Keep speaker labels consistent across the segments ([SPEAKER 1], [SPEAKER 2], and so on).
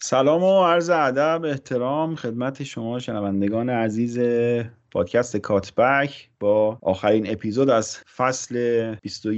[SPEAKER 1] سلام و عرض ادب احترام خدمت شما شنوندگان عزیز پادکست کاتبک. با آخرین اپیزود از فصل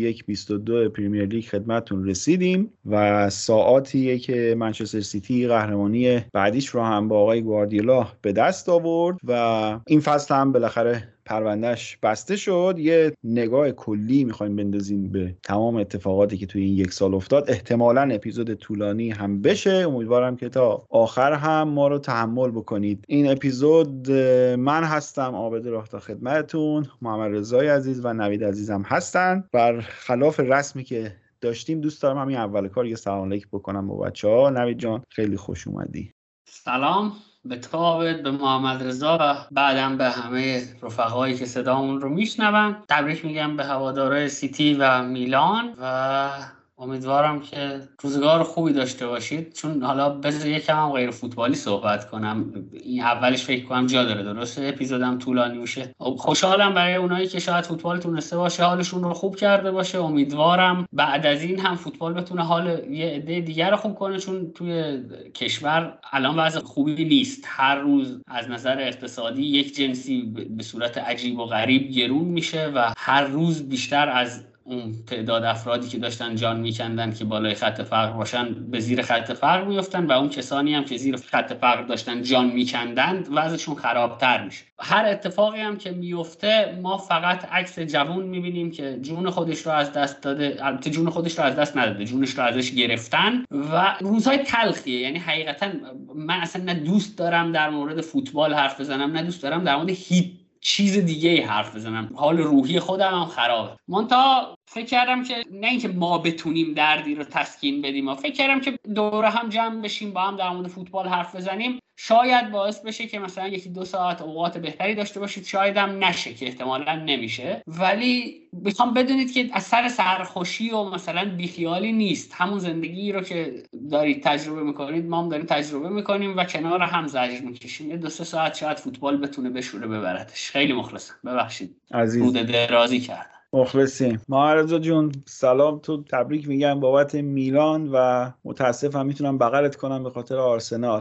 [SPEAKER 1] 21-22 پریمیر لیگ خدمتتون رسیدیم و ساعاتیه که منچستر سیتی قهرمانی بعدیش رو هم با آقای گواردیولا به دست آورد و این فصل هم بالاخره پروندهش بسته شد. یه نگاه کلی میخوایم بندازیم به تمام اتفاقاتی که توی این یک سال افتاد. احتمالاً اپیزود طولانی هم بشه، امیدوارم که تا آخر هم ما رو تحمل بکنید. این اپیزود من هستم عابد راه تا خدمتتون، محمد رضای عزیز و نوید عزیزم هستن. بر خلاف رسمی که داشتیم دوست دارم همین اول کار یه سلام علیک بکنم با بچه‌ها. نوید جان خیلی خوش اومدی.
[SPEAKER 2] سلام به تو عابد، به محمد رضا و بعدم به همه رفقایی که صدامون رو میشنون. تبریک میگم به هوادارهای سیتی و میلان و امیدوارم که روزگار خوبی داشته باشید. چون حالا بذار یکم هم غیر فوتبالی صحبت کنم. این اولش فکر کنم جا داره، درسته اپیزودم طولانی میشه. خوشحالم برای اونایی که شاید فوتبال تونسته باشه حالشون رو خوب کرده باشه. امیدوارم بعد از این هم فوتبال بتونه حال یه عده دیگر رو خوب کنه، چون توی کشور الان وضع خوبی نیست. هر روز از نظر اقتصادی یک جنسی به صورت عجیب و غریب گرون میشه و هر روز بیشتر از اون تعداد افرادی که داشتن جان میکندن که بالای خط فقر باشن به زیر خط فقر میفتن و اون کسانی هم که زیر خط فقر داشتن جان میکندن وضعشون خرابتر میشه. هر اتفاقی هم که میفته ما فقط عکس جوون میبینیم که جون خودش رو از دست داده، البته جون خودش رو از دست نداده، جونش رو ازش گرفتن و روزهای تلخیه. یعنی حقیقتا من اصلا نه دوست دارم در مورد فوتبال حرف بزنم، نه دوست دارم در مورد هیچ چیز دیگه حرف بزنم. حال روحی خودم هم خرابه. منتها فکر کردم که نه اینکه ما بتونیم دردی رو تسکین بدیم، فکر کردم که دوره هم جمع بشیم با هم در مورد فوتبال حرف بزنیم. شاید باعث بشه که مثلا 1-2 ساعت اوقات بهتری داشته باشید، شاید هم نشه که احتمالاً نمیشه، ولی میخوام بدونید که از سر سرخوشی و مثلا بیخیالی نیست. همون زندگی رو که دارید تجربه میکنید ما هم داریم تجربه میکنیم و کنار هم زجر میکشیم. 2-3 ساعت شاید فوتبال بتونه بشوره ببرتش. خیلی مخلصم، ببخشید
[SPEAKER 1] عزیز
[SPEAKER 2] رود درازی کردم.
[SPEAKER 1] مخلصیم. محمد جون سلام، تو تبریک میگم بابت میلان و متاسفم میتونم بغلت کنم به خاطر آرسنال.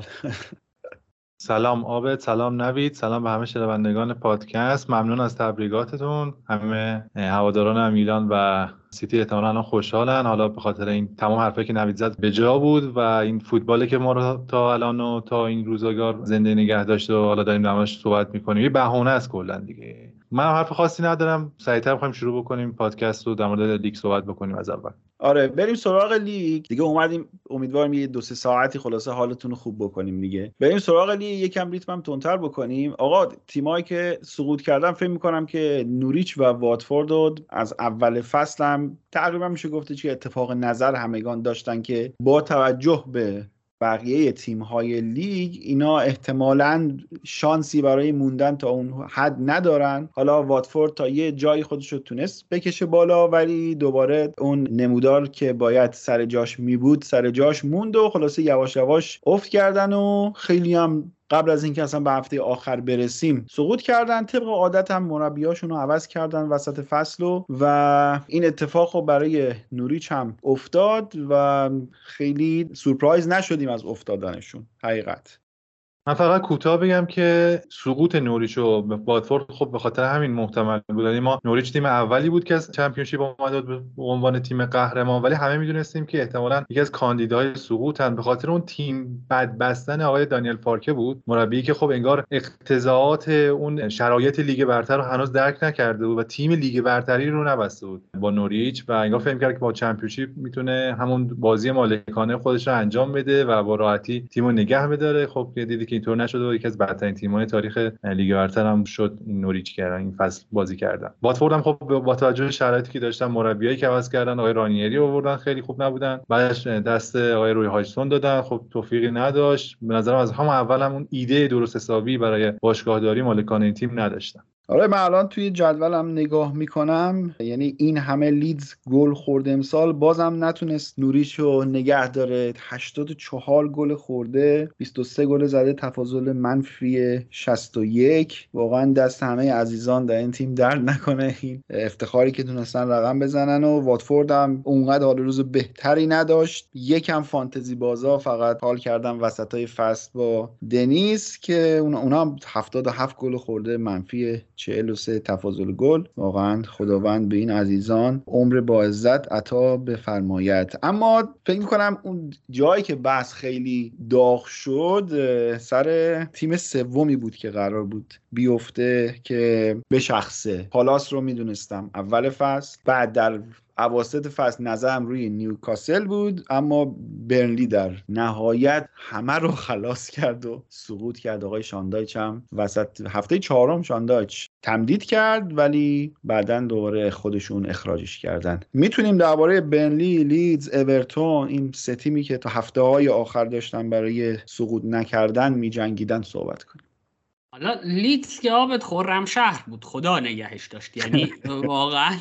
[SPEAKER 3] سلام عابد، سلام نوید، سلام به همه شنوندگان پادکست. ممنون از تبریکاتتون. همه هواداران میلان و سیتی احتمالاً خوشحالن. حالا به خاطر این تمام حرفایی که نوید زد به جا بود و این فوتبالی که ما رو تا الان و تا این روزگار زنده نگه داشته و حالا داریم درمونش صحبت می‌کنیم یه بهونه است کلا دیگه. من حرف خاصی ندارم، سریعتر می‌خوایم شروع بکنیم پادکست رو در مورد لیگ صحبت بکنیم از اول.
[SPEAKER 1] آره بریم سراغ لیگ دیگه. اومدیم امیدوارم یه 2-3 ساعتی خلاصه حالتون رو خوب بکنیم دیگه. بریم سراغ لیگ، یکم ریتمم تندتر بکنیم. آقا تیمایی که سقوط کردن فکر می‌کنم که نوریچ و واتفورد از اول فصلم تقریبا میشه گفت که اتفاق نظر همگان داشتن که با توجه به بقیه تیم‌های لیگ اینا احتمالاً شانسی برای موندن تا اون حد ندارن. حالا واتفورد تا یه جایی خودش رو تونست بکشه بالا، ولی دوباره اون نمودار که باید سر جاش می بود سر جاش موند و خلاصه یواش یواش افت کردن و خیلی هم قبل از اینکه اصلا به هفته آخر برسیم سقوط کردن. طبق عادت هم مربیاشون رو عوض کردن وسط فصل و این اتفاق رو برای نوریچ هم افتاد و خیلی سورپرایز نشدیم از افتادنشون حقیقت.
[SPEAKER 3] من فقط کوتاه بگم که سقوط نوریچ و واتفورد خب به خاطر همین محتمل بود. یعنی ما نوریچ تیم اولی بود که از چمپیونشیپ اومد به عنوان تیم قهرمان، ولی همه میدونستیم که احتمالاً یکی از کاندیداهای سقوطن به خاطر اون تیم بد بستن آقای دانیل فارکه بود، مربی که خب انگار اقتضاعات اون شرایط لیگ برتر رو هنوز درک نکرده بود و تیم لیگ برتری رو نبسته بود با نوریچ و انگار فهم کرد که با چمپیونشیپ میتونه همون بازی مالکانه خودش رو انجام بده و با راحتی تیمو نگه بداره. خب دیدی که اینطور نشد و یکی از بدترین تیم‌های تاریخ لیگ برتر هم شد این نوریچ کردن این فصل بازی کردن. واتفورد هم خب با توجه به شرایطی که داشتن مربیایی که عوض کردن، آقای رانیری آوردن خیلی خوب نبودن، بعدش دست آقای روی هاجسون دادن، خب توفیقی نداشت. به نظرم از همون اول هم اون ایده درست حسابی برای باشگاهداری مالکان این تیم نداشتن.
[SPEAKER 1] آره من الان توی جدولم نگاه میکنم، یعنی این همه لیدز گل خورده امسال بازم نتونست نوریچو نگه داره. 84 گل خورده، 23 گل زده، تفاضل منفی 61. واقعا دست همه عزیزان در این تیم درد نکنه این افتخاری که تونستن رقم بزنن. و واتفورد هم اونقدر حال روز بهتری نداشت، یکم فانتزی بازا فقط حال کردن وسطای فصل با دنیس که اونا هم 77 گل خورده، منفی 43 تفاضل گل. واقعا خداوند به این عزیزان عمر با عزت عطا بفرماید. اما فکر می‌کنم اون جایی که بحث خیلی داغ شد سر تیم سومی بود که قرار بود بیفته، که به شخصه پالاس رو میدونستم اول فصل، بعد در اواسط فصل نظرم روی نیوکاسل بود، اما برنلی در نهایت همه رو خلاص کرد و سقوط کرد. آقای شاندایچ هم وسط هفته 4 شاندایچ تمدید کرد ولی بعداً دوباره خودشون اخراجش کردن. میتونیم درباره برنلی، لیدز، اورتون، این سه تیمی که تا هفته‌های آخر داشتن برای سقوط نکردن میجنگیدن صحبت کنیم.
[SPEAKER 2] حالا لیدز که آبت خرمشهر بود، خدا نگهش داشت، یعنی واقعا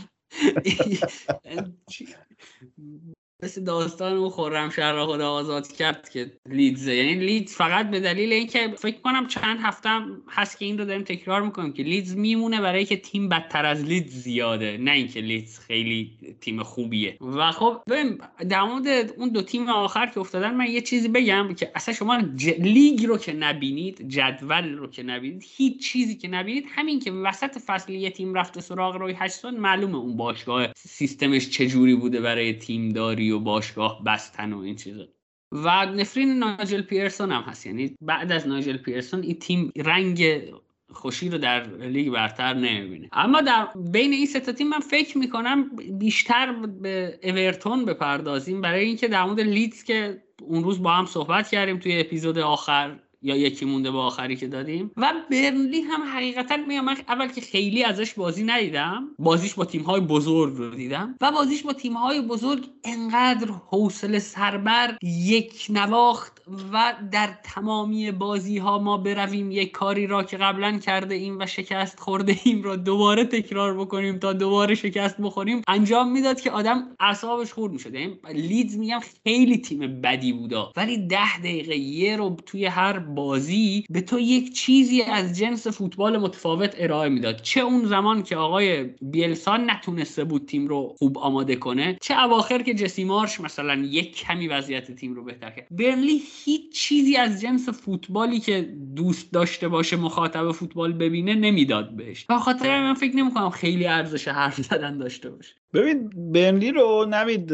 [SPEAKER 2] مثل داستان اون خرمشهر را خدا آزاد کرد که لیدز، یعنی لیدز فقط به دلیل اینکه فکر کنم چند هفته هست که این رو داریم تکرار میکنیم که لیدز میمونه برای که تیم بدتر از لیدز زیاده، نه اینکه لیدز خیلی تیم خوبیه. و خب ببین در مورد اون دو تیم آخر که افتادن من یه چیزی بگم که اصلا شما لیگ رو که نبینید، جدول رو که نبینید، هیچ چیزی که نبینید، همین که وسط فصل یه تیم رفته سراغ روی هشتون معلومه اون باشگاه سیستمش چجوری بوده برای تیم داری و باشگاه بستن و این چیزا. و نفرین نایجل پیرسون هم هست، یعنی بعد از نایجل پیرسون این تیم رنگ خوشی رو در لیگ برتر نمیبینه. اما در بین این سه تا تیم من فکر میکنم بیشتر به اورتون بپردازیم، برای اینکه در مورد لیدز که اون روز با هم صحبت کردیم توی اپیزود آخر یا یکی مونده با آخری که دادیم، و برنلی هم حقیقتا میام اول که خیلی ازش بازی ندیدم، بازیش با تیم‌های بزرگ رو دیدم و بازیش با تیم‌های بزرگ انقدر حوصله سربر، یک نواخت و در تمامی بازی‌ها ما برویم یک کاری را که قبلا کرده ایم و شکست خورده ایم را دوباره تکرار بکنیم تا دوباره شکست بخوریم انجام میداد که آدم اعصابش خورد میشد. یعنی لیدز میگم خیلی تیم بدی بودا، ولی 10 دقیقه یه رو توی هر بازی به تو یک چیزی از جنس فوتبال متفاوت ارائه میداد. چه اون زمان که آقای بیلسا نتونسته بود تیم رو خوب آماده کنه، چه اواخر که جسی مارش مثلا یک کمی وضعیت تیم رو بهتر کرد. برنلی هیچ چیزی از جنس فوتبالی که دوست داشته باشه مخاطب فوتبال ببینه نمیداد بهش. به خاطر من فکر نمی‌کنم خیلی ارزش حرف زدن داشته باشه.
[SPEAKER 1] ببین برنلی رو نمید،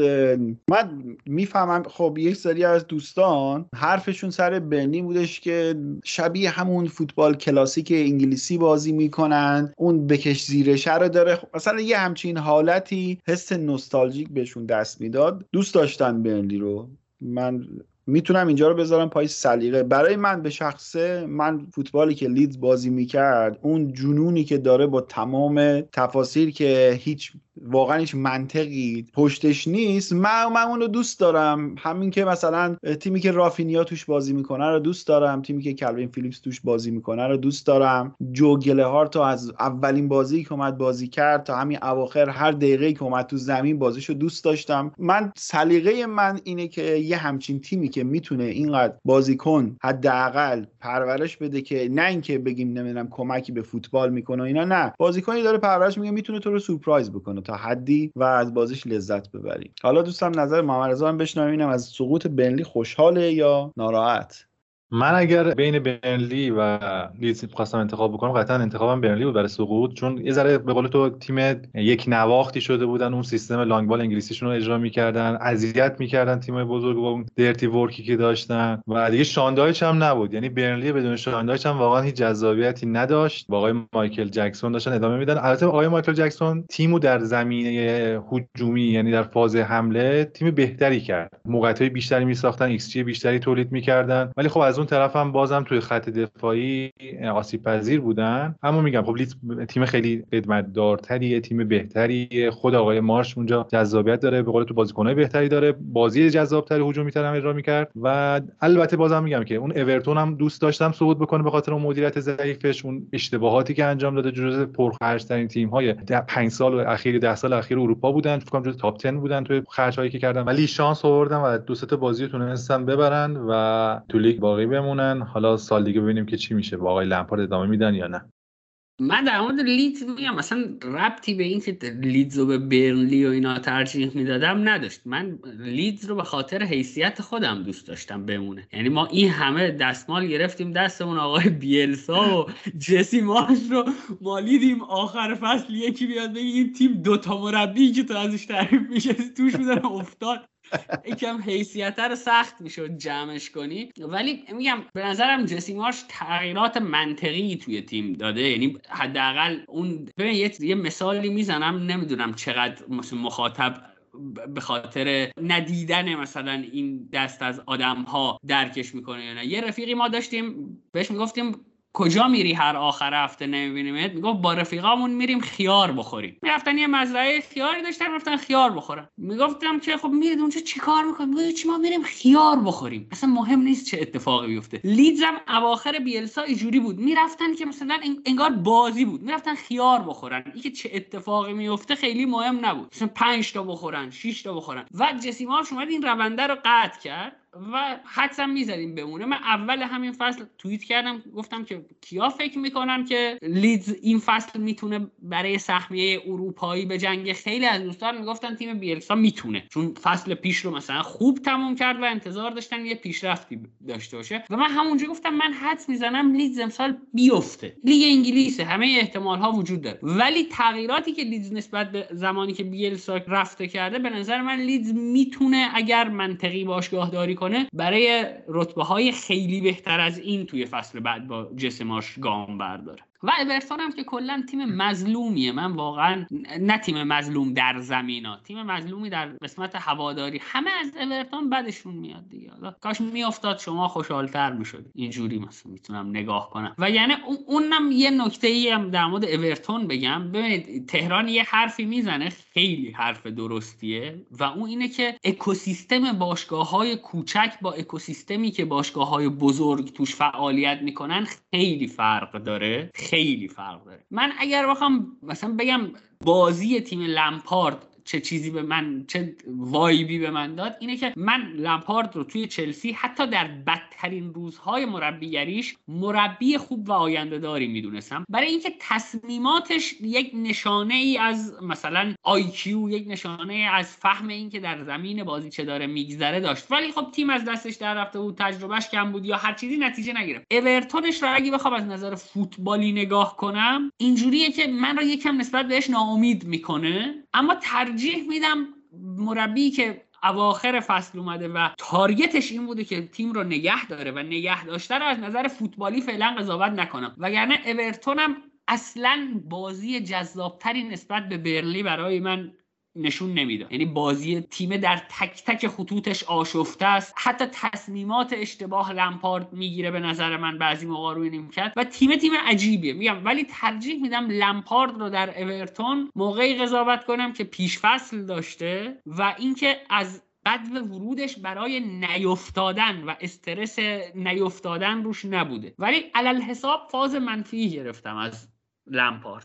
[SPEAKER 1] من میفهمم خب یک سری از دوستان حرفشون سر برنلی بودش که شبیه همون فوتبال کلاسیک انگلیسی بازی میکنن، اون بکش زیرشه رو داره، مثلا یه همچین حالتی حس نوستالژیک بهشون دست میداد. دوست داشتن برنلی رو. من میتونم اینجا رو بذارم پای سلیقه. برای من به شخصه، من فوتبالی که لیدز بازی میکرد، اون جنونی که داره با تمام تفاصیل که واقعا هیچ منطقی پشتش نیست، من اون رو دوست دارم. همین که مثلا تیمی که رافینیا توش بازی میکنه رو دوست دارم، تیمی که کلوین فیلیپس توش بازی میکنه رو دوست دارم. جو گلهارت از اولین بازی که اومد بازی کرد تا همین اواخر هر دقیقه‌ای که اومد تو زمین بازیشو دوست داشتم. من سلیقه من اینه که یه همچین تیمی که میتونه اینقدر بازیکن حداقل پرورش بده، که نه اینکه بگیم نمیدونم کمکی به فوتبال میکنه اینا، نه، بازیکنی داره پرورش میگه میتونه تو رو سورپرایز بکنه تا حدی و از بازیش لذت ببری. حالا دوستم نظر محمد رضا هم بشنویم، اینم از سقوط برنلی خوشحاله یا ناراحت؟
[SPEAKER 3] من اگر بین برنلی و لیدز خواستم انتخاب بکنم، قطعا انتخابم برنلی بود برای سقوط، چون یه ذره به قول تو تیم یک نواختی شده بودن، اون سیستم لانگ بال انگلیسیشون رو اجرا می‌کردن، اذیت می‌کردن تیم‌های بزرگ با اون درتی ورکی که داشتن و دیگه شاندایچ هم نبود. یعنی برنلی بدون شاندایچ هم واقعا هیچ جذابیتی نداشت. با آقای مایکل جکسون داشتن ادامه میدن. البته آقای مایکل جکسون تیمو در زمینه هجومی، یعنی در فاز حمله، تیم بهتری کرد. موقعیت‌های بیشتری می‌ساختن، ایکس جی بیشتری تولید می‌کردن، ولی خب از اون طرف هم بازم توی خط دفاعی آسیب پذیر بودن. اما میگم خب لیدز تیم خیلی خدمت دارتریه، تیم بهتریه، خود آقای مارش اونجا جذابیت داره، به قول تو بازیکنای بهتری داره، بازی جذابتری هجومی‌تر هم اجرا می‌کرد. و البته بازم میگم که اون اورتون هم دوست داشتم صعود بکنه به خاطر اون مدیریت ضعیفش، اون اشتباهاتی که انجام داده، جزو پرخرج‌ترین تیم‌های 5 سال اخیر 10 سال اخیر اروپا بودن، فکر کنم جزو تاپ 10 بودن توی خرج‌هایی که کردن، ولی شانس آوردن و دو سه تا بازی تونستن ببرن و تو لیگ باقی بمونن. حالا سال دیگه ببینیم که چی میشه، با آقای لمپارد ادامه میدن یا نه.
[SPEAKER 2] من در مورد لیدز میگم مثلا ربطی به این که لیدز رو به برنلی و اینا ترجیح میدادم نداشت. من لیدز رو به خاطر حیثیت خودم دوست داشتم بمونه. یعنی ما این همه دستمال گرفتیم دستمون آقای بیلسا و جسی مارش رو مالیدیم، آخر فصل یکی بیاد بگه این تیم دوتا مربی که تو ازش تعریف میشه توش بودن افتاد. یکم حیثیت رو سخت میشد جمعش کنی. ولی میگم به نظرم جسی مارش تغییرات منطقی توی تیم داده. یعنی حداقل اون ببین یه مثالی میزنم، نمیدونم چقدر مخاطب به خاطر ندیدن مثلا این دست از آدم‌ها درکش میکنه یا نه. یه رفیقی ما داشتیم بهش میگفتیم کجا میری هر آخر هفته نمیبینیمت؟ میگفت با رفیقامون میریم خیار بخوریم. میرفتن یه مزرعه خیاری داشتن رفتن خیار بخورن. میگفتم که خب میرید اونجا چیکار میکنید؟ میگه چی ما میریم خیار بخوریم، اصلا مهم نیست چه اتفاقی بیفته. لیدز هم اواخر بیلسا اینجوری بود، میرفتن که مثلا انگار بازی بود، میرفتن خیار بخورن، اینکه چه اتفاقی میفته خیلی مهم نبود، مثلا 5 تا بخورن 6 تا بخورن. و جسی مارش اومد این رونده رو قطع کرد و حدسم میزدیم بمونه. من اول همین فصل توییت کردم گفتم که کیا فکر میکنن که لیدز این فصل میتونه برای سهمیه اروپایی به جنگ. خیلی از دوستان میگفتن تیم بیلسا میتونه، چون فصل پیش رو مثلا خوب تموم کرد و انتظار داشتن یه پیشرفتی داشته باشه. و من همونجا گفتم من حدس میزنم لیدز امسال بیفته. لیگ انگلیسه، همه احتمال ها وجود داره، ولی تغییراتی که لیدز نسبت به زمانی که بیلسا رفته کرده، به نظر من لیدز میتونه اگر منطقی باشگاهداری کنه برای رتبه های خیلی بهتر از این توی فصل بعد با جسی مارش گام برداره. و اورتون هم که کلا تیم مظلومیه. من واقعا نه تیم مظلوم در زمینا، تیم مظلومی در قسمت هواداری. همه از اورتون بدشون میاد دیگه. حالا کاش میافتاد شما خوشحال‌تر میشد. اینجوری مثلا میتونم نگاه کنم. و یعنی اونم یه نکته‌ای هم در مورد اورتون بگم. ببینید تهران یه حرفی میزنه خیلی حرف درستیه و اون اینه که اکوسیستم باشگاه‌های کوچک با اکوسیستمی که باشگاه‌های بزرگ توش فعالیت میکنن خیلی فرق داره. خیلی فرق داره. من اگر بخوام مثلا بگم بازی تیم لمپارد چه چیزی به من، چه وایبی به من داد، اینه که من لمپارد رو توی چلسی حتی در بدترین روزهای مربیگریش مربی خوب و آینده داری میدونستم، برای اینکه تصمیماتش یک نشانه ای از مثلا IQ، یک نشانه ای از فهم این که در زمین بازی چه داره میگذره داشت. ولی خب تیم از دستش در رفته بود، تجربهش کم بود یا هر چیزی، نتیجه نگرفت. اورتونش رو اگه بخوام از نظر فوتبالی نگاه کنم اینجوریه که من رو یکم نسبت بهش ناامید میکنه، اما ترجیح میدم مربی که اواخر فصل اومده و تارگتش این بوده که تیم رو نگه داره و نگه داشته رو از نظر فوتبالی فعلا قضاوت نکنم. وگرنه اورتون هم اصلا بازی جذابتری نسبت به برنلی برای من نشون نمیداد. یعنی بازی تیم در تک تک خطوطش آشفته است، حتی تصمیمات اشتباه لمپارد میگیره به نظر من بعضی موقع روی نیمکت و تیم عجیبیه میگم. ولی ترجیح میدم لمپارد رو در اورتون موقعی قضاوت کنم که پیش فصل داشته و اینکه از بدو ورودش برای نیفتادن و استرس نیفتادن روش نبوده. ولی علل حساب فاز منفی گرفتم از لمپارد.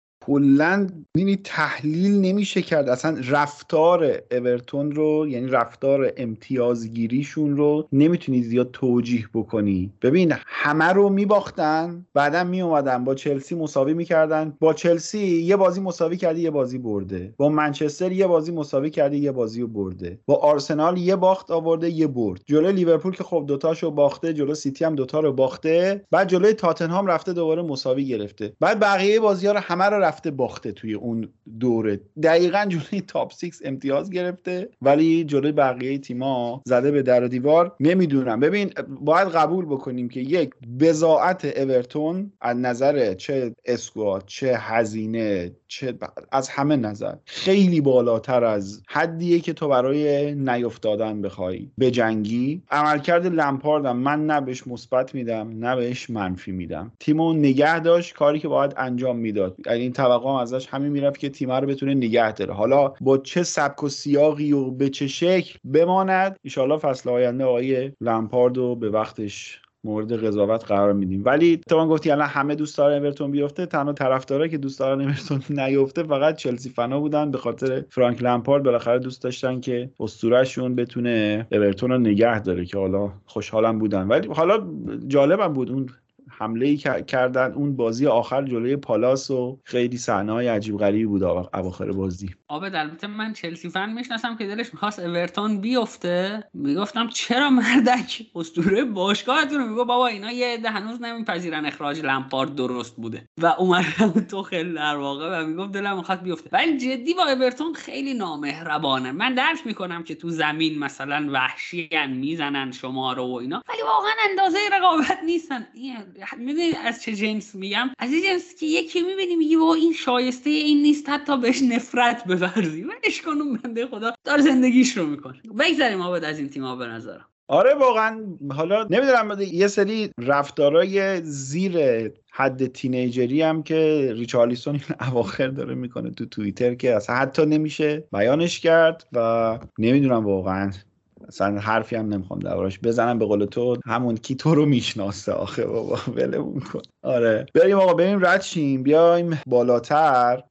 [SPEAKER 1] کلا یعنی تحلیل نمیشه کرد اصلا رفتار اورتون رو، یعنی رفتار امتیازگیریشون رو نمیتونی زیاد توجیه بکنی. ببین همه رو میباختن، بعدم میومدن با چلسی مساوی میکردن. با چلسی یه بازی مساوی کرده یه بازی برده، با منچستر یه بازی مساوی کرده یه بازی رو برده، با آرسنال یه باخت آورده یه برد، جلوی لیورپول که خب دوتاشو باخته، جلوی سیتی هم دوتا رو باخته، بعد جلوی تاتنهام رفته دوباره مساوی گرفته، بعد بقیه بازی‌ها رو همه رو رفته باخته توی اون دوره. دقیقاً جلوی تاپ 6 امتیاز گرفته ولی جلوی بقیه تیم‌ها زده به در و دیوار. نمیدونم، ببین باید قبول بکنیم که یک بضاعت اورتون از نظر چه اسکواد، چه هزینه، از همه نظر خیلی بالاتر از حدیه که تو برای نیافتادن بخوای بجنگی. عملکرد لمپاردم من نه بهش مثبت میدم نه بهش منفی میدم. تیمو نگه داشت، کاری که باید انجام میداد، یعنی این توقعم ازش همین میرفت که تیم رو بتونه نگه داره. حالا با چه سبک و سیاقی و به چه شکل بماند، ان شاءالله فصل آینده آقای لمپاردو به وقتش مورد قضاوت قرار میدیم. ولی تو من گفتی الان همه دوست دارن اورتون بیفته، تنها طرفدارایی که دوست دارن اورتون نیفته فقط چلسی فنا بودن، به خاطر فرانک لمپارد. بالاخره دوست داشتن که اسطورهشون بتونه اورتون رو نگه داره، که حالا خوشحالم بودن. ولی حالا جالبم بود اون حمله‌ای کردن اون بازی آخر جلوی پالاس و خیلی صحنه‌های عجیب غریبی بود اواخر بازی.
[SPEAKER 2] البته من چلسی فن میشناسم که دلش می‌خواست اورتون بیفته، میگفتم چرا مردک اسطوره باشگاهتون میگه بابا اینا یه عده هنوز نمیپذیرن اخراج لمپارد درست بوده و اومدن تو خیلی در واقع و میگفت دلم می‌خواد بیفته. ولی جدی با اورتون خیلی نامهربانه. من درک میکنم که تو زمین مثلا وحشیان میزنن شما رو و اینا، ولی واقعا اندازه رقابت نیستن. میدونی از چه جنس میگم؟ از این جنس که یکی میبینی میگی با این شایسته این نیست حتی بهش نفرت بورزی، ولش کن اون بنده خدا دار زندگیش رو میکنه. بگذاریم آباد از این تیم‌ها به نظرم.
[SPEAKER 1] آره واقعا. حالا نمیدونم یه سری رفتارای زیر حد تینیجری هم که ریچارلیسون این اواخر داره میکنه تو توییتر که اصلا حتی نمیشه بیانش کرد و نمیدونم واقعا اصلا حرفی هم نمیخوام دربارش بزنم. به قول تو همون کی تو رو میشناسه آخه بابا، ولمون کن. آره بریم آقا، بریم رد شیم بیایم بالاتر.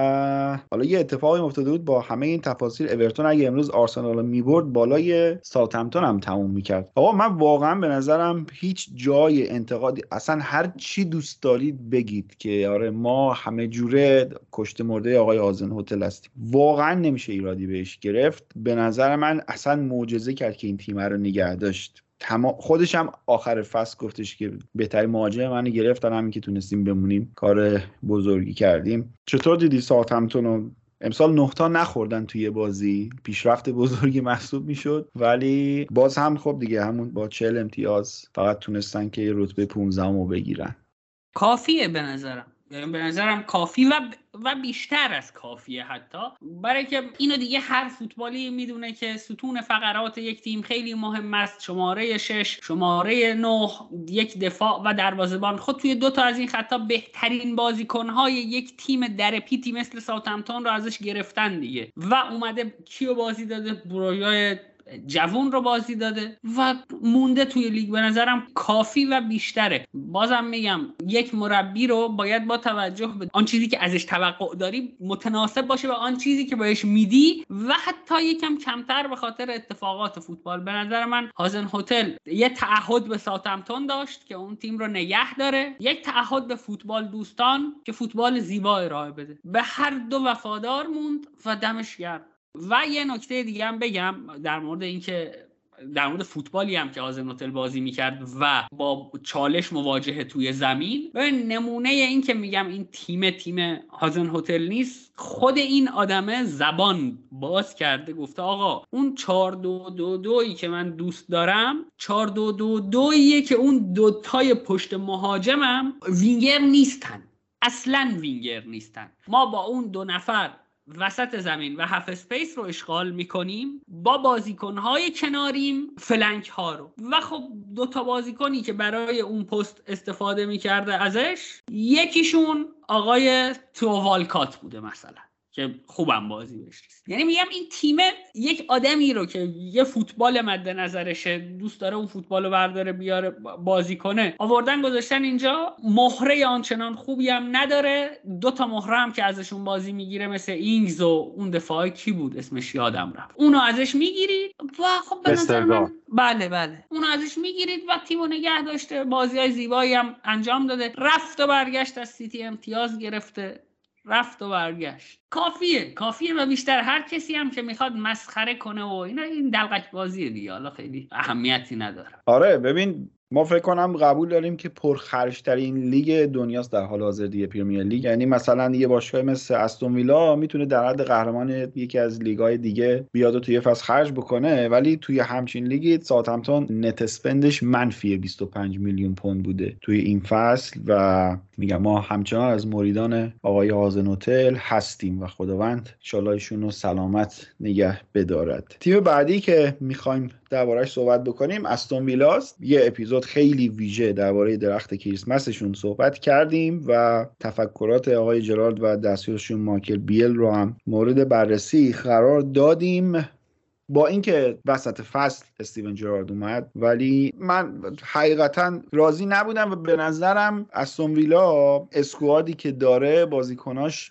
[SPEAKER 1] و حالا یه اتفاقی افتاده بود با همه این تفاصیل، اورتون اگه امروز آرسنال رو میبرد بالای ساوثهمپتون هم تموم میکرد. آقا من واقعا به نظرم هیچ جای انتقادی، اصلا هر چی دوست دارید بگید که آره ما همه جوره کشت مرده آقای هازنهوتل هستیم، واقعا نمیشه ایرادی بهش گرفت. به نظر من اصلا معجزه کرد که این تیم رو نگه داشت. خودش هم آخر فصل گفتش که بهترین مهاجم منو گرفتن، همین که تونستیم بمونیم کار بزرگی کردیم. چطور دیدی ساوثهمپتون رو؟ امسال 9 تا نخوردن توی بازی، پیشرفت بزرگی محسوب میشد، ولی باز هم خب دیگه همون با 40 امتیاز فقط تونستن که رتبه 15 رو بگیرن.
[SPEAKER 2] کافیه به نظرم، یعنی به نظرم کافی و بیشتر از کافیه، حتی برای که اینو دیگه هر فوتبالی میدونه که ستون فقرات یک تیم خیلی مهم است. شماره 6، شماره 9، یک دفاع و دروازه‌بان. خود توی دو تا از این خطا بهترین بازیکن‌های یک تیم درپیتی مثل ساوثهمپتون رو ازش گرفتن دیگه و اومده کیو بازی داده؟ بروژای جوون رو بازی داده و مونده توی لیگ. به نظرم کافی و بیشتره. بازم میگم یک مربی رو باید با توجه به آن چیزی که ازش توقع داری متناسب باشه با آن چیزی که بهش میدی و حتی یکم کمتر به خاطر اتفاقات فوتبال. به نظر من هازنهوتل یه تعهد به ساوثهمپتون داشت که اون تیم رو نگه داره، یک تعهد به فوتبال دوستان که فوتبال زیبا ارائه بده. به هر دو وفادار موند و دمش گرم. و یه نکته دیگه هم بگم در مورد فوتبالی هم که هازنهوتل بازی میکرد و با چالش مواجهه توی زمین. و نمونه این که میگم این تیم هازنهوتل نیست، خود این آدمه زبان باز کرده گفته آقا اون 4-2-2-2 که من دوست دارم 4-2-2-2 که اون دوتای پشت مهاجمم وینگر نیستن، اصلا وینگر نیستن. ما با اون دو نفر وسط زمین و هاف اسپیس رو اشغال میکنیم، با بازیکنهای کناریم فلنک ها رو. و خب دوتا بازیکنی که برای اون پست استفاده میکرده ازش، یکیشون آقای تووالکات بوده مثلا که خوبم بازی بشه. یعنی میگم این تیم یک آدمی رو که یه فوتبال مد نظرشه، دوست داره اون فوتبالو برداره بیاره بازی کنه، آوردن گذاشتن اینجا. مهره آنچنان خوبی هم نداره. دو تا مهره هم که ازشون بازی میگیره مثل اینگز و اون دفاعی کی بود اسمش یادم رفت، اونو ازش میگیرید و خب به نظر من بله اونو ازش میگیرید و تیمو نگه داشته، بازیای زیبایی هم انجام داده، رفت و برگشت از سیتی امتیاز گرفته، رفت و برگشت. کافیه و بیشتر. هر کسی هم که میخواد مسخره کنه و اینا این دلقک بازیه دیگه، حالا خیلی اهمیتی نداره.
[SPEAKER 1] آره ببین ما فکر کنم قبول داریم که پرخرج‌ترین لیگ دنیاست در حال حاضر دیگه، پرمیر لیگ. یعنی مثلا یه باشگاه مثل استون ویلا میتونه در حد قهرمان یکی از لیگ‌های دیگه بیاد و توی فصل خرج بکنه، ولی توی همچین لیگی ساوثهمپتون نت اسپندش منفی 25 میلیون پوند بوده توی این فصل و میگم ما همچنان از مریدان آقای هازنوتل هستیم و خداوند ان شاءالله ایشون رو سلامت نگه بدارد. تیم بعدی که میخوایم درباره‌اش صحبت بکنیم استون ویلاست. یه اپیزود خیلی ویژه درباره درخت کریسمسشون صحبت کردیم و تفکرات آقای جرارد و دستیارشون مایکل بیل رو هم مورد بررسی قرار دادیم. با اینکه وسط فصل استیون جرارد اومد، ولی من حقیقتا راضی نبودم و به نظرم استون ویلا اسکوادی که داره بازیکناش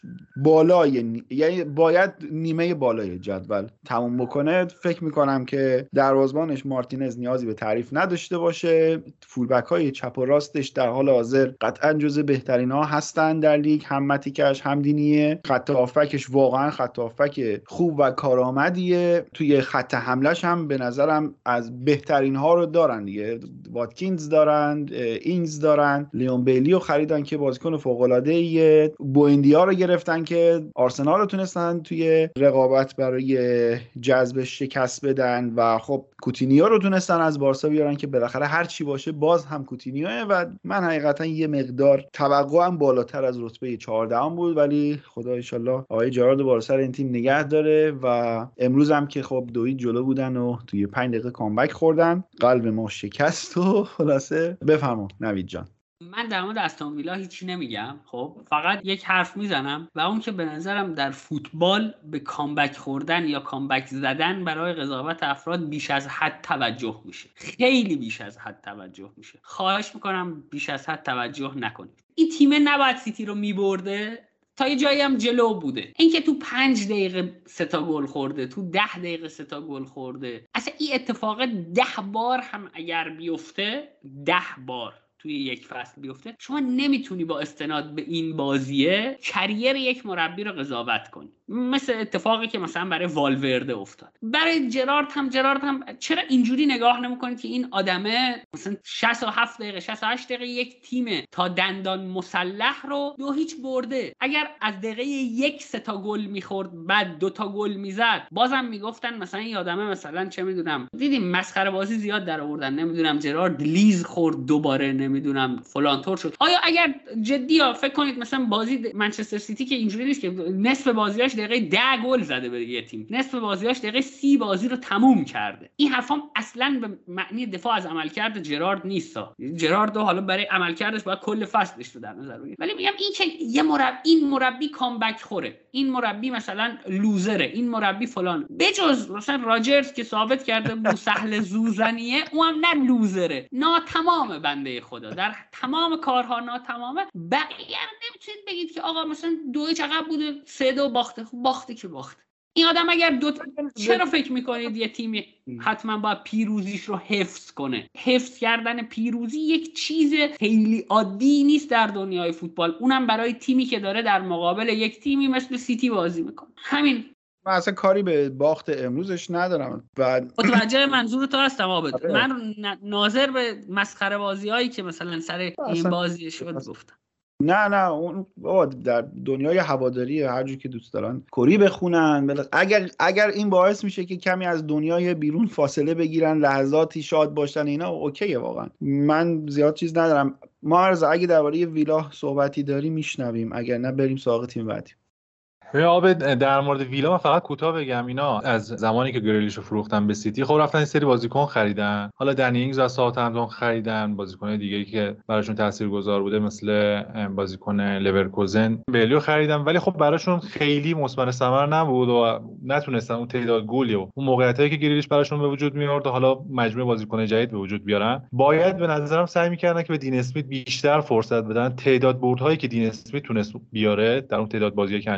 [SPEAKER 1] بالای، یعنی باید نیمه بالای جدول تموم بکنه. فکر میکنم که دروازه‌بانش مارتینز نیازی به تعریف نداشته باشه، فولبک های چپ و راستش در حال حاضر قطعا جزو بهترین ها هستن در لیگ، هم ماتیکش هم دینیه، خط هافکش واقعا خط هافک خوب و کارآمدیه، توی خط حملهش هم به نظرم از بهترین ها رو دارن دیگه. واتکینز دارن، اینگز دارن، لیون بیلی رو خریدن که بازیکن فوق العاده ایه، بوئندیا رو گرفتن که آرسنال رو تونستن توی رقابت برای جذبش شکست بدن و خب کوتینیو رو تونستن از بارسا بیارن که بالاخره هر چی باشه باز هم کوتینیوه و من حقیقتا یه مقدار توقعم بالاتر از رتبه 14 بود، ولی خدا ان شاءالله آقای جرارد بارسا این تیم نگه داره و امروز هم که خب دوید جلو بودن و توی 5 دقیقه کامبک خوردن، قلب ما شکست و خلاصه بفرما نوید جان.
[SPEAKER 2] من در مورد استون ویلا هیچی نمیگم، خب فقط یک حرف میزنم و اون که به نظرم در فوتبال به کامبک خوردن یا کامبک زدن برای قضاوت افراد بیش از حد توجه میشه، خیلی بیش از حد توجه میشه. خواهش میکنم بیش از حد توجه نکنید. این تیم نباید سیتی رو میبرده، تا یه جایی هم جلو بوده. اینکه تو 5 دقیقه 3 تا گل خورده، تو 10 دقیقه 3 تا گل خورده، اصلا این اتفاق 10 بار هم اگر بیفته، 10 بار توی یک فصل بیفته، شما نمیتونی با استناد به این بازیه کریر یک مربی رو قضاوت کنی. مثل اتفاقی که مثلا برای والورده افتاد. برای جرارد هم چرا اینجوری نگاه نمی‌کنید که این آدمه مثلا 67 دقیقه 68 دقیقه یک تیم تا دندان مسلح رو 2-0 برده. اگر از دقیقه 1 3 تا گل می‌خورد بعد 2 تا گل می‌زد، بازم میگفتن مثلا این آدمه مثلا چه میدونم، دیدیم مسخره بازی زیاد در آوردن، نمیدونم جرارد لیز خورد دوباره، نمیدونم فلان طور شد. آیا اگر جدی فکر کنید مثلا بازی منچستر سیتی که اینجوری نیست که نصف بازیاش دقیقه 10 گل زده به یه تیم، نصف بازیاش دقیقه 30 بازی رو تموم کرده. این حرفام اصلا به معنی دفاع از عملکرد جرارد نیست. جرارد حالا برای عملکردش باید کل فصلش رو در نظر بگیریم، ولی میگم این که این مربی کامبک خوره، این مربی مثلا لوزره، این مربی فلان، بجز مثلا راجرز که ثابت کرده بو سهل زوزنیه، اونم نه لوزره، ناتمام بنده خدا، در تمام کارها ناتمامه. بقیه نمیتونید بگید که آقا مثلا 2 عقب بوده 3-2 باخته. باخته که باخته. این آدم اگر 2 چرا فکر میکنید یه تیمی حتما باید پیروزیش رو حفظ کنه؟ حفظ کردن پیروزی یک چیز خیلی عادی نیست در دنیای فوتبال، اونم برای تیمی که داره در مقابل یک تیمی مثل سیتی بازی میکنه. همین.
[SPEAKER 1] من اصلا کاری به باخت امروزش ندارم و
[SPEAKER 2] متوجه منظور تو هستم عابد. من ناظر به مسخره بازیایی که مثلا سر این بازی شد گفتم.
[SPEAKER 1] نه اون در دنیای هواداری هر جور که دوست دارن کری بخونن. اگر این باعث میشه که کمی از دنیای بیرون فاصله بگیرن، لحظاتی شاد باشن، اینا اوکیه. واقعا من زیاد چیز ندارم. ما اگه درباره ویلا صحبتی داری میشنویم، اگر نه بریم سراغ تیم بعدی.
[SPEAKER 3] عابد در مورد ویلا من فقط کوتاه بگم، اینا از زمانی که گریلیش رو فروختن به سیتی خب رفتن این سری بازیکن خریدن. حالا دنی اینگز از ساوثهمپتون خریدن، بازیکن دیگه‌ای که براشون تاثیرگذار بوده مثل بازیکن لورکوزن بیلیو خریدن، ولی خب براشون خیلی مثمر ثمر نبود و نتونستن اون تعداد گلی و اون موقعیتایی که گریلیش براشون به وجود میآورد حالا مجموعه بازیکن جدید به وجود بیارن. باید به نظرم سعی می‌کردن که به دین اسمیت بیشتر فرصت بدن. تعداد بردهایی که دین اسمیت تونست بیاره در اون تعداد بازیایی که انجام داده بود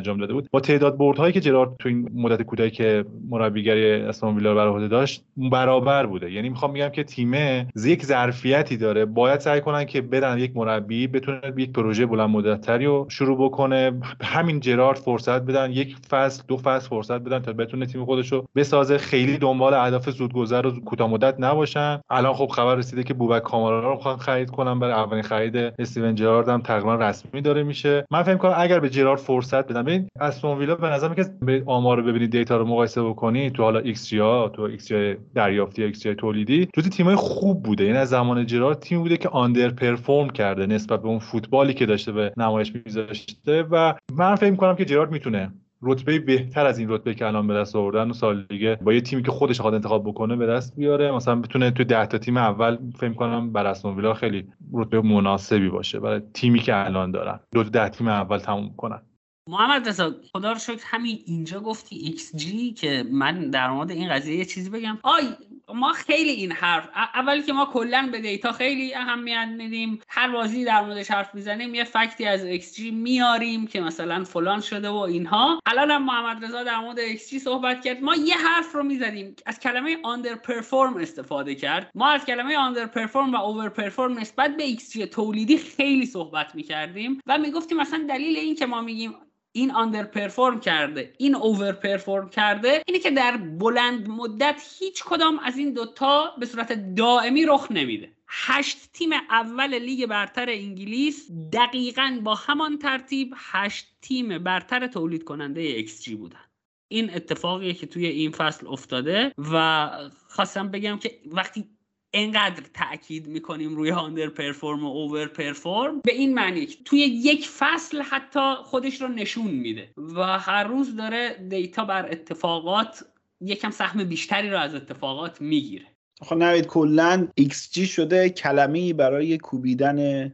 [SPEAKER 3] بود. با تعداد بردهایی که جرارد تو این مدت کوتاهی که مربیگری استون ویلا رو بر عهده داشت برابر بوده. یعنی میخوام بگم که تیم یک ظرفیتی داره، باید سعی کنن که بدن یک مربی بتونه یک پروژه بلند مدت‌تری رو شروع بکنه. همین جرارد فرصت بدن، یک فصل دو فصل فرصت بدن تا بتونه تیم خودش رو بسازه، خیلی دنبال اهداف زودگذر و کوتاه مدت نباشن. الان خب خبر رسیده که بوبک کامارا رو میخوان خرید کنن، برای اولین خرید استیون جرارد هم تقریبا رسمی داره میشه. من فکر کنم اگر به جرارد فرصت بدن، ببین استون ویلا به نظر میاد که آمار رو ببینید، دیتا رو مقایسه بکنی، تو حالا ایکس جی ها، تو ایکس جی دریافتی یا ایکس جی تولیدی، جزو تیمای خوب بوده. یعنی از زمان جرارد تیم بوده که آندر پرفورم کرده نسبت به اون فوتبالی که داشته به نمایش میذاشته و من فکر می‌کنم که جرارد میتونه رتبه بهتر از این رتبه که الان به دست آوردن و سال دیگه با یه تیمی که خودش خواهد انتخاب بکنه به دست بیاره. مثلا بتونه تو 10 تا تیم اول فکر کنم برای استون ویلا خیلی رتبه مناسبی باشه برای تیمی که الان دارن، 10 تیم اول تموم کنن.
[SPEAKER 2] محمد رضا خدا رو شکر همین اینجا گفتی ایکس جی که من در مورد این قضیه یه چیزی بگم. ما خیلی این حرف اولی که ما کلا به دیتا خیلی اهمیت میدیم، هر بازی در موردش حرف میزنیم یه فکتی از ایکس جی میاریم که مثلا فلان شده و اینها. الان هم محمد رضا در مورد ایکس جی صحبت کرد، ما یه حرف رو میزدیم، از کلمه آندر پرفورم استفاده کرد. ما از کلمه آندر پرفورم و اوور پرفورم نسبت به ایکس جی تولیدی خیلی صحبت میکردیم و میگفتیم مثلا دلیل این که ما میگیم این آندر پرفورم کرده، این اوور پرفورم کرده، اینه که در بلند مدت هیچ کدام از این دوتا به صورت دائمی رخ نمیده. 8 تیم اول لیگ برتر انگلیس دقیقاً با همان ترتیب 8 تیم برتر تولید کننده ایکس جی بودن. این اتفاقیه که توی این فصل افتاده و خواستم بگم که وقتی اینقدر تأکید میکنیم روی آندر پرفورم و اوور پرفورم، به این معنی که توی یک فصل حتی خودش رو نشون میده و هر روز داره دیتا بر اتفاقات یکم سهم بیشتری رو از اتفاقات میگیره.
[SPEAKER 1] آخه نوید کلن XG شده کلمه‌ای برای کوبیدن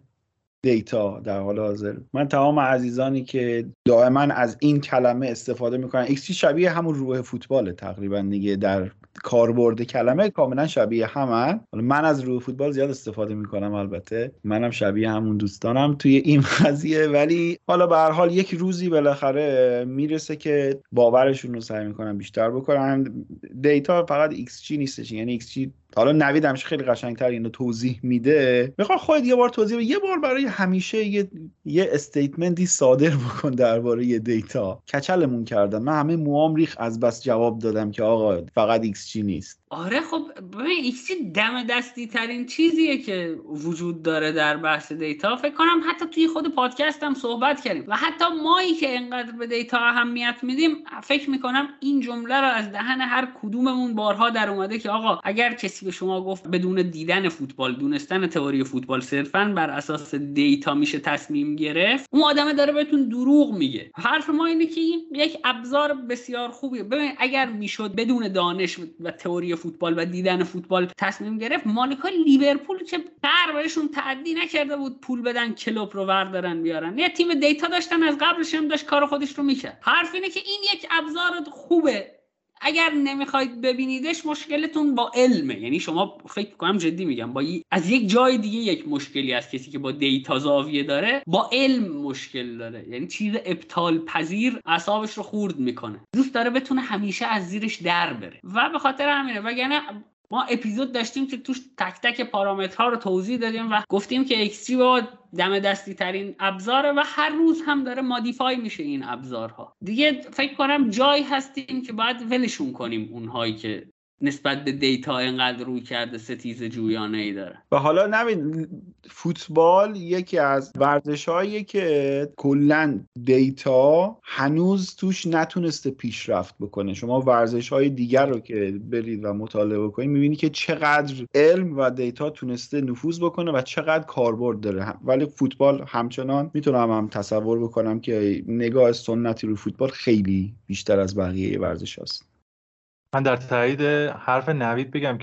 [SPEAKER 1] دیتا در حال حاضر. من تمام عزیزانی که دائما از این کلمه استفاده میکنن، XG شبیه همون روح فوتباله تقریبا دیگه، در کاربرد کلمه کاملا شبیه همن. من از روح فوتبال زیاد استفاده میکنم، البته منم شبیه همون دوستانم توی این قضیه، ولی حالا به هر حال یک روزی بالاخره میرسه که باورشون رو سعی میکنن بیشتر بکنن. دیتا فقط XG نیستش، یعنی XG حالا نوید همش خیلی قشنگتر اینو توضیح میده. میخوام خودت یه بار توضیح بده، یه بار برای همیشه یه استیتمنتی صادر بکن درباره دیتا. کچلمون کردن، من همه موام ریخ از بس جواب دادم که آقا فقط XG نیست.
[SPEAKER 2] آره خب ببین XG دم دستی ترین چیزیه که وجود داره در بحث دیتا. فکر کنم حتی توی خود پادکست هم صحبت کردیم و حتی مایی که اینقدر به دیتا اهمیت میدیم فکر میکنم این جمله رو از دهن هر کدوممون بارها در اومده که آقا اگر کسی به شما گفت بدون دیدن فوتبال، دونستن تئوری فوتبال، صرفاً بر اساس دیتا میشه تصمیم گرفت، اون آدم داره بهتون دروغ میگه. حرف ما اینه که این یک ابزار بسیار خوبیه. ببین اگر میشد بدون دانش و تئوری فوتبال و دیدن فوتبال تصمیم گرفت، مالکا لیورپول که قرار بهشون تعدی نکرده بود پول بدن کلوب رو وردارن بیارن، یه تیم دیتا داشتن از قبلش هم داشت کار خودش رو میکرد. حرف اینه که این یک ابزار خوبه، اگر نمیخواید ببینیدش مشکلتون با علمه. یعنی شما فکر کنم جدی میگم از یک جای دیگه یک مشکلی از کسی که با دیتا زاویه داره با علم مشکل داره، یعنی چیز ابطال پذیر اعصابش رو خورد میکنه، دوست داره بتونه همیشه از زیرش در بره و به خاطر همینه. وگرنه ما اپیزود داشتیم که توش تک تک پارامترها رو توضیح دادیم و گفتیم که XG با دم دستی ترین ابزاره و هر روز هم داره مادیفای میشه این ابزارها. دیگه فکر کنم جایی هستیم که باید ولشون کنیم اونهایی که نسبت به دیتا اینقدر روی کرده ستیز جویانه‌ای داره.
[SPEAKER 1] و حالا نبین فوتبال یکی از ورزش‌هایی که کلاً دیتا هنوز توش نتونسته پیشرفت بکنه. شما ورزش‌های دیگر رو که برید و مطالعه کنید می‌بینید که چقدر علم و دیتا تونسته نفوذ بکنه و چقدر کاربرد داره، ولی فوتبال همچنان میتونم هم تصور بکنم که نگاه سنتی رو فوتبال خیلی بیشتر از بقیه ورزش‌هاست.
[SPEAKER 3] من در تایید حرف نوید بگم که خب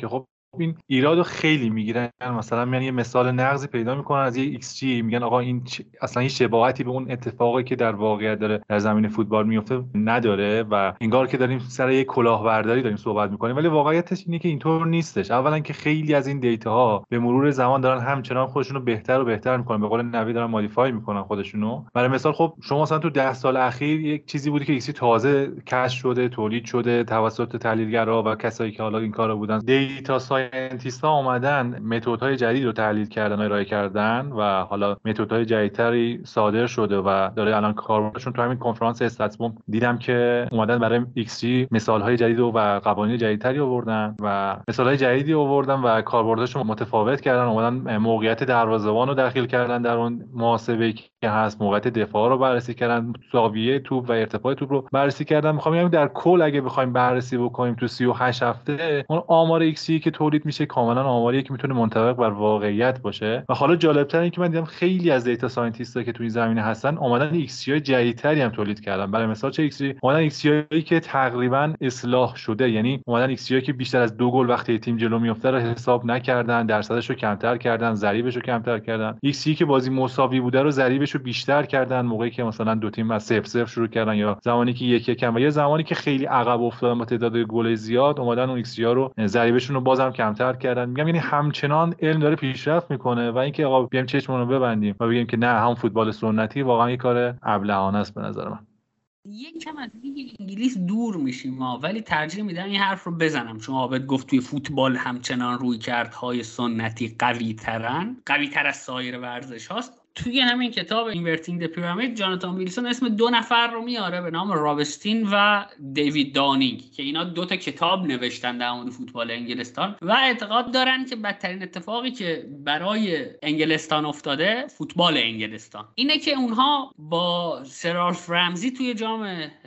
[SPEAKER 3] این ایرادو خیلی میگیرن، مثلا میان یه مثال نقضی پیدا میکنن از یه ایکس جی، میگن آقا این اصلا این شباهتی به اون اتفاقی که در واقعیت داره در زمین فوتبال میفته نداره و انگار که داریم سر یه کلاهبرداری داریم صحبت میکنیم، ولی واقعیتش اینه که اینطور نیستش. اولا که خیلی از این دیتاها به مرور زمان دارن همچنان خودشونو بهتر و بهتر میکنن، به قول نوید دارن مودیفای میکنن خودشونو. برای مثال خب شما مثلا تو 10 سال اخیر یک چیزی بودی که ایکس تازه کشف شده، تولید شده توسط تحلیلگرا و کسایی که حالا این کارا بودن، دیتا ساینتیست‌ها اومدن متدهای جدید رو تحلیل کردن و ارائه کردن و حالا متدهای جدیدتری صادر شده و داره الان کاربردشون تو همین کنفرانس استاتبوم دیدم که اومدن برای ایکس جی مثال‌های جدید و قوانین جدیدتری آوردن و مثال‌های جدیدی آوردن و کاربردشون متفاوت کردن، اومدن موقعیت دروازه‌بان رو داخل کردن در اون محاسبه‌ای که هست، موقعیت دفاع رو بررسی کردن، زاویه توپ و ارتفاع توپ رو بررسی کردن. می‌خوام بگم در کل اگه بخوایم بررسی بکنیم تو 38 هفته اون آمار ایکس جی که تولید میشه کاملا آماریه که میتونه منطبق بر واقعیت باشه. و حالا جالب‌تر اینه که من دیدم خیلی از دیتا ساینتیست‌ها که تو این زمینه هستن اومدن ایکس جی جدیدتری هم تولید کردن. برای مثال چه ایکس جی اومدن ایکس جی که تقریبا اصلاح شده، یعنی اومدن ایکس جی که بیشتر از 2 گل وقتی تیم جلو میفته رو حساب نکردن، درصدش رو کمتر کردن، ضریبش رو کمتر کردن. ایکس جی که بازی مساوی بوده رو ضریبش رو بیشتر کردن موقعی که مثلا دو تیم از 0-0 شروع کردن یا زمانی که 1-1 و یا زمانی که خیلی عقب افتادن با تعداد گل زیاد اومدن اون ایکس جی رو ضریبشون رو بازم کمتر کردن. میگم یعنی همچنان علم داره پیشرفت میکنه و اینکه آقا بیایم چشمون رو ببندیم و بگیم که نه هم فوتبال سنتی واقعا یه کار ابلهانه است به نظر من.
[SPEAKER 2] یک کم از لیگ انگلیس دور میشیم ما، ولی ترجیح میدم این حرف رو بزنم چون عابد گفت توی فوتبال همچنان رویکردهای سنتی قوی تر از سایر ورزش هاست. توی همین کتاب اینورتینگ د پیرامید جاناتان ویلسون اسم 2 نفر رو میاره به نام رابستین و دیوید دانینگ که اینا 2 تا کتاب نوشتن در مورد فوتبال انگلستان و اعتقاد دارن که بدترین اتفاقی که برای انگلستان افتاده فوتبال انگلستان اینه که اونها با سر آلف رمزی توی جام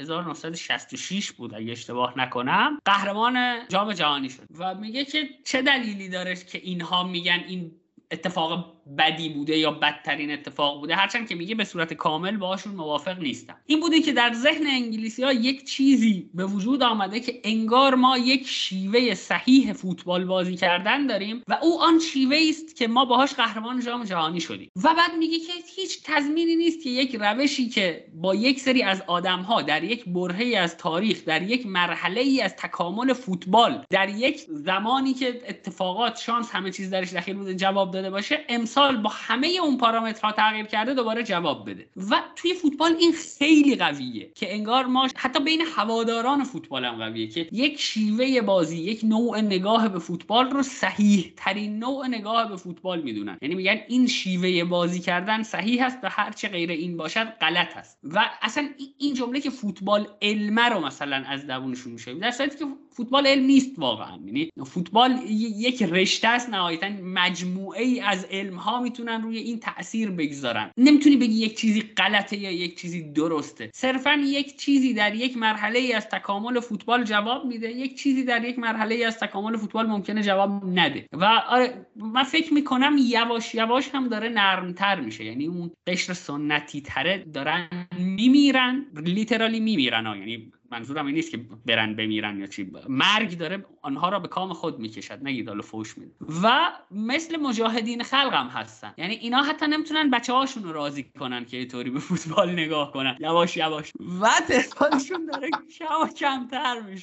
[SPEAKER 2] 1966 بود اگه اشتباه نکنم قهرمان جام جهانی شد و میگه که چه دلیلی داره که اینها میگن این اتفاق بدی بوده یا بدترین اتفاق بوده، هرچند که میگه به صورت کامل باهاشون موافق نیستم. این بوده که در ذهن انگلیسی‌ها یک چیزی به وجود آمده که انگار ما یک شیوه صحیح فوتبال بازی کردن داریم و او آن شیوه‌ای است که ما باهاش قهرمان جام جهانی شدیم و بعد میگه که هیچ تضمینی نیست که یک روشی که با یک سری از آدم‌ها در یک برهه‌ای از تاریخ در یک مرحله‌ای از تکامل فوتبال در یک زمانی که اتفاقات شانس همه چیز درش دخیل بوده جواب داده باشه امسال با همه اون پارامترها تغییر کرده دوباره جواب بده. و توی فوتبال این خیلی قویه که انگار ما حتی بین هواداران فوتبال هم قویه که یک شیوه بازی یک نوع نگاه به فوتبال رو صحیح ترین نوع نگاه به فوتبال میدونن، یعنی میگن این شیوه بازی کردن صحیح است و هر چه غیر این باشد غلط است. و اصلا این جمله که فوتبال علم رو مثلا از زبونشون میشه در صورتی که فوتبال علم نیست واقعا. یعنی فوتبال یک رشته است، نهایتا مجموعه ای از علم ها میتونن روی این تأثیر بگذارن. نمیتونی بگی یک چیزی غلطه یا یک چیزی درسته، صرفا یک چیزی در یک مرحله ای از تکامل فوتبال جواب میده، یک چیزی در یک مرحله ای از تکامل فوتبال ممکنه جواب نده. و آره من فکر میکنم یواش یواش هم داره نرمتر میشه، یعنی اون قشر سنتی تره دارن میمیرن، لیترالی میمیرن. یعنی منظورم این نیست که برن بمیرن یا چی، مرگ داره آنها را به کام خود میکشد، نگید حالا فوش میده. و مثل مجاهدین خلق هم هستن، یعنی اینا حتی نمیتونن بچه‌هاشون رو راضی کنن که اینطوری به فوتبال نگاه کنن، یواش یواش و تعدادشون داره کمتر میشه.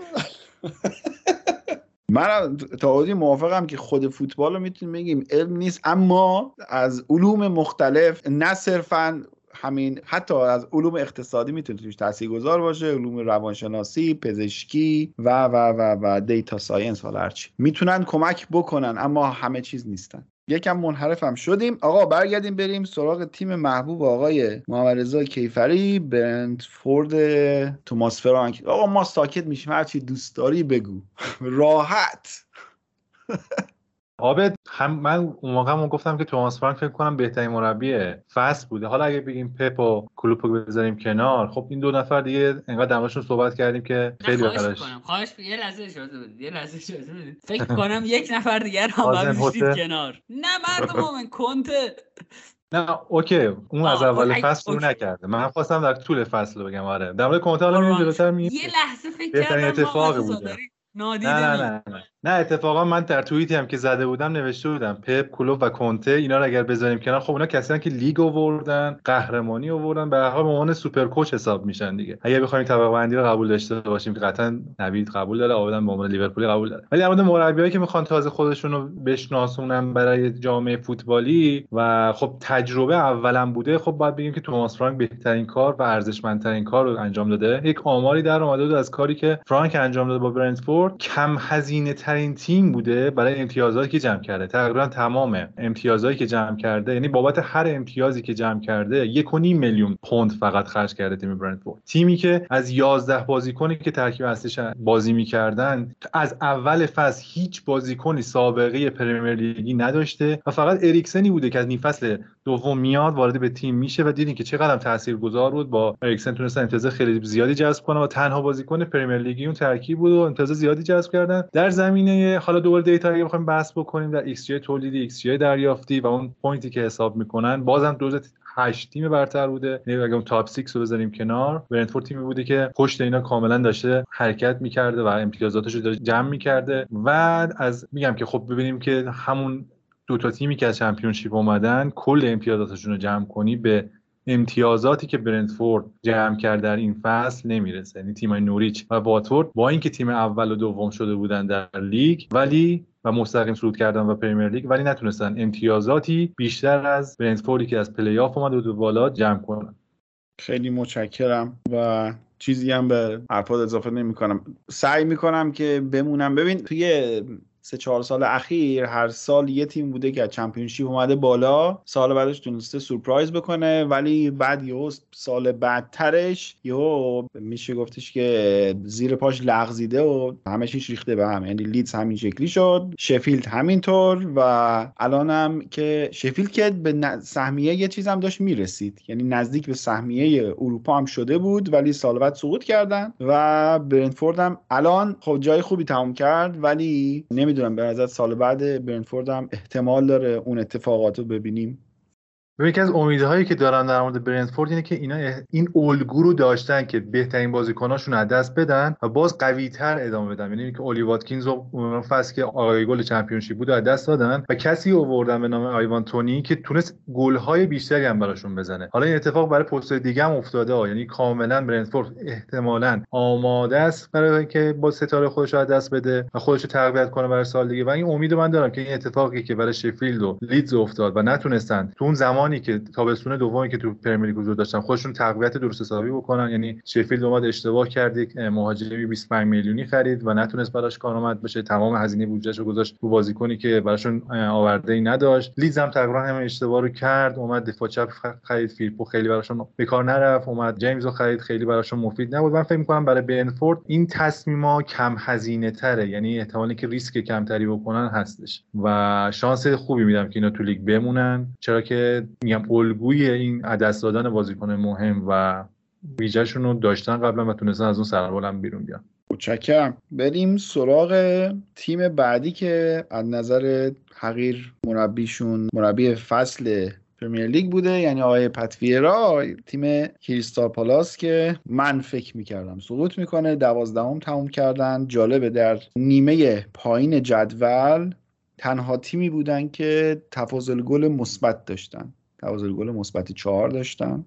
[SPEAKER 1] من تا حدودی موافقم که خود فوتبال رو میتونیم بگیم علم نیست، اما از علوم مختلف، نه صرفاً همین، حتی از علوم اقتصادی میتونه توش تاثیرگذار باشه، علوم روانشناسی، پزشکی و دیتا ساینس، حالا هرچی میتونن کمک بکنن، اما همه چیز نیستن. یکم منحرف هم شدیم. آقا برگردیم بریم سراغ تیم محبوب آقای محمد رضا کیفری، برنتفورد توماس فرانک. آقا ما ساکت میشیم، هرچی دوست داری بگو راحت.
[SPEAKER 3] عابد من اون موقع گفتم که توماس فرانک فکر کنم بهترین مربی فصل بوده. حالا اگه بگیم پپ و کلوپ رو بذاریم کنار، خب این 2 نفر دیگه انقدر دربارشون صحبت کردیم که خیلی بهترش.
[SPEAKER 2] خواهش یه لحظه اجازه بدید. فکر کنم یک نفر دیگه هم بذارید کنار. نه مردم مومن کنته.
[SPEAKER 3] نه اوکی، اون از اول فصل رو نکرده. من خواستم در طول فصل رو بگم. آره در مورد کنته حالا میریم جلوتر میگیم.
[SPEAKER 2] یه لحظه فکر کردم
[SPEAKER 3] اتفاقی بوده.
[SPEAKER 2] نه
[SPEAKER 3] نه اتفاقا من در توییتی هم که زده بودم نوشته بودم پپ، کلوب و کنته اینا رو اگر بذاریم کنار، خب اینا کسایی که لیگ آوردن، قهرمانی آوردن، به هر حال به عنوان سوپر کوچ حساب میشن دیگه. اگه بخوایم طبقه بندی رو قبول داشته باشیم که قطعا نوید قبول داره، آبادان به عنوان لیورپولی قبول داره، ولی در مورد مربیایی که میخوان تازه خودشون رو بشناسونن برای جامعه فوتبالی و خب تجربه اولا بوده، خب باید بگیم که توماس فرانک بهترین کار و ارزشمندترین کار رو انجام داده. یک آماری در اومده بود از کاری که فرانک انجام داده با برنتفورد، کم هزینه ترین تیم بوده برای امتیازاتی که جمع کرده. تقریبا تمام امتیازاتی که جمع کرده، یعنی بابت هر امتیازی که جمع کرده 1.5 میلیون پوند فقط خرج کرده تیم برنتفورد. تیمی که از 11 بازیکنی که ترکیب اصلیش بازی می‌کردن از اول فصل هیچ بازیکنی سابقه پرمیر لیگی نداشته و فقط اریکسنی بوده که از نیم فصل دوم میاد وارد به تیم میشه و دیدین که چقدر تاثیرگذار بود. با اریکسن تونستن امتیاز خیلی زیادی جذب کنن و تنها بازیکن پرمیر لیگی اون ترکیب بود و امتیاز زیادی جذب کردن. در زمینه حالا دوباره دیتا اگه بخوایم بحث بکنیم در ایکس جی تولیدی، ایکس جی دریافتی و اون پوینتی که حساب میکنن، بازم جزو 8 تیم برتر بوده. یعنی اگه اون تاپ 6 رو بذاریم کنار، برنتفورد تیمی بوده که پشت اینا کاملا داشته حرکت میکرده و امتیازاتش رو جمع میکرده. و از میگم که خب ببینیم که همون دو تا تیمی که از چمپیونشیپ اومدن کل امتیازاتشون رو جمع کنی به امتیازاتی که برنتفورد جمع کرد در این فصل نمیرسه. یعنی تیمای نوریچ و واتفورد با اینکه تیم اول و دوم شده بودن در لیگ ولی و مستقیم صعود کردن و پرمیر لیگ، ولی نتونستن امتیازاتی بیشتر از برنتفوردی که از پلی آف اومد و بالا جمع کنن.
[SPEAKER 1] خیلی متشکرم و چیزی هم به حرفات اضافه نمی‌کنم. سعی می‌کنم که بمونم. ببین توی 3-4 سال اخیر هر سال یه تیم بوده که از چمپیونشیپ اومده بالا، سال بعدش تونسته سورپرایز بکنه، ولی بعد یهو سال بعدترش یهو میشه گفتش که زیر پاش لغزیده و همه چیش ریخته به هم. یعنی لیدز همین شکلی شد، شفیلد همینطور و الانم که شفیلد که به سهمیه یه چیز هم داشت میرسید، یعنی نزدیک به سهمیه اروپا هم شده بود ولی سال بعد سقوط کردن. و برنتفورد هم الان خب جای خوبی تموم کرد، ولی نمیدونم به نظر سال بعد برنتفورد هم احتمال داره اون اتفاقات رو ببینیم.
[SPEAKER 3] یکی از امیدهایی که دارم در مورد برنتفورد اینه که اینا این الگو رو داشتن که بهترین بازیکناشون از دست بدن و باز قوی‌تر ادامه بدن. یعنی که اولی واتکینز رو اون فصل که آقای گل چمپیونشیپ بود از دست دادن و کسی آوردن به نام آیوان تونی که تونست گل‌های بیشتری هم براشون بزنه. حالا این اتفاق برای پست دیگه هم افتاده یعنی کاملا برنتفورد احتمالاً آماده است برای اینکه با ستاره خودش رو از دست بده و خودش رو تقویت کنه برای سال دیگه. و این امید من دارم که این اتفاقی که برای شفیلد و لیدز افتاد و نتونستن تو اون زمانی که تابستون دومی که تو پرمیر لیگ حضور داشتن خودشون تقویت درست حسابی بکنن. یعنی شفیلد اومد اشتباه کرد، یک مهاجمی 25 میلیونی خرید و نتونست براش کارآمد بشه، تمام هزینه بودجهشو گذاشت رو بازیکنی که براشون آورده‌ای نداشت. لیدز هم تقریبا همین اشتباه رو کرد، اومد دفاع چپ خرید، فیلپو خیلی براشون به کار نرفت، اومد جیمز رو خرید، خیلی براشون مفید نبود. من فکر می‌کنم برای برنتفورد این تصمیما کم هزینه تره، یعنی احتمالی که ریسک کمتری بکنن هستش و شانس خوبی میدم که اینا تو لیگ بمونن، چرا که میگم الگوی این دست دادن بازیکن مهم و ویژه‌شون رو داشتن قبلا و تونستن از اون سربالم بیرون بیان.
[SPEAKER 1] متشکرم. بریم سراغ تیم بعدی که از نظر حقیر مربیشون مربی فصل پرمیر لیگ بوده، یعنی آقای پتویرا. تیم کریستال پالاس که من فکر میکردم سقوط میکنه، 12ام تموم کردن. جالبه در نیمه پایین جدول تنها تیمی بودن که تفاضل گل مثبت داشتن، تفاضل گل مثبت 4 داشتن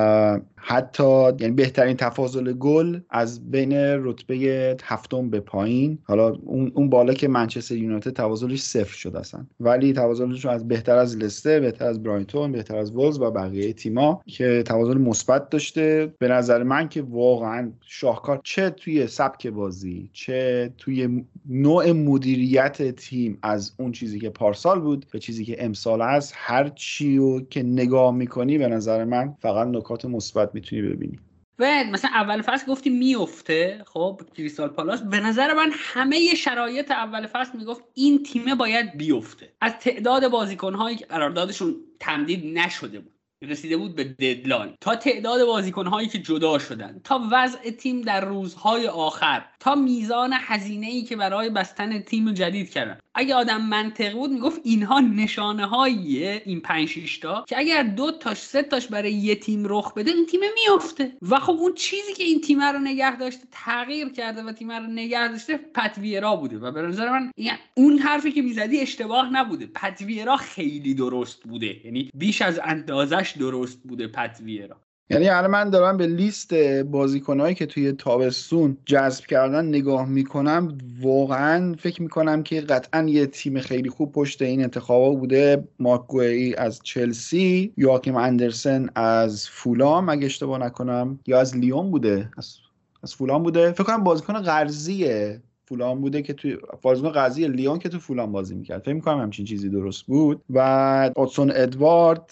[SPEAKER 1] و حتی یعنی بهترین تفاضل گل از بین رتبه هفتم به پایین. حالا اون بالا که منچستر یونایتد تفاضلش 0 شد اصلا، ولی تفاضلشون از بهتر از لستر، بهتر از برایتون، بهتر از وولز و بقیه تیما که تفاضل مثبت داشته. به نظر من که واقعا شاهکار، چه توی سبک بازی چه توی نوع مدیریت تیم، از اون چیزی که پارسال بود به چیزی که امسال هست، هر چیو که نگاه میکنی به نظر من فقط نکات مثبت میتونی ببینی.
[SPEAKER 2] و مثلا اول فصل گفتی میفته، خب کریستال پالاس به نظر من همه شرایط اول فصل میگفت این تیمه باید بیفته. از تعداد بازیکن‌هایی که قراردادشون تمدید نشده بود رسیده بود به ددلاین، تا تعداد بازیکن‌هایی که جدا شدن، تا وضع تیم در روزهای آخر، تا میزان هزینه‌ای که برای بستن تیم جدید کردن. اگه آدم منطقی بود میگفت اینها نشانه‌هاییه، این 5-6 تا که اگر 2 تاش 3 تاش برای یه تیم رخ بده این تیم میفته. و خب اون چیزی که این تیم رو نگه داشته، تغییر کرده و تیم رو نگه داشته، پت ویرا بوده. و به نظر من اون حرفی که میزدی اشتباه نبوده. پت ویرا خیلی درست بوده، یعنی بیش از اندازش درست بوده پت ویرا.
[SPEAKER 1] یعنی الان من دارم به لیست بازیکنایی که توی تابستون جذب کردن نگاه میکنم، واقعا فکر میکنم که قطعا یه تیم خیلی خوب پشت این انتخابا بوده. مارک گوئی از چلسی، یواکیم اندرسن از فولام اگه اشتباه نکنم، یا از لیون بوده، از فولام بوده، فکر کنم بازیکن قرضیه فولام بوده که توی بازیکن قضیه لیون که تو فولام بازی میکرد، فکر می‌کنم همچین چیزی درست بود. و آدسون ادوارد،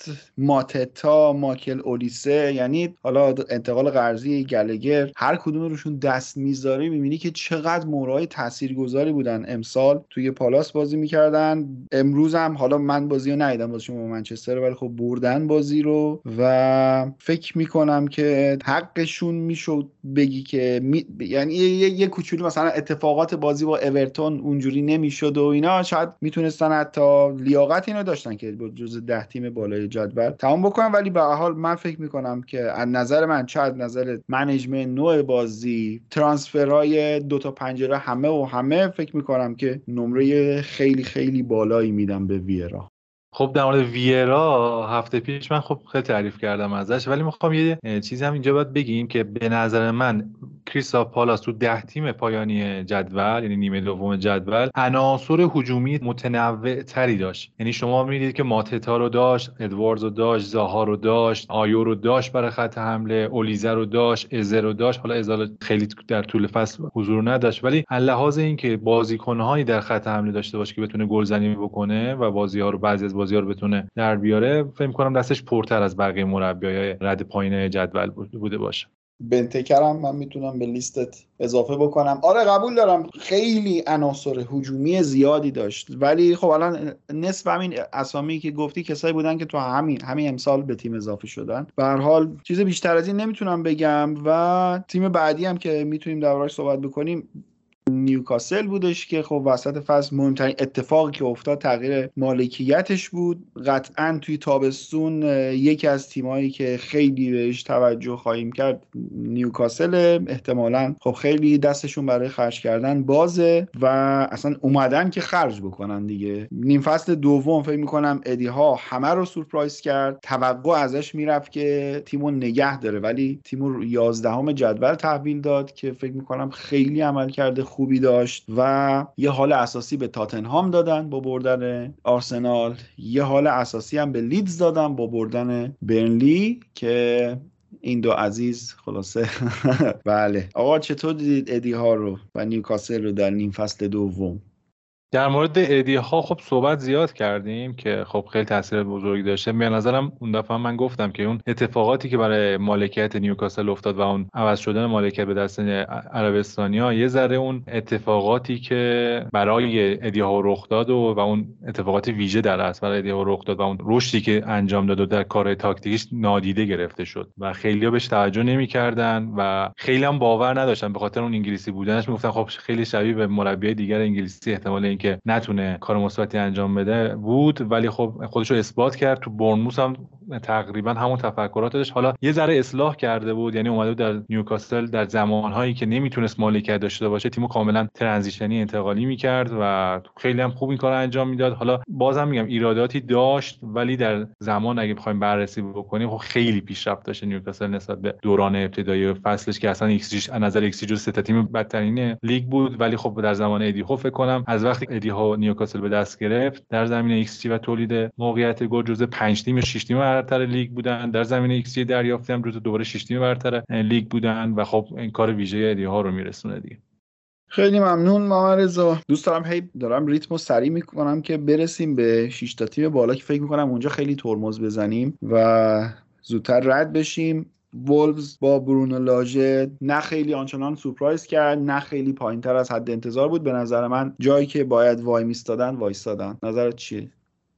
[SPEAKER 1] ماتتا، مایکل اولیسه، یعنی حالا انتقال قرضی گلگر، هر کدوم روشون دست میذاری میبینی که چقدر مورای تاثیرگذاری بودن امسال توی پالاس بازی میکردن. امروز هم حالا من بازی رو ندیدم، بازیشون با منچستر، ولی خب بردن بازی رو و فکر میکنم که حقشون میشد بگی که یعنی یه کوچولو مثلا اتفاقات بازی با اورتون اونجوری نمیشد و اینا، شاید میتونستن حتی لیاقت اینو داشتن که جز 10 تیم بالای جدول تمام بکنن. ولی به هر حال من فکر میکنم که از نظر من، چه نظر منیجمنت، نوع بازی، ترانسفرهای 2 تا پنجره، همه فکر میکنم که نمره خیلی خیلی بالایی میدم به ویرا.
[SPEAKER 3] خب در مورد ویرا هفته پیش من خب خیلی تعریف کردم ازش، ولی میخوام یه چیزی هم اینجا باید بگیم که به نظر من کریستال پالاس تو 10 تیم پایانی جدول، یعنی نیمه دوم جدول، عناصر هجومی متنوع تری داشت. یعنی شما می‌دید که ماتتا رو داشت، ادواردز رو داشت، زاها رو داشت، آیو رو داشت برای خط حمله، اولیزه رو داشت، ازه رو داشت. حالا ازه خیلی در طول فصل حضور نداشت، ولی لحاظ اینکه بازیکن‌هایی در خط حمله داشته باشه که بتونه گلزنی بکنه و بازی‌ها رو، بعضی از بازی‌ها رو بتونه در بیاره، فکر می‌کنم دستش پرتر از بقیه مربیای رد پایین جدول بوده باشه.
[SPEAKER 1] بنتکرم من میتونم به لیستت اضافه بکنم. آره قبول دارم خیلی عناصر هجومی زیادی داشت، ولی خب الان نصف همین اسامی که گفتی کسایی بودن که تو همین امسال به تیم اضافه شدن. به هر حال چیز بیشتر از این نمیتونم بگم. و تیم بعدی هم که میتونیم دربارش صحبت بکنیم نیوکاسل بودش که خب وسط فصل مهمترین اتفاقی که افتاد تغییر مالکیتش بود. قطعا توی تابستون یکی از تیمایی که خیلی بهش توجه خواهیم کرد نیوکاسل، احتمالاً خب خیلی دستشون برای خرج کردن بازه و اصلا اومدن که خرج بکنن دیگه. نیم فصل دوم فکر میکنم ادی ها همه رو سورپرایز کرد، توقع ازش میرفت که تیمو نگه داره، ولی تیمو 11ام جدول تحویل داد که فکر میکنم خیلی عمل کرده خوبی داشت. و یه حال اساسی به تاتنهام دادن با بردن آرسنال، یه حال اساسی هم به لیدز دادن با بردن برنلی که این دو عزیز خلاصه بله. آقا چطور دیدید ادی ها رو و نیوکاسل رو در نیم فصل دوم؟
[SPEAKER 3] در مورد ادی ها خب صحبت زیاد کردیم که خب خیلی تاثیر بزرگی داشته. به نظرم اون دفعه من گفتم که اون اتفاقاتی که برای مالکیت نیوکاسل افتاد و اون عوض شدن مالکیت به دست عربستانیا، یه ذره اون اتفاقاتی که برای ادی ها رخ داد و اون اتفاقات ویژه در اصل برای ادی ها رخ داد و اون رشدی که انجام داد و در کار تاکتیکیش نادیده گرفته شد و خیلی‌ها بهش توجه نمی‌کردن و خیلی هم باور نداشتن به خاطر اون انگلیسی بودنش. میگفتن خب خیلی شبیه به مربیای دیگر انگلیسی، احتمال که نتونه کار مثبتی انجام بده بود، ولی خب خودش رو اثبات کرد. تو بورنموث هم تقریبا همون تفکرات داشت، حالا یه ذره اصلاح کرده بود. یعنی اومده بود در نیوکاسل در زمانهایی که نمیتونست مالکیت داشته باشه تیمو کاملا ترانزیشنی انتقالی میکرد و خیلی هم خوب این کارو انجام میداد. حالا بازم میگم ایراداتی داشت، ولی در زمان اگه بخوایم بررسی بکنیم خب خیلی پیشرفت داشت نیوکاسل نسبت به دوران ابتدایی فصلش که اصلا ایکس جی از نظر ایکس جی جز سه تا تیم بدترین لیگ بود. ولی خب در زمان ادی ها فکر کنم از وقتی ادی ها نیوکاسل به دست گرفت در زمینه ایکس جی و تولید موقعیت گل جزو 5 تیم یا 6 تیم برتر لیگ بودن، در زمینه ایکس جی دریافتی هم جزو دوباره 6 تیم برتر لیگ بودن و خب این کار ویژه ادی ها رو میرسونه دیگه.
[SPEAKER 1] خیلی ممنون محمد رضا. دوست دارم دارم ریتمو سریع میکنم که برسیم به 6 تا تیم بالا که فکر میکنم اونجا خیلی ترمز بزنیم و زودتر رد بشیم. وولفز با برونو لاژه نه خیلی آنچنان سورپرایز کرد، نه خیلی پایینتر از حد انتظار بود. به نظر من جایی که باید وای میستادن وایستادن. نظرت چیه؟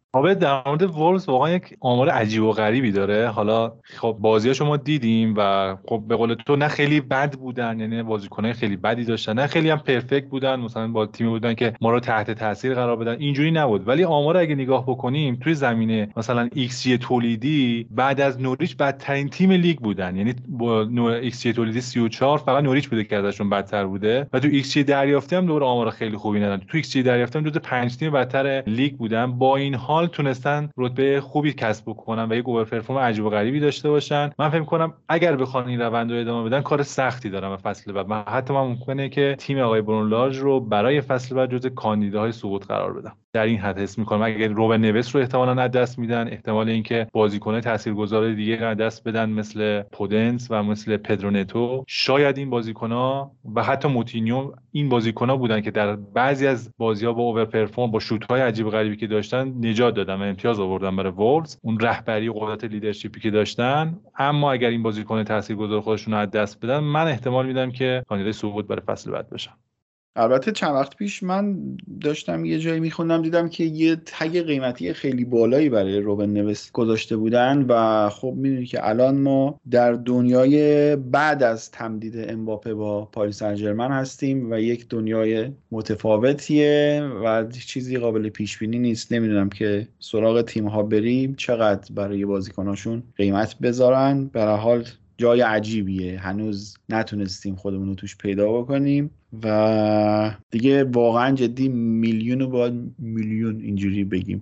[SPEAKER 3] در مورد وولز واقعا یک آمار عجیب و غریبی داره. حالا خب بازیاشو ما دیدیم و خب به قول تو نه خیلی بد بودن، یعنی بازیکنای خیلی بدی داشتن، نه خیلی هم پرفکت بودن، مثلا با تیمی بودن که ما رو تحت تاثیر قرار بدن، اینجوری نبود. ولی آمار اگه نگاه بکنیم توی زمینه مثلا ایکس جی تولیدی بعد از نوریچ بدترین تیم لیگ بودن، یعنی با ایکس جی تولیدی 34 فقط نوریچ بوده که ازشون بدتر بوده و تو ایکس جی دریافتی هم دوباره آمار خیلی خوبی ندادن. تو ایکس جی دریافتی هم جزو 5 تیم بدتر لیگ بودن. با این حال تونستن رتبه خوبی کسب بکنن و یک اوور پرفورم عجیب و غریبی داشته باشن. من فکر می‌کنم اگر بخوان این روند رو ادامه بدن کار سختی دارن و فصل بعد حتی ممکنه که تیم آقای برون لاژ رو برای فصل بعد جزو کاندیداهای سقوط قرار بدن. در این حد حس می‌کنم اگر روبن نویس رو احتمالاً از دست میدن، احتمال اینکه بازیکن‌های تاثیرگذار دیگه از دست بدن مثل پودنس و مثل پدرونتو، شاید این بازیکن‌ها و حتی موتینیو این بازیکن‌ها بودن که در بعضی از بازی‌ها با اوور پرفورم با شوت‌های عجیب و غریبی که داشتن نجات دادن و امتیاز آوردن برای وولز، اون رهبری و قدرت لیدرشپی که داشتن. اما اگر این بازیکن تاثیرگذار خودشون رو از دست بدن، من احتمال میدم که کاندیدای سقوط برای فصل بعد بشن.
[SPEAKER 1] البته چند وقت پیش من داشتم یه جایی میخوندم دیدم که یه تگ قیمتی خیلی بالایی برای روبن نویس گذاشته بودن و خب میدونی که الان ما در دنیای بعد از تمدید امباپه با پاریس سن ژرمن هستیم و یک دنیای متفاوتیه و چیزی قابل پیش بینی نیست. نمیدونم که سراغ تیم ها بریم چقدر برای بازیکناشون قیمت بذارن. به هر حال جای عجیبیه، هنوز نتونستیم خودمون رو توش پیدا بکنیم و دیگه واقعا جدی میلیون رو باید میلیون اینجوری بگیم.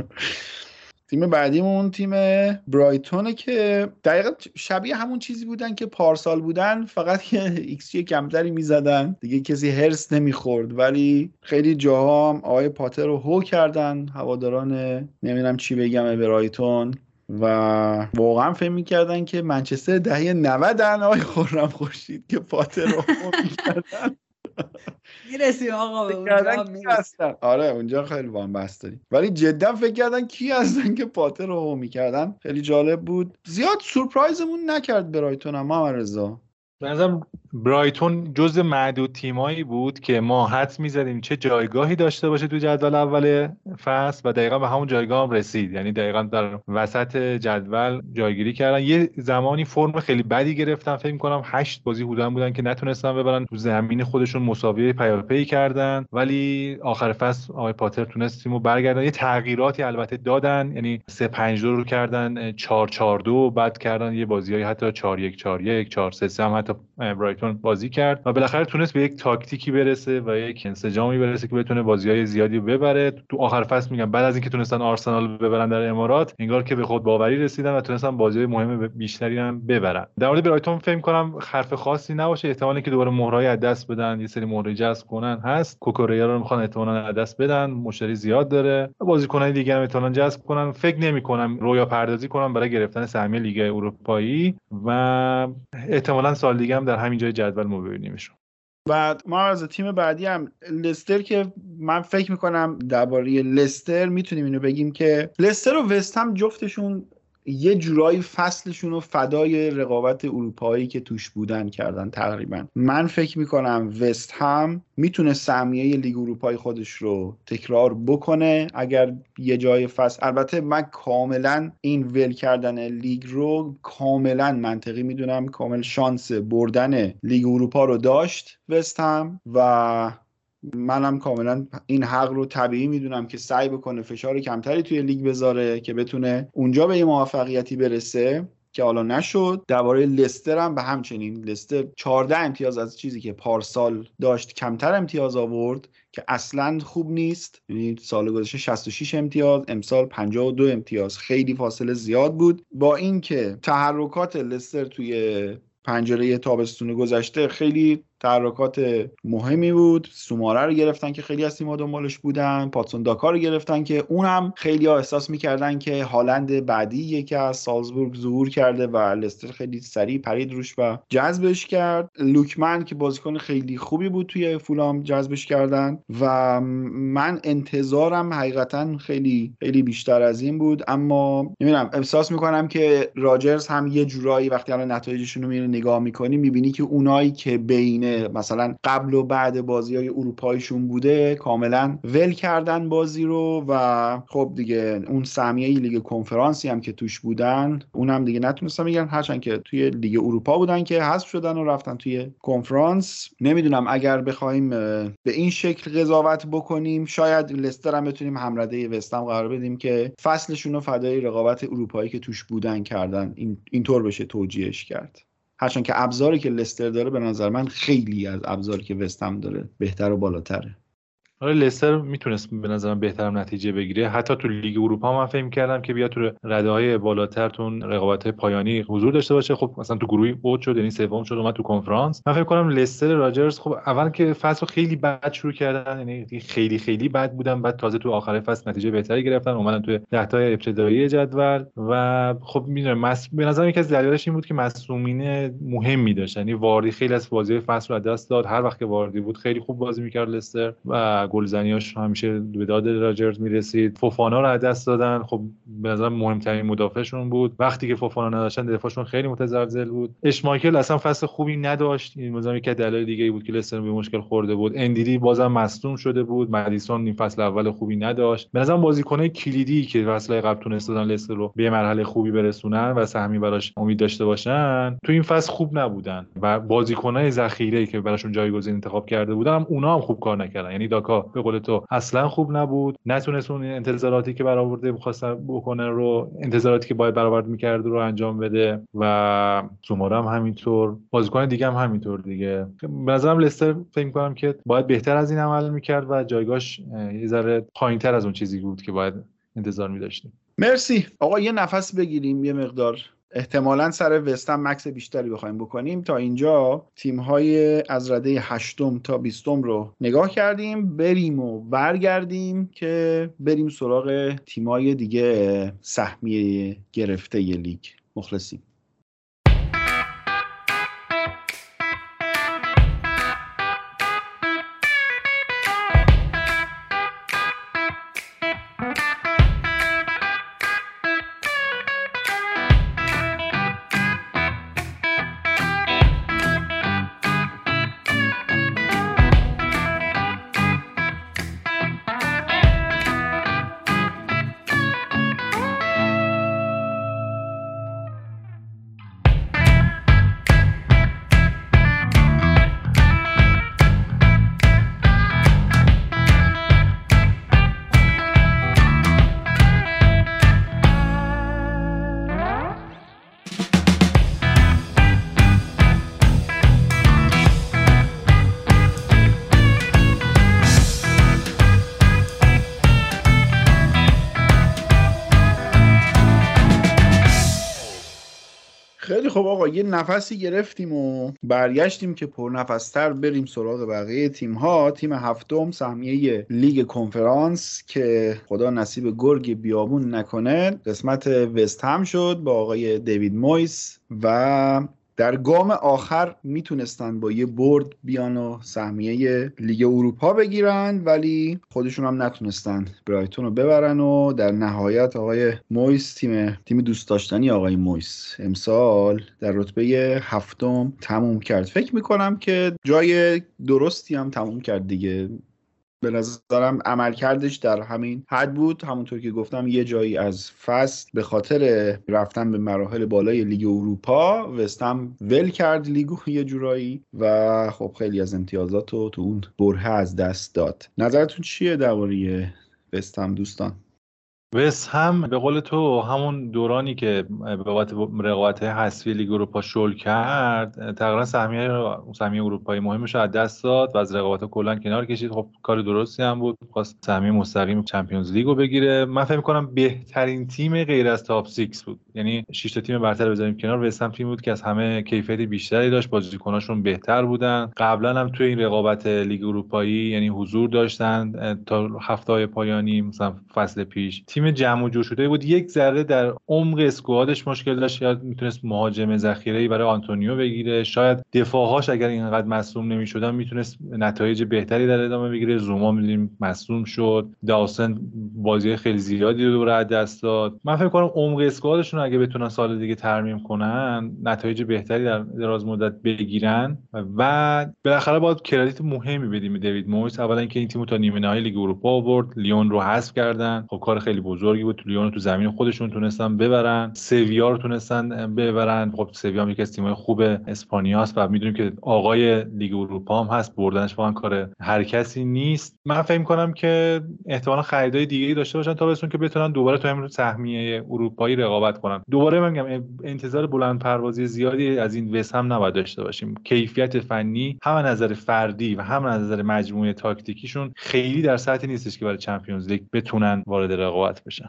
[SPEAKER 1] تیم بعدیمون تیم برایتونه که دقیقا شبیه همون چیزی بودن که پارسال بودن، فقط که ایکس جی کمتری میزدن، دیگه کسی هرس نمیخورد، ولی خیلی جاها هم آقای پاتر رو هو کردن هواداران نمیدونم چی بگم برایتون و واقعا فهم میکردن که منچستر دهه 90 آقای خرم خورشید که پاتر رو هو میکردن.
[SPEAKER 2] میرسیم آقا به
[SPEAKER 1] اونجا میرسیم. آره اونجا خیلی وان بست داریم، ولی جدا فکر کردن کی هستن که پاتر رو هو میکردن. خیلی جالب بود. زیاد سورپرایزمون نکرد برایتون هم محمد رضا.
[SPEAKER 3] به نظرم برایتون جز معدود تیمایی بود که ما حدس می‌زدیم چه جایگاهی داشته باشه تو جدول اول فصل و دقیقاً به همون جایگاه هم رسید، یعنی دقیقاً در وسط جدول جایگیری کردن. یه زمانی فرم خیلی بدی گرفتن، فکر می‌کنم 8 بازی بودن که نتونستن ببرن، تو زمین خودشون مساوی پیاپی کردن، ولی آخر فصل آقای پاتر تونست تیمو برگردن. یه تغییراتی البته دادن، یعنی 3-5-2 رو کردن 4-4-2، بعد کردن یه بازیای حتی 4-1-4-1 4-3-3 هم حتی برایتون بازی کرد و بالاخره تونست به یک تاکتیکی برسه و یک انسجامی برسه که بتونه بازی‌های زیادی ببره. تو آخر فصل میگم بعد از اینکه تونستن آرسنال ببرن در امارات، انگار که به خود باوری رسیدن و تونستن بازی‌های مهم بیشتری هم ببرن. در مورد برایتون فکر می‌کنم حرف خاصی نباشه، احتمالاً که دوباره مهرای از دست بدن، یه سری مهره جذب کنن هست. کوکوریا رو می‌خوان احتمالاً از دست بدن، مشتری زیاد داره. بازیکنان دیگه هم احتمالاً جذب کنن. فکر نمی‌کنم رویا پردازی کنن برای گرفتن سهمیه لیگ اروپایی و احتمالاً سال دیگه هم در همین جای جدول ما ببینیمشون.
[SPEAKER 1] بعد ما از تیم بعدی هم لستر که من فکر میکنم درباره لستر میتونیم اینو بگیم که لستر و وست هم جفتشون یه جورایی فصلشون رو فدای رقابت اروپایی که توش بودن کردن تقریبا. من فکر میکنم وست هم میتونه سهمیه لیگ اروپایی خودش رو تکرار بکنه اگر یه جای فصل. البته من کاملا این ول کردن لیگ رو کاملا منطقی میدونم، کامل شانس بردن لیگ اروپا رو داشت وست هم و منم کاملا این حق رو طبیعی میدونم که سعی بکنه فشار کمتری توی لیگ بذاره که بتونه اونجا به یه موفقیتی برسه که حالا نشد. درباره لستر هم به همچنین، لستر 14 امتیاز از چیزی که پارسال داشت کمتر امتیاز آورد که اصلا خوب نیست. یعنی سال گذشته 66 امتیاز، امسال 52 امتیاز، خیلی فاصله زیاد بود. با اینکه تحرکات لستر توی پنجره تابستون گذشته خیلی تحرکات مهمی بود، سوماره رو گرفتن که خیلی از تیم‌ها دنبالش بودن، پاتسون داکا رو گرفتن که اونم خیلی ها احساس می‌کردن که هالند بعدیه که از سالزبورگ ظهور کرده و لستر خیلی سریع پرید روش و جذبش کرد. لوکمن که بازیکن خیلی خوبی بود توی فولام جذبش کردن و من انتظارم حقیقتا خیلی خیلی بیشتر از این بود، اما نمیدونم احساس می‌کنم که راجرز هم یه جورایی وقتی الان نتایجشون رو نگاه می‌کنی می‌بینی که اونایی که بین بین مثلا قبل و بعد بازی‌های اروپاییشون بوده کاملا ول کردن بازی رو و خب دیگه اون سهمیه لیگ کنفرانسی هم که توش بودن اونم دیگه نتونستن بگیرن، هرچند که توی لیگ اروپا بودن که حذف شدن و رفتن توی کنفرانس. نمیدونم اگر بخوایم به این شکل قضاوت بکنیم شاید لستر هم بتونیم همرده وستهم قرار بدیم که فصلشون رو فدای رقابت اروپایی که توش بودن کردن، اینطور بشه توجیهش کرد. هرچند که ابزاری که لستر داره به نظر من خیلی از ابزاری که وستهم داره بهتر و بالاتره.
[SPEAKER 3] آره لستر میتونست به نظرم بهترم نتیجه بگیره. حتی تو لیگ اروپا من فکر کردم که بیاد تو رده‌های بالاتر تون رقابت‌های پایانی حضور داشته باشه. خب مثلا تو گروهی اوت شد، یعنی سوم شد اومد تو کنفرانس. من فکر کنم لستر راجرز خب اول که فصل خیلی بد شروع کردن، یعنی خیلی خیلی بد بودن، بعد تازه تو آخر فصل نتیجه بهتری گرفتن، اومدن تو 10 تا ابتدایی جدول و خب میدونم به نظر یکی از دلایلش این بود که مصدومین مهمی داشتن. یعنی واردی خیلی از بازی‌های فصل رو از دست داد. هر وقت که واردی بود خیلی خوب بازی می‌کرد لستر و گلزنیاش همیشه به داد راجرز میرسید. فوفانا رو از دست دادن، خب به نظر مهمترین مدافعشون بود. وقتی که فوفانا نداشتن دفاعشون خیلی متزلزل بود. اشمایکل اصلا فصل خوبی نداشت، این مثلا یک دلیل دیگه بود که لستر به مشکل خورده بود. اندیری بازم مصدوم شده بود. مدیسون این فصل اول خوبی نداشت. به نظر بازیکنای کلیدی که فصل قبل تونستن لستر رو به مرحله خوبی برسونن و سهمی براش امید داشته باشن تو این فصل خوب نبودن و بازیکنای ذخیره‌ای که براشون جایگزین انتخاب کرده بودن هم اونا هم خوب کار نکردن. یعنی داکا به قول تو اصلا خوب نبود، نتونست اون انتظاراتی که برآورده می‌خواست بکنه رو، انتظاراتی که باید برآورد می‌کرد رو انجام بده و زومارا هم همینطور، بازیکن دیگه هم همینطور دیگه. به نظرم لستر فکر می‌کنم که باید بهتر از این عمل می‌کرد و جایگاهش یه ذره پایین‌تر از اون چیزی بود که باید انتظار می‌داشتیم.
[SPEAKER 1] مرسی آقا، یه نفس بگیریم یه مقدار. احتمالاً سر وستهم مکس بیشتری بخوایم بکنیم. تا اینجا تیم‌های از رده 8 تا 20 رو نگاه کردیم، بریم و برگردیم که بریم سراغ تیم‌های دیگه سهمیه گرفته ی لیگ. مخلصیم. خب آقا یه نفسی گرفتیم و برگشتیم که پرنفستر بریم سراغ بقیه تیم‌ها. تیم هفتم سهمیه لیگ کنفرانس که خدا نصیب گرگ بیابون نکنه قسمت وستهم شد با آقای دیوید مویس و در گام آخر میتونستن با یه برد بیان و سهمیه لیگ اروپا بگیرن ولی خودشون هم نتونستن برایتون رو ببرن و در نهایت آقای مویس تیم دوست داشتنی آقای مویس امسال در رتبه 7 تموم کرد. فکر میکنم که جای درستی هم تموم کرد دیگه. به نظرم عملکردش در همین حد بود. همونطور که گفتم یه جایی از فصل به خاطر رفتن به مراحل بالای لیگ اروپا وستهم ول کرد لیگو یه جورایی و خب خیلی از امتیازات رو تو اون برهه از دست داد. نظرتون چیه درباره وستهم دوستان؟
[SPEAKER 3] وستهم به قول تو همون دورانی که به بابت رقابت‌های حذفی لیگ اروپا شل کرد تقریبا سهمیه اروپایی مهمش رو از دست داد و از رقابت‌ها کلا کنار کشید. خب کار درستی هم بود، خواست سهمیه مستقیم چمپیونز لیگ رو بگیره. من فکر می‌کنم بهترین تیم غیر از تاپ 6 بود، یعنی 6 تا تیم برتر بذاریم کنار، وستهم تیم بود که از همه کیفیت بیشتری داشت، بازیکناشون بهتر بودن، قبلا هم توی این رقابت لیگ اروپایی یعنی حضور داشتن تا هفته‌های پایانی مثلا فصل پیش. تیم جمع و جور شده بود. یک ذره در عمق اسکوادش مشکل داشت، شاید میتونست مهاجم ذخیره‌ای برای آنتونیو بگیره، شاید دفاعهاش اگر اینقدر مصدوم نمی‌شدن میتونست نتایج بهتری در ادامه بگیره. زوما می‌دونیم مصدوم شد، داوسن بازی خیلی زیادی رو دوره از دست داد. من فکر کنم عمق اسکوادشون اگه بتونن سال دیگه ترمیم کنن، نتایج بهتری در دراز مدت بگیرن. و بالاخره باید کردیت مهمی بدیم به دیوید مویس. اولا اینکه این تیمو تا نیمه نهایی لیگ اروپا آورد، لیون رو حذف کردن، خب کار خیلی بزرگی بود. لیون رو تو زمین خودشون تونستن ببرن، سویا رو تونستن ببرن. خب سویا هم یکی از تیم‌های خوب اسپانیاست و میدونیم که آقای لیگ اروپا هم هست، بردنش واقعا کار هر کسی نیست. من فکر می‌کنم که احتمالاً خریدای دیگه‌ای داشته باشن تا بهشون که بتونن دوباره تو همین سهمیه اروپایی رقابت کنن. دوباره من میگم انتظار بلند پروازی زیادی از این وست هم نباید داشته باشیم. کیفیت فنی هم از نظر فردی و هم از نظر مجموعه تاکتیکیشون خیلی در سطحی نیستش که برای چمپیونز لیگ بتونن وارد رقابت بشن.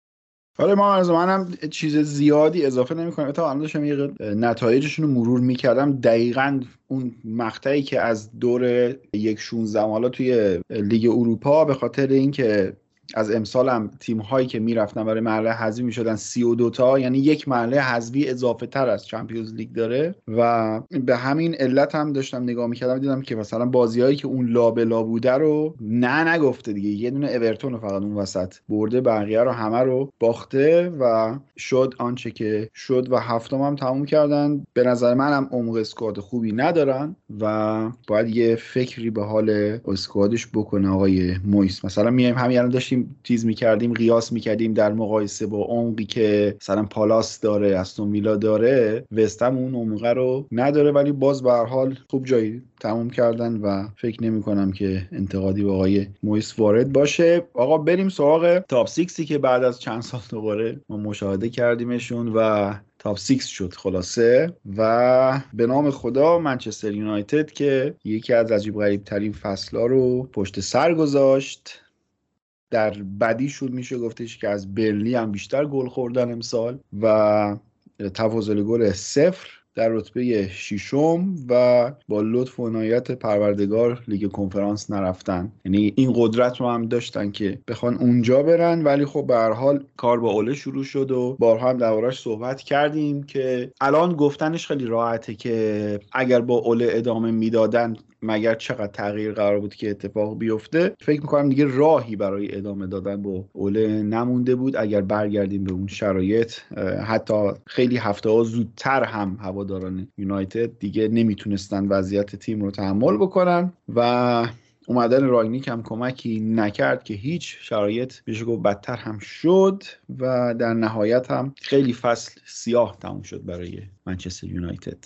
[SPEAKER 1] حالا منم چیز زیادی اضافه نمی‌کنم. تا الان داشتم یه نتایجشون رو مرور می‌کردم، دقیقاً اون مقطعی که از دور 1/16 حالا توی لیگ اروپا به خاطر اینکه از امسال هم تیم‌هایی که میرفتن برای مرحله حذفی میشدن 32 تا، یعنی یک مرحله حذفی اضافه تر از چمپیونز لیگ داره و به همین علت هم داشتم نگاه می‌کردم دیدم که مثلا بازیایی که اون لابلا بوده رو نگفته دیگه، یه دونه اورتون فقط اون وسط برده، بقیه رو همه رو باخته و شد آنچه که شد و هفتم هم تموم کردن. به نظر منم عمق اسکواد خوبی ندارن و باید یه فکری به حال اسکوادش بکنه آقای مویس. مثلا میایم همین الان داشتیم چیز میکردیم، قیاس میکردیم در مقایسه با عمقی که مثلا پالاس داره، استون ویلا داره، وستهم اون عمق رو نداره ولی باز به هر حال خوب جایی تموم کردن و فکر نمی کنم که انتقادی به آقای مویس وارد باشه. آقا بریم سراغ تاپ 6 که بعد از چند سال دوباره ما مشاهده کردیمشون و تاپ 6 شد خلاصه. و به نام خدا منچستر یونایتد که یکی از عجیب غریب ترین فصل‌ها رو پشت سر گذاشت، در بدیشون میشه گفتش که از برنلی هم بیشتر گل خوردن امسال و تفاضل گل 0 در رتبه 6 و با لطف و عنایت پروردگار لیگ کنفرانس نرفتن. یعنی این قدرت رو هم داشتن که بخوان اونجا برن ولی خب به هر حال کار با اوله شروع شد و بارها هم دربارش صحبت کردیم که الان گفتنش خیلی راحته که اگر با اوله ادامه میدادن مگر چقدر تغییر قرار بود که اتفاق بیفته. فکر میکنم دیگه راهی برای ادامه دادن با اوله نمونده بود اگر برگردیم به اون شرایط. حتی خیلی هفته‌ها زودتر هم هواداران یونایتد دیگه نمیتونستن وضعیت تیم رو تحمل بکنن و اومدن رانگنیک هم کمکی نکرد که هیچ، شرایط بشه گفت بدتر هم شد و در نهایت هم خیلی فصل سیاه تموم شد برای منچستر یونایتد.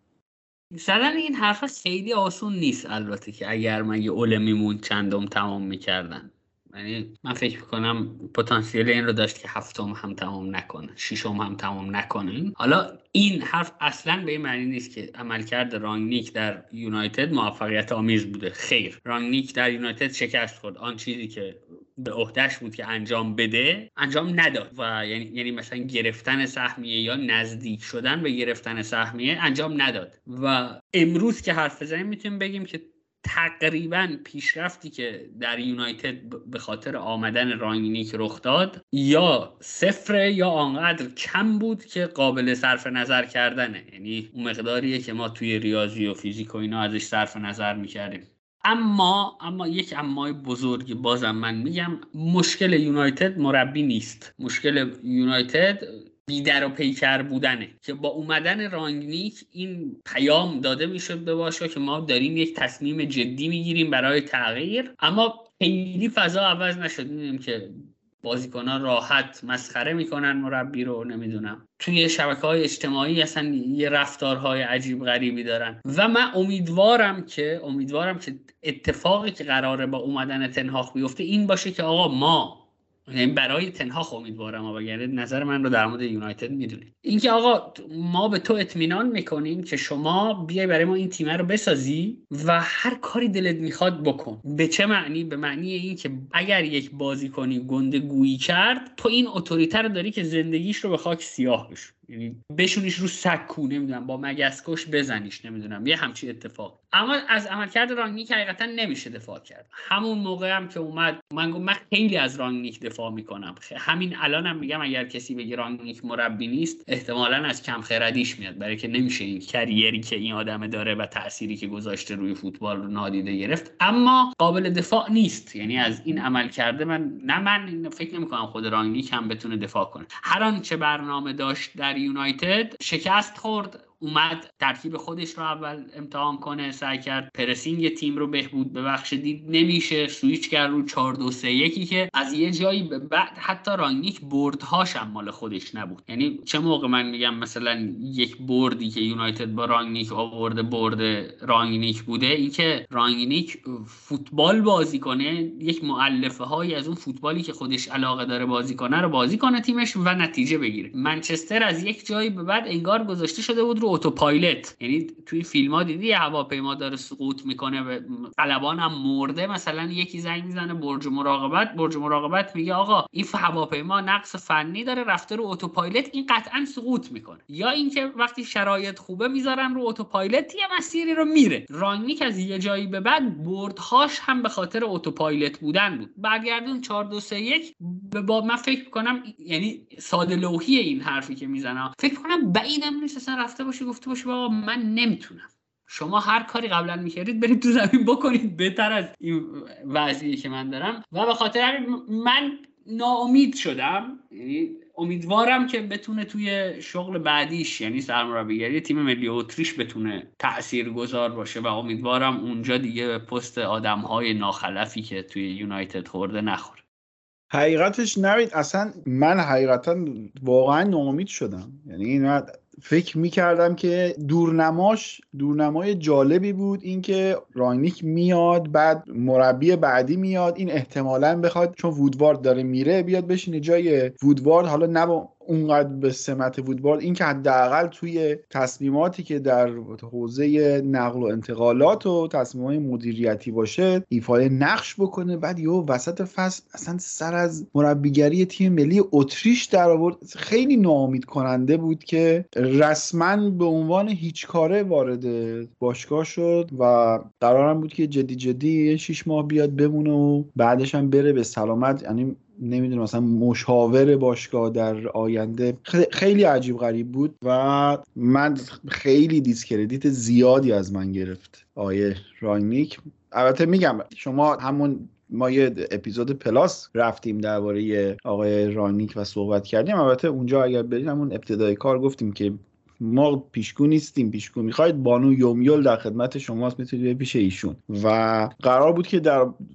[SPEAKER 2] زدن این حرف خیلی آسون نیست البته که اگر من یه اوله میمون چندم تمام میکردن. یعنی من فکر میکنم پتانسیل این رو داشت که هفتم هم تمام نکنه، ششم هم تمام نکنه. حالا این حرف اصلا به این معنی نیست که عملکرد رانگنیک در یونایتد موفقیت آمیز بوده. خیر، رانگنیک در یونایتد شکست خورد، آن چیزی که به عهدهش بود که انجام بده انجام نداد و یعنی مثلا گرفتن سهمیه یا نزدیک شدن به گرفتن سهمیه انجام نداد. و امروز که حرف بزنیم میتونیم بگیم که تقریبا پیشرفتی که در یونایتد به خاطر آمدن رانگنیک رخ داد یا صفر یا آنقدر کم بود که قابل صرف نظر کردنه. یعنی اون مقداریه که ما توی ریاضی و فیزیک و اینا ازش صرف نظر میکردیم. اما یک امای بزرگی بازم من میگم، مشکل یونایتد مربی نیست. مشکل یونایتد بیدر و پیکر بودنه که با اومدن رانگنیک این پیام داده میشد به باشگاه که ما داریم یک تصمیم جدی میگیریم برای تغییر، اما خیلی فضا عوض نشد. میدونیم که بازیکنان راحت مسخره میکنن مربی رو، نمیدونم توی شبکه‌های اجتماعی اصلا یه رفتارهای عجیب غریبی دارن و من امیدوارم که اتفاقی که قراره با اومدن تنهاخ بیفته این باشه که آقا ما، یعنی برای تنهاخ امیدوارم، وگرنه نظر من رو در مورد یونایتد میدونید، اینکه آقا ما به تو اطمینان میکنیم که شما بیای برای ما این تیم رو بسازی و هر کاری دلت میخواد بکن. به چه معنی؟ به معنی این که اگر یک بازیکنی گنده گویی کرد، تو این اتوریته رو داری که زندگیش رو به خاک سیاه بشه. یعنی بشونیش رو سکو، نمیدونم با مگسکش بزنیش، نمیدونم یه همچین اتفاق. اما از عملکرد رانگنیک حقیقتا نمیشه دفاع کرد. همون موقع هم که اومد من خیلی از رانگنیک دفاع میکنم، همین الانم میگم اگر کسی بگه رانگنیک مربی نیست احتمالاً از کم خردیش میاد، برای که نمیشه این کریری که این آدم داره و تأثیری که گذاشته روی فوتبال رو نادیده گرفت، اما قابل دفاع نیست. یعنی از این عملکرد من فکر نمیکنم خود رانگنیک هم بتونه دفاع کنه. هر آنچه برنامه داشت در یونایتد شکست خورد، اومد ترکیب خودش رو اول امتحان کنه، سعی کرد پرسینگ تیم رو بهبود ببخشه، دید نمیشه، سویچ کرد رو 4-2-3-1 که از یه جایی به بعد حتی رانگنیک بردهاش هم مال خودش نبود. یعنی چه موقع من میگم مثلا یک بردی که یونایتد با رانگنیک آورده برد رانگنیک بوده، این که رانگنیک فوتبال بازی کنه، یک مؤلفه هایی از اون فوتبالی که خودش علاقه داره بازی کنه رو بازی کنه تیمش و نتیجه بگیره. منچستر از یک جایی به بعد انگار گذاشته شده بود رو اتوپایلوت، یعنی توی فیلم‌ها دیدی هواپیما داره سقوط میکنه، خلبان هم مرده، مثلا یکی زنگ میزنه برج مراقبت میگه آقا این هواپیما نقص فنی داره رفته رو اتوپایلوت، این قطعا سقوط میکنه. یا اینکه وقتی شرایط خوبه میذارن رو اتوپایلوت یه مسیری رو میره. رانگنیک از یه جایی به بعد بردهاش هم به خاطر اتوپایلوت بودن بود. برگردون 4-2-3-1 با من فکر میکنم، یعنی ساده لوحی این حرفی که میزنم فکر کنم بعیدم نیست اصلا رفته باشه گفته باشه آقا من نمیتونم، شما هر کاری قبلا میکردید برید تو زمین بکنید بهتر از این وضعیه که من دارم. و به خاطر من ناامید شدم. یعنی امیدوارم که بتونه توی شغل بعدیش، یعنی سرمربیگری تیم ملی اتریش، بتونه تاثیرگذار باشه و امیدوارم اونجا دیگه به پست آدم‌های ناخلفی که توی یونایتد خورده نخوره.
[SPEAKER 1] حقیقتش نوید اصلا من حقیقتا واقعا ناامید شدم. یعنی فکر میکردم که دورنمای جالبی بود این که رانگنیک میاد بعد مربی بعدی میاد، این احتمالاً بخواد چون وودوارد داره میره بیاد بشینه جای وودوارد، حالا نه اونقدر به سمت وودوارد، این که حداقل توی تصمیماتی که در حوزه نقل و انتقالات و تصمیمات مدیریتی باشه ایفای نقش بکنه. بعد یهو وسط فصل اصلا سر از مربیگری تیم ملی اتریش در آورد. خیلی ناامید کننده بود که رسما به عنوان هیچ کاره وارد باشگاه شد و قرارم بود که جدی 6 ماه بیاد بمونه و بعدش هم بره به سلامت. یعنی نمیدونم مثلا مشاور باشگاه در آینده. خیلی عجیب غریب بود و من خیلی دیسکردیت زیادی از من گرفت آیه رانگنیک. البته میگم شما همون ما یه اپیزود پلاس رفتیم درباره آقای رانگنیک و صحبت کردیم. البته اونجا اگر برید همون ابتدای کار گفتیم که ما پیشگو نیستیم، پیشگو میخواید بانو یومیول در خدمت شماست، میتونید پیش ایشون. و قرار بود که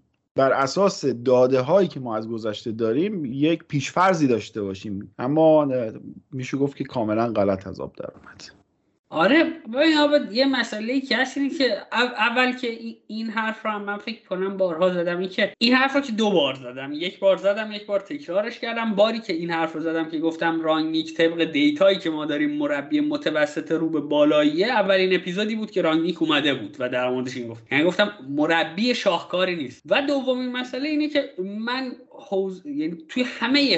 [SPEAKER 1] بر اساس داده هایی که ما از گذشته داریم یک پیشفرضی داشته باشیم، اما میشه گفت که کاملا غلط از آب در اومد.
[SPEAKER 2] آره ببین یه مسئله که هست اینه که اول که این حرف رو هم من فکر کنم بارها زدم، این حرف رو که 2 بار زدم، یک بار تکرارش کردم. باری که این حرف رو زدم که گفتم رانگنیک طبق دیتایی که ما داریم مربی متوسط رو به بالاییه، اولین اپیزودی بود که رانگنیک اومده بود و در موردش این یعنی گفتم مربی شاهکاری نیست. و دومین مسئله اینه که من یعنی توی همه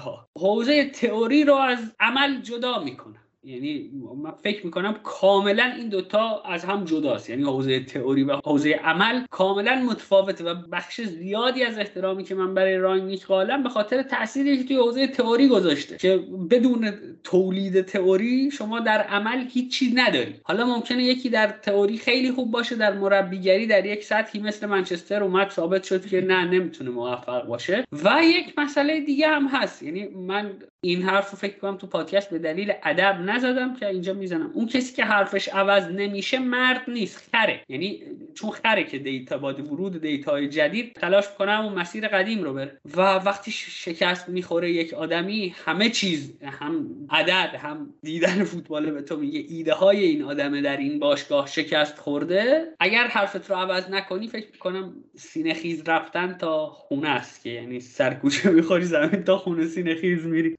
[SPEAKER 2] حوزه تئوری رو از عمل جدا میکنم. یعنی من فکر میکنم کاملا این دوتا از هم جداست، یعنی حوزه تئوری و حوزه عمل کاملا متفاوته و بخش زیادی از احترامی که من برای رانگنیک قائلم به خاطر تأثیری که توی حوزه تئوری گذاشته که بدون تولید تئوری شما در عمل هیچی نداری. حالا ممکنه یکی در تئوری خیلی خوب باشه، در مربیگری در یک سطحی مثل منچستر اومد ثابت شد که نمیتونه موفق باشه. و یک مسئله دیگه هم هست، یعنی من این حرف رو فکر کنم تو پادکست به دلیل ادب نزدم که اینجا میزنم، اون کسی که حرفش عوض نمیشه مرد نیست، خره. یعنی چون خره که دیتا با ورود دیتاهای جدید تلاش کنه اون مسیر قدیم رو بره و وقتی شکست میخوره یک آدمی همه چیز، هم عدد هم دیدن فوتبال به تو میگه ایده های این آدمه در این باشگاه شکست خورده. اگر حرفت رو عوض نکنی فکر میکنم سینه خیز رفتن تا خونه است، که یعنی سرکوچه میخوری زمین تا خونه سینه خیز میری.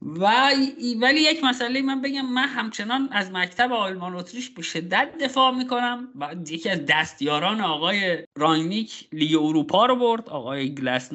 [SPEAKER 2] ولی یک مسئله من بگم، من همچنان از مکتب آلمان اتریش به شدت دفاع میکنم. یکی از دستیاران آقای رانگنیک لیگ اروپا رو برد، آقای گلاسنر،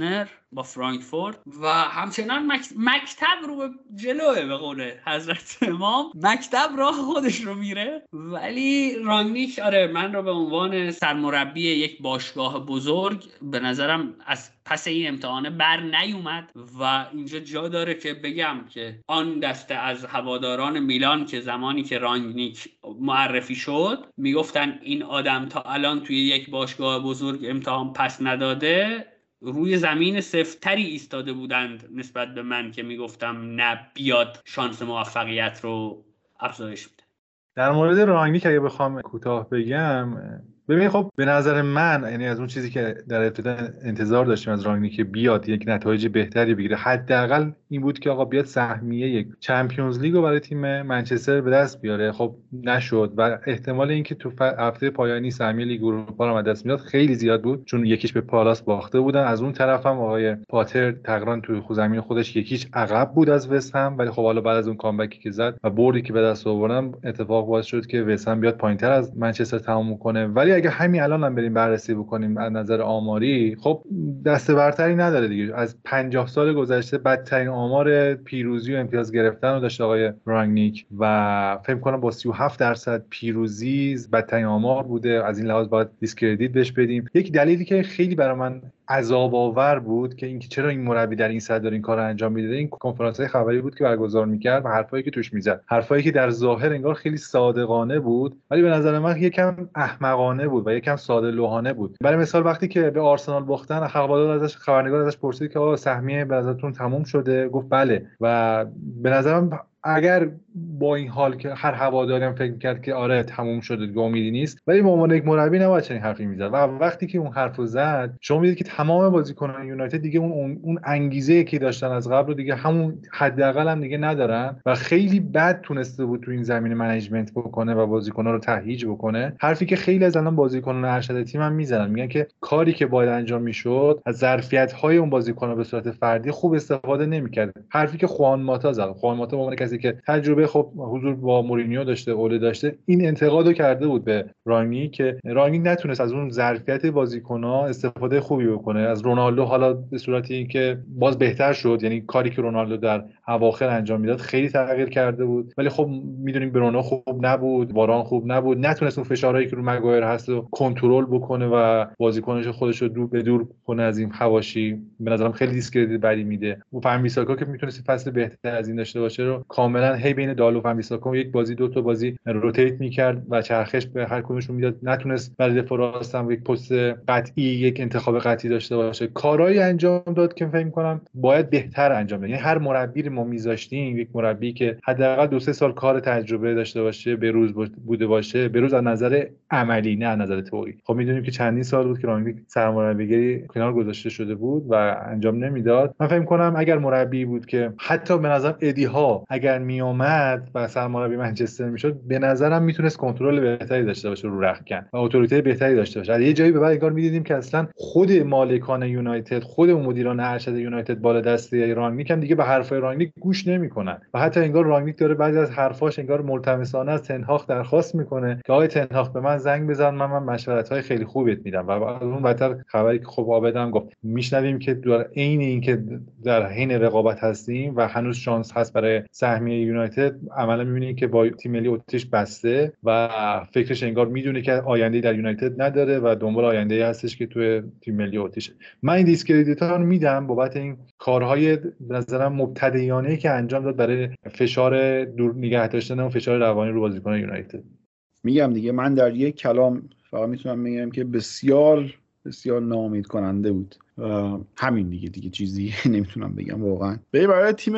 [SPEAKER 2] با فرانکفورت و همچنان مکتب رو به جلوه، به قول حضرت امام مکتب راه خودش رو میره. ولی رانگنیک آره من رو به عنوان سرمربی یک باشگاه بزرگ به نظرم از پس این امتحانه بر نیومد و اینجا جا داره که بگم که آن دسته از هواداران میلان که زمانی که رانگنیک معرفی شد میگفتن این آدم تا الان توی یک باشگاه بزرگ امتحان پس نداده، روی زمین سفتری ایستاده بودند نسبت به من که میگفتم نه بیاد شانس موفقیت رو افزایش بده.
[SPEAKER 3] در مورد رانگنیک اگه بخوام کوتاه بگم، ببین خب به نظر من یعنی از اون چیزی که در ابتدا انتظار داشتیم از رانگنیک که بیاد یک نتایج بهتری بگیره، حداقل این بود که آقا بیاد سهمیه یک چمپیونز لیگ رو برای تیم منچستر به دست بیاره. خب نشد و احتمال اینکه تو هفته پایانی سهمیه لیگ اروپا رو به دست میاد خیلی زیاد بود، چون یکیش به پالاس باخته بودن. از اون طرف هم آقای پاتر تقریبا تو زمین خودش یکیش عقب بود از وست هم، ولی خب حالا بعد از اون کامبکی که زد و بردی که به دست آوردن اتفاق باعث شد که وست هم بیاد پایینتر از منچستر تموم کنه. ولی اگه همین الان هم بریم بررسی بکنیم از نظر آماری، خب دست برتری نداره دیگه. از 50 سال گذشته بدترین آمار پیروزی و امتیاز گرفتن رو داشت آقای رانگنیک و فکر کنم با 37% پیروزی بدترین آمار بوده. از این لحاظ باید دیسکردیت بهش بدیم. یک دلیلی که خیلی برای من عذاب آور بود که اینکه چرا این مربی در این سطح داره این کارو انجام میده، این کنفرانس‌های خبری بود که برگزار می‌کرد و حرفایی که توش میزد، حرفایی که در ظاهر انگار خیلی صادقانه بود ولی به نظر من یکم احمقانه بود و یکم ساده لوحانه بود. برای مثال وقتی که به آرسنال باختن، خبرنگار ازش پرسید که آقا سهمیه به نظرتون تموم شده؟ گفت بله. و به نظرم اگر با این حال که هر هواداری هم فکر می‌کرد که آره تموم شده دیگه امیدی نیست، ولی به عنوان یک مربی نباید چنین حرفی می‌زد. و وقتی که اون حرفو زد شما می‌دید که تمام بازیکنان یونایتد دیگه اون انگیزه‌ای که داشتن از قبل رو دیگه همون حداقل هم دیگه ندارن و خیلی بد تونسته بود تو این زمینه منیجمنت بکنه و بازیکن‌ها رو تهییج بکنه. حرفی که خیلی از الان بازیکنان ارشد تیم هم میزنن، میگن که کاری که باید انجام میشد از ظرفیت‌های اون بازیکن‌ها به صورت فردی خوب استفاده نمی‌کرد. حرفی که خوان ماتا زد، خوان ماتا به عنوان کسی که تجربه خب حضور با مورینیو داشته، اوله داشته، این انتقادو کرده بود به رانگنیک که رانگنیک نتونست از اون ظرفیت بازیکن‌ها استفاده خوبی بکنه. از رونالدو حالا به صورتی اینکه باز بهتر شد، یعنی کاری که رونالدو در اواخر انجام میداد خیلی تغییر کرده بود، ولی خب میدونیم برونو خوب نبود، واران خوب نبود، نتونست اون فشارهایی که رو مگایر هست رو کنترل بکنه و بازیکنش خودش رو دور کنه از این حواشی. به نظرم خیلی دیسکردیت بری میده. و فهم بیساکا که میتونست فصل بهتر از این داشته باشه رو کاملا هی بین دالو و فهم بیساکا یک بازی دو تا بازی روتیت میکرد و چرخش به هر کدومشون میداد. نتونست برای دفاع راست هم یک پست قطعی، یک انتخاب قطعی داشته باشه. کارهایی انجام داد که فکر می‌کنم باید بهتر انجام بده. یعنی هر مربی رو ما میذاشتیم یک مربی که حداقل 2-3 سال کار تجربه داشته باشه، بروز بوده باشه، بروز از نظر عملی نه از نظر تئوری. خب میدونیم که چندین سال بود که رانگنیک سرمربیگری کنار گذاشته شده بود و انجام نمیداد. من فکر می‌کنم اگر مربی بود که حتی به نظر ادی ها اگر میومد و سرمربی منچستر میشد، به نظرم میتونست کنترل بهتری داشته باشه رو رختکن و اتوریته بهتری داشته باشه. از یه جایی به بعد انگار می‌دیدیم که اصلا خود مالکان یونایتد، خود مدیران ارشد یونایتد بالا دسته رانگنیک هم دیگه به حرفای رانگنیک گوش نمیکنن و حتی انگار رانگنیک داره بعضی از حرفاش انگار ملتمسانه از تنهاخ درخواست میکنه که آقای تنهاخ به من زنگ بزن، من مشورت‌های خیلی خوبت میدم. و اون بدتر خبری که خب عابدم گفت میشنویم که در عین اینکه در حین رقابت هستیم و هنوز شانس هست برای سهمیه یونایتد، عملا می‌بینید که با تیم ملی اتریش بسته و فکرش انگار میدونه که آینده در یونایتد نداره و دنبال آینده‌ای هستش که توی تیم ملی اتریش. من این دیسکردیت‌ها رو میدم بابت این کارهای به نظرم مبتدیانه‌ای که انجام داد برای فشار دور نگه داشتن و فشار روانی رو بازیکنان یونایتد.
[SPEAKER 1] میگم دیگه من در یک کلام فقط میتونم بگم که بسیار بسیار ناامید کننده بود. همین دیگه چیزی نمیتونم بگم واقعا. برای تیم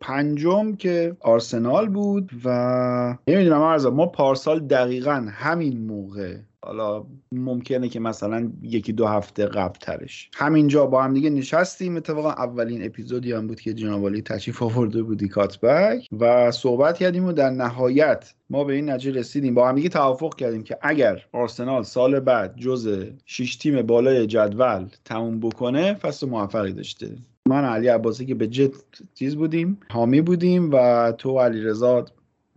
[SPEAKER 1] پنجم که آرسنال بود و نمیدونم ما پارسال دقیقاً همین موقع، حالا ممکنه که مثلا 1-2 هفته قبل ترش همینجا با هم دیگه نشستیم. اتفاقا اولین اپیزودی هم بود که جناب عالی تشریف آورده بودی کاتبک و صحبت کردیم و در نهایت ما به این نتیجه رسیدیم، با هم دیگه توافق کردیم که اگر آرسنال سال بعد جز 6 تیم بالای جدول تموم بکنه فصل موفقی داشته. من علی عباسی که به جد چیز بودیم، حامی بودیم و تو علیرضا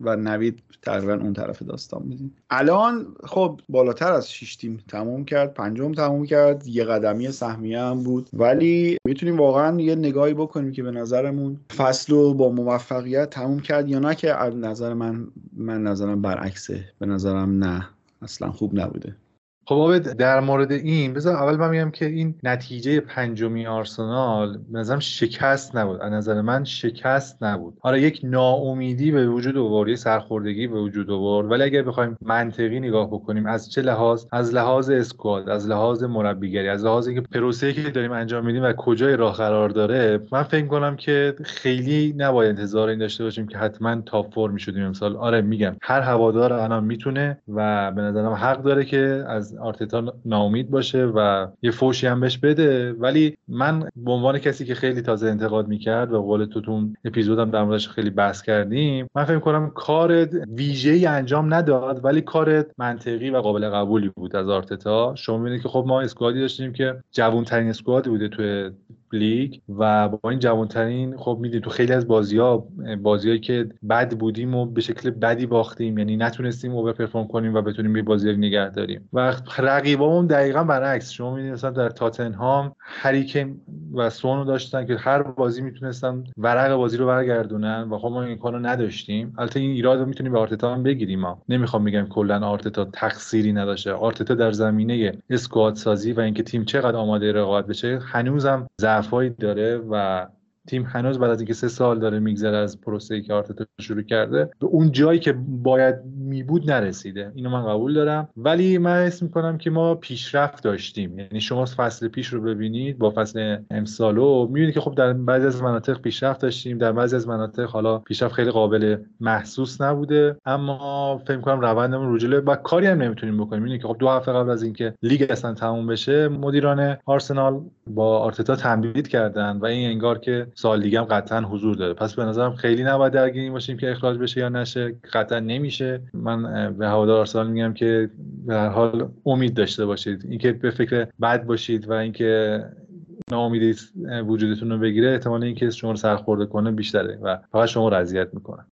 [SPEAKER 1] و نوید تقریبا اون طرف داستان بودیم. الان خب بالاتر از 6 تیم تموم کرد، 5م تموم کرد، یه قدمی سهمیه هم بود، ولی میتونیم واقعا یه نگاهی بکنیم که به نظرمون فصل رو با موفقیت تموم کرد یا نه، که از نظر من نظرم برعکسه. به نظرم نه، اصلا خوب نبوده.
[SPEAKER 3] خب عابد، در مورد این بذار اول من بگم که این نتیجه 5 آرسنال به نظرم شکست نبود. از نظر من شکست نبود. آره یک ناامیدی به وجود آورد، یه سرخوردگی به وجود آورد، ولی اگر بخوایم منطقی نگاه بکنیم از چه لحاظ، از لحاظ اسکواد، از لحاظ مربیگری، از لحاظ اینکه پروسه‌ای که داریم انجام میدیم و کجای راه قرار داره، من فکر کنم که خیلی نباید انتظار این داشته باشیم که حتما تاپ فور میشدیم امسال. آره میگم هر هوادار الان میتونه و به نظرم حق داره که از آرتتا ناامید باشه و یه فوشی هم بهش بده، ولی من به عنوان کسی که خیلی تازه انتقاد میکرد و قول تو اون اپیزودم در موردش خیلی بحث کردیم، من فکر کنم کارت ویژه‌ای انجام نداد ولی کارت منطقی و قابل قبولی بود از آرتتا. شما می‌بینید که خب ما اسکوادی داشتیم که جوان‌ترین اسکوادی بوده توی لیگ و با این جوان‌ترین خب می‌دید تو خیلی از بازیایی که بد بودیم و به شکل بدی باختیم، یعنی نتونستیم اوور پرفورم کنیم و بتونیم به بازی نگه داریم. و رقیبامون دقیقاً برعکس، شما می‌بینید مثلا در تاتنهام هری کین و سون رو داشتن که هر بازی میتونستن ورق بازی رو برگردونن و خب ما این کارو نداشتیم. البته این ایراد رو میتونیم به آرتتا هم بگیریم، ما نمیخوام بگم کلا آرتتا تقصیری نداشته. آرتتا در زمینه اسکواد سازی و اینکه تیم چقدر آماده رقابت بشه هنوزم ضعفایی داره و تیم هنوز بعد از اینکه 3 سال داره میگذره از پروسه‌ای که آرتتا شروع کرده به اون جایی که باید میبود نرسیده. اینو من قبول دارم، ولی من حس میکنم که ما پیشرفت داشتیم. یعنی شما فصل پیش رو ببینید با فصل امسالو میبینید که خب در بعضی از مناطق پیشرفت داشتیم، در بعضی از مناطق حالا پیشرفت خیلی قابل محسوس نبوده، اما فکر میکنم روندمون رو جلو و کاری هم نمیتونیم بکنیم. اینه که خب 2 هفته قبل از اینکه لیگ اصلا تموم بشه مدیران آرسنال با آرتتا تمدید کردن و این انگار که سال دیگه هم قطعا حضور داره. پس به نظرم خیلی نباید درگیر باشیم که اخراج بشه یا نشه، قطعا نمیشه. من به هوادار آرسنال میگم که به هر حال امید داشته باشید، اینکه به فکر بد باشید و اینکه ناامیدی وجودتون رو بگیره احتمال اینکه شما رو سرخورده کنه بیشتره و فقط شما رو اذیت میکنه.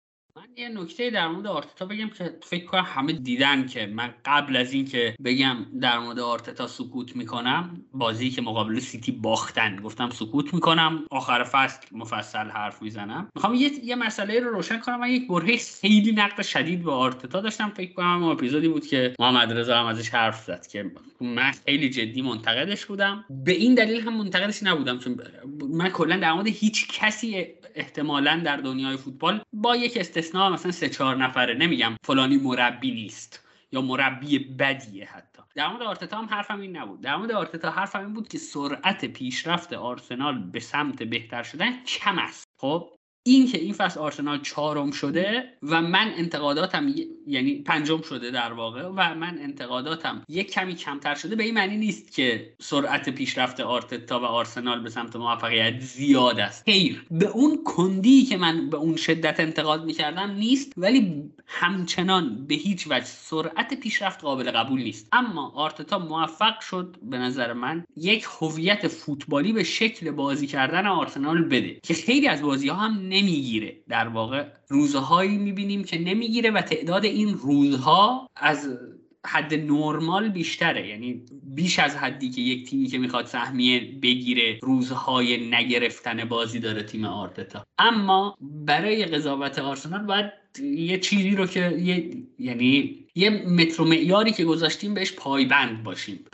[SPEAKER 2] من یه نکته در مورد آرتتا بگم که فکر کنم همه دیدن که من قبل از این که بگم در مورد آرتتا سکوت میکنم، بازی که مقابل سیتی باختن گفتم سکوت میکنم، آخر فصل مفصل حرف میزنم. میخوام یه مسئله رو روشن کنم. من یک برهه خیلی نقد شدید به آرتتا داشتم، فکر کنم اون اپیزودی بود که محمد رضا هم ازش حرف زد که من خیلی جدی منتقدش بودم. به این دلیل هم منتقدش نبودم چون من کلا در مورد هیچ کسی احتمالاً در دنیای فوتبال با یک استثناء مثلا 3-4 نفره نمیگم فلانی مربی نیست یا مربی بدیه. حتی در مورد آرتتا هم حرفم این نبود. در مورد آرتتا حرفم این بود که سرعت پیشرفت آرسنال به سمت بهتر شدن کم است. خب این که این فصل آرسنال 4م شده و من انتقاداتم یعنی 5م شده در واقع و من انتقاداتم یک کمی کمتر شده، به این معنی نیست که سرعت پیشرفت آرتتا و آرسنال به سمت موفقیت زیاد است. خیر، به اون کندی که من به اون شدت انتقاد میکردم نیست، ولی همچنان به هیچ وجه سرعت پیشرفت قابل قبول نیست. اما آرتتا موفق شد به نظر من یک هویت فوتبالی به شکل بازی کردن آرسنال بده که خیلی از بازی‌ها هم نمیگیره. در واقع روزهایی میبینیم که نمیگیره و تعداد این روزها از حد نرمال بیشتره، یعنی بیش از حدی که یک تیمی که میخواد سهمیه بگیره روزهای نگرفتن بازی داره تیم آرتتا. اما برای قضاوت آرسنال باید یه چیزی رو که یه متر و معیاری که گذاشتیم بهش پایبند باشیم.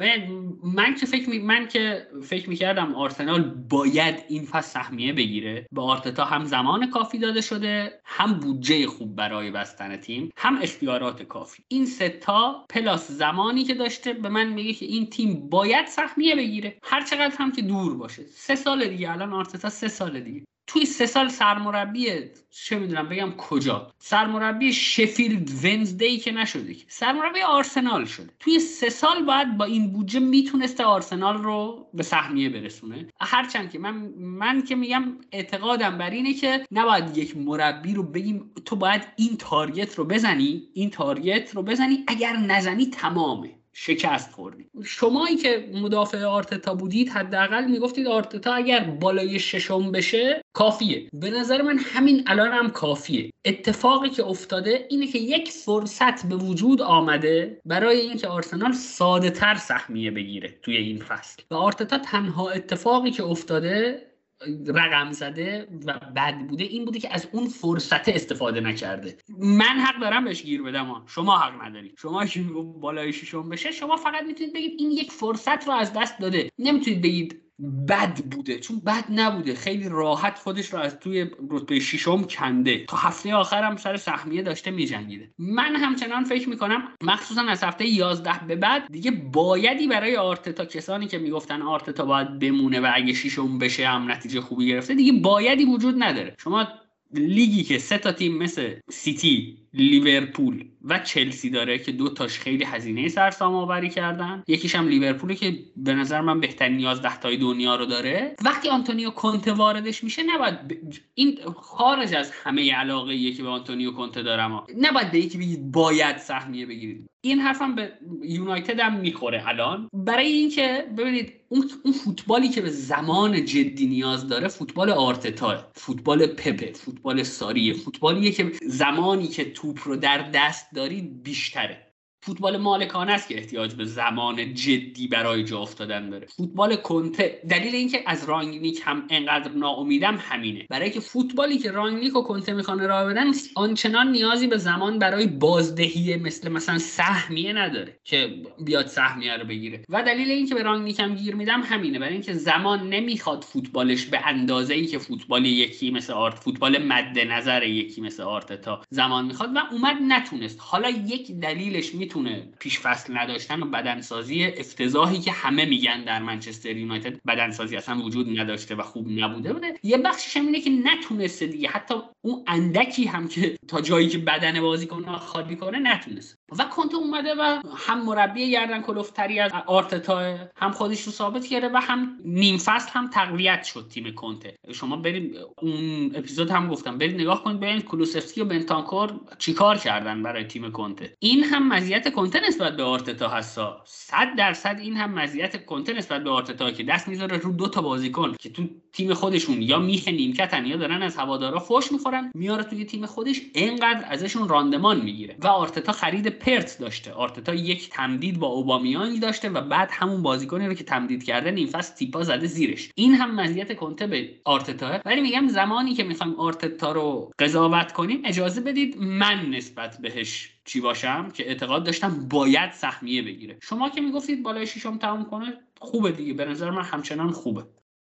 [SPEAKER 2] من که فکر میکردم آرسنال باید این فصل سهمیه بگیره، به آرتتا هم زمان کافی داده شده، هم بودجه خوب برای بستن تیم، هم اختیارات کافی. این 3 تا پلاس زمانی که داشته به من میگه که این تیم باید سهمیه بگیره، هر چقدر هم که دور باشه. 3 سال دیگه، الان آرتتا 3 سال دیگه توی 3 سال سرمربی چه میدونم بگم کجا، سرمربی شفیلد ونزدی که نشده، که سرمربی آرسنال شده. توی 3 سال باید با این بودجه میتونسته آرسنال رو به سهمیه برسونه. هرچند که من که میگم اعتقادم بر اینه که نباید یک مربی رو بگیم تو باید این تارگت رو بزنی، اگر نزنی تمامه. شکست خوردید. شمایی که مدافع آرتتا بودید حداقل میگفتید آرتتا اگر بالای 6 بشه کافیه. به نظر من همین الان هم کافیه. اتفاقی که افتاده اینه که یک فرصت به وجود آمده برای اینکه آرسنال ساده تر سهمیه بگیره توی این فصل و آرتتا تنها اتفاقی که افتاده رقم زده و بد بوده این بوده که از اون فرصت استفاده نکرده. من حق دارم بهش گیر بدم، شما حق ندارید. شما که بالای 6 بشه شما فقط میتونید بگید این یک فرصت رو از دست داده، نمیتونید بگید بد بوده، چون بد نبوده. خیلی راحت خودش رو از توی رتبه 6 کنده، تا هفته آخر هم سر سهمیه داشته میجنگیده. من همچنان فکر میکنم مخصوصا از هفته 11 به بعد دیگه بایدی برای آرتتا، کسانی که میگفتن آرتتا باید بمونه و اگه 6 بشه هم نتیجه خوبی گرفته، دیگه بایدی وجود نداره. شما لیگی که 3 تا تیم مثل سیتی، لیورپول و چلسی داره که 2 تاش خیلی هزینه سرسام آوری کردن، یکیش هم لیورپوله که به نظر من بهترین 11 تای دنیا رو داره. وقتی آنتونیو کونته واردش میشه نباید این خارج از همه علاقه‌ایه که به آنتونیو کونته دارم، نباید به یکی بگید باید سهمیه بگیرید. این حرفم به یونایتد هم میخوره الان، برای اینکه ببینید اون فوتبالی که به زمان جدی نیاز داره فوتبال آرتتا، فوتبال پپ، فوتبال ساریه، فوتبالیه که زمانی که توپ رو در دست دارید بیشتره. فوتبال مالکانه است که احتیاج به زمان جدی برای جا افتادن داره. فوتبال کنته، دلیل اینکه از رانگنیک هم انقدر ناامیدم همینه، برای که فوتبالی که رانگنیک و کنته میخوان ارائه بدن آنچنان نیازی به زمان برای بازدهی مثلا سهمیه نداره که بیاد سهمیه رو بگیره. و دلیل اینکه به رانگنیک هم گیر میدم همینه، برای اینکه زمان نمیخواد فوتبالش به اندازه‌ای که فوتبال یکی مثل فوتبال مد نظر یکی مثل آرتتا زمان میخواد و اومد نتونست. حالا یک دلیلش میتونه پیش فصل نداشتن و بدنسازی افتضاحی که همه میگن در منچستر یونایتد بدنسازی اصلا وجود نداشته و خوب نبوده بوده. یه بخشش اینه که نتونسته دیگه، حتی اون اندکی هم که تا جایی که بدن بازیکن خالی کنه نتونست. و کنته اومده و هم مربی گردن کلفتری از آرتتا، هم خودش رو ثابت کرده و هم نیم فصل هم تقویت شد تیم کنته. شما برید اون اپیزود هم گفتم برید نگاه کنید ببینید کولوسفسکی و بنتانکور چیکار کردن برای تیم کنته. این هم مزیت کنته نسبت به آرتتا هستا، 100% این هم مزیت کنته نسبت به آرتتا که دست میذاره رو 2 تا بازیکن که تو تیم خودشون یا میخ نیمکتن یا دارن از هوادارا فوش میخورن، میاره توی تیم خودش اینقدر ازشون راندمان میگیره. و آرتتا خرید پرت داشته، آرتتا یک تمدید با اوبامیانگ داشته و بعد همون بازیکنی رو که تمدید کرده نیم فصل تیپا زده زیرش. این هم مزیت کنته به آرتتا. ولی میگم زمانی که میخوایم آرتتا رو قضاوت کنیم اجازه بدید من نسبت بهش چی باشم که اعتقاد داشتم باید سهمیه بگیره. شما که میگفتید بالای 6 تموم کنه خوبه دیگه، به نظر من همچنان خوبه.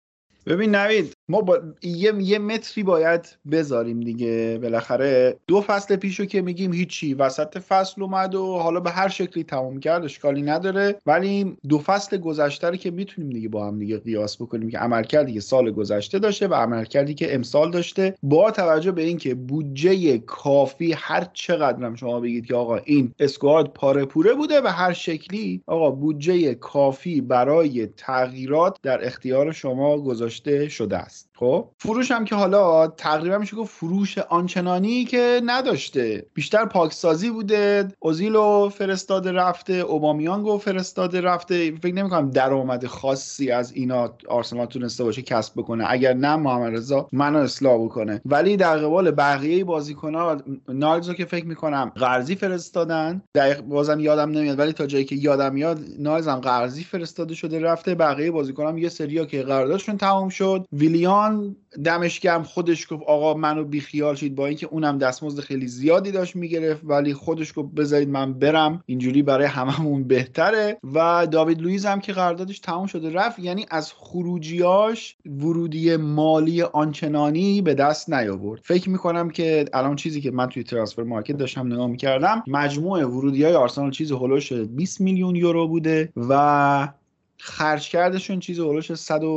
[SPEAKER 1] ببین نوید، ما با یه متری باید بذاریم دیگه. بالاخره 2 فصل پیشو که میگیم هیچی، وسط فصل اومد و حالا به هر شکلی تموم کرد اشکالی نداره، ولی 2 فصل گذشته رو که میتونیم دیگه با هم دیگه قیاس بکنیم که عملکردی که سال گذشته داشته و عملکردی که امسال داشته، با توجه به اینکه بودجه کافی هر چقدرم شما بگید که آقا این اسکواد پاره پوره بوده و هر شکلی آقا بودجه کافی برای تغییرات در اختیار شما گذاشته شده است. خب فروش هم که حالا تقریبا میشه گفت فروش آنچنانی که نداشته، بیشتر پاکسازی بوده. اوزیلو فرستاده رفته، اوبامیانگو فرستاده رفته. فکر نمی‌کنم درآمد خاصی از اینا آرسنال تونسته باشه کسب بکنه، اگر نه محمد رضا منو اصلاح بکنه. ولی در قبال بقیه بازیکن‌ها نایلزو که فکر می‌کنم قرضی فرستادن، دقیق بازم یادم نمیاد ولی تا جایی که یادم میاد نایلز هم قرضی فرستاده شده رفته. بقیه بازیکن‌ها یه سریا که قراردادشون تموم شد. ویلیان دمش گرم خودش گفت آقا منو بیخیال شید، با اینکه اونم دستمزد خیلی زیادی داشت میگرفت ولی خودش گفت بذارید من برم، اینجوری برای هممون بهتره. و داوید لوئیز هم که قراردادش تموم شده رفت. یعنی از خروجیاش ورودی مالی آنچنانی به دست نیاورد. فکر میکنم که الان چیزی که من توی ترانسفر مارکت داشتم نگاه میکردم، مجموع ورودی‌های آرسنال چیز هولوش 20 میلیون یورو بوده و خرج کردشون چیز هولوش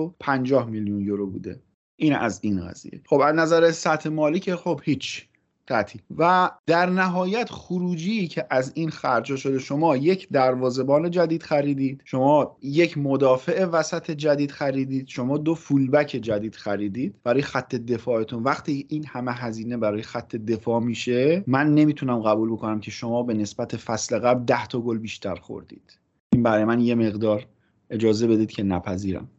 [SPEAKER 1] 150 میلیون یورو بوده. این از این قضیه. خب از نظر سطح مالی که خب هیچ تعطیل. و در نهایت خروجی که از این خرجا شده، شما یک دروازه‌بان جدید خریدید، شما یک مدافع وسط جدید خریدید، شما 2 فولبک جدید خریدید برای خط دفاعتون. وقتی این همه هزینه برای خط دفاع میشه، من نمیتونم قبول بکنم که شما به نسبت فصل قبل 10 تا گل بیشتر خوردید. این برای من یه مقدار اجازه بدید که نپذیرم.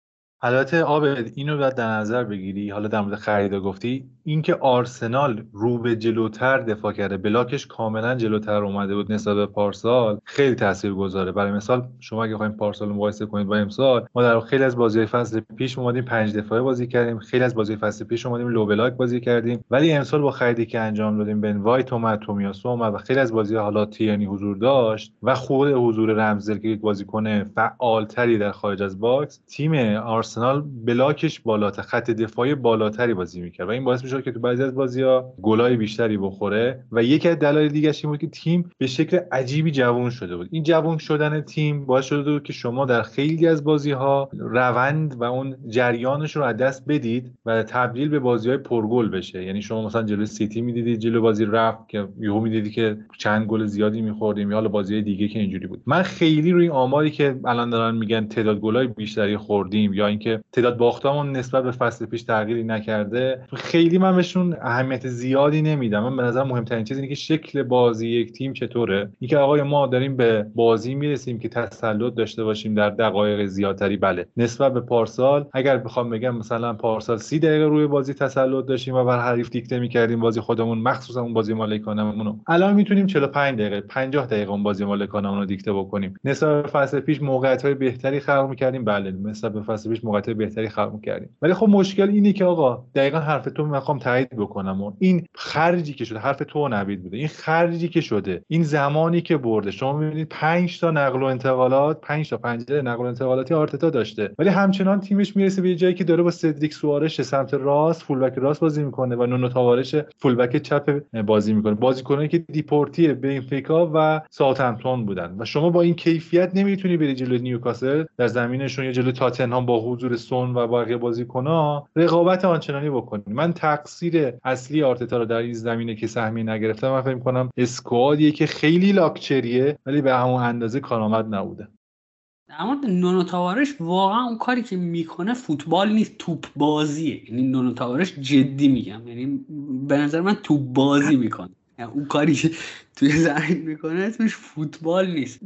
[SPEAKER 3] البته عابد اینو باید در نظر بگیری، حالا در مورد خریدا گفتی، اینکه آرسنال رو به جلوتر دفاع کرده، بلاکش کاملا جلوتر اومده بود نسبت به پارسال، خیلی تاثیرگذاره. برای مثال شما اگه بخواید پارسال رو مقایسه کنید با امسال، ما در خیلی از بازی‌های فصل پیش اومدیم 5 دفاعه بازی کردیم، خیلی از بازی‌های فصل پیش اومدیم لو بلاک بازی کردیم، ولی امسال با خریدی که انجام دادیم، بن وایت اومد، تومیاسو اومد و خیلی از بازی‌ها حالا تیرنی حضور داشت و خود حضور رمزدل که یک بازیکن فعالتری در خارج از باکس، تیم آرسنال بلاکش بالاتر، خط دفاعی بالاتری بازی می‌کرد و این باعث می‌شد که تو بعضی از بازی‌ها گلای بیشتری بخوره. و یکی از دلایل دیگه‌ش این بود که تیم به شکل عجیبی جوان شده بود. این جوان شدن تیم باعث شده بود که شما در خیلی از بازی‌ها روند و اون جریانش رو از دست بدید و تبدیل به بازی‌های پرگل بشه. یعنی شما مثلا جلوی سیتی می‌دیدید جلوی بازی رفت که یهو می‌دیدید که چند گل زیادی می‌خوردیم، یا حالا بازی‌های دیگه که اینجوری بود. من خیلی روی آماری که الان دارن میگن تعداد گلای بیشتری خوردیم یا اینکه تعداد باختامون نسبت به فصل پیش تغییری نکرده، خیلی من بهشون اهمیت زیادی نمیدم. من به نظر مهمترین چیز اینه که شکل بازی یک تیم چطوره. اینکه آقای ما داریم به بازی میرسیم که تسلط داشته باشیم در دقایق زیادتری. بله نسبت به پارسال اگر بخوام بگم مثلا پارسال 30 دقیقه روی بازی تسلط داشتیم و بر حریف دیکته می‌کردیم بازی خودمون، مخصوصا اون بازی مالکانمون رو، الان میتونیم 45 دقیقه 50 دقیقه اون بازی مالکانمون رو دیکته بکنیم. نسبت به فصل پیش موقعیت‌های بهتری خلق می‌کردیم، بله نسبت به فصل پیش موقعیت‌های بهتری خلق می‌کردیم. ولی خب مشکل اینه که آقا دقیقاً حرف تو میخوام تایید بکنم، و این خرجی که شده، حرف تو نوید بوده، این خرجی که شده، این زمانی که برده، شما می‌بینید 5 تا نقل و انتقالات، 5 تا پنجره نقل و انتقالاتی آرتتا داشته، ولی همچنان تیمش میرسه به یه جایی که داره با سدریک سوارش سمت راست فولبک راست بازی میکنه و نونو تاوارش فولبک چپ بازی میکنه، بازیکنایی که دیپورتی بنفیکا و ساوثهمپتون بودن و شما با این کیفیت نمیتونی بری جلوی نیوکاسل در زمینشون یا جلوی تاتنهام با حضور سون و بقیه بازیکن‌ها رقابت آنچنانی بکنید. من تقصیر اصلی آرتتا رو در این زمینه که سهمی نگرفته من فکر می‌کنم اسکوادیه که خیلی لاکچریه ولی به همون اندازه کارآمد نبوده.
[SPEAKER 2] در مورد نونو تاوارش واقعا اون کاری که میکنه فوتبال نیست، توپ بازیه. یعنی نونو تاوارش جدی میگم، یعنی به نظر من توپ بازی میکنه، یعنی اون کاری که توی زمین میکنه اسمش فوتبال نیست.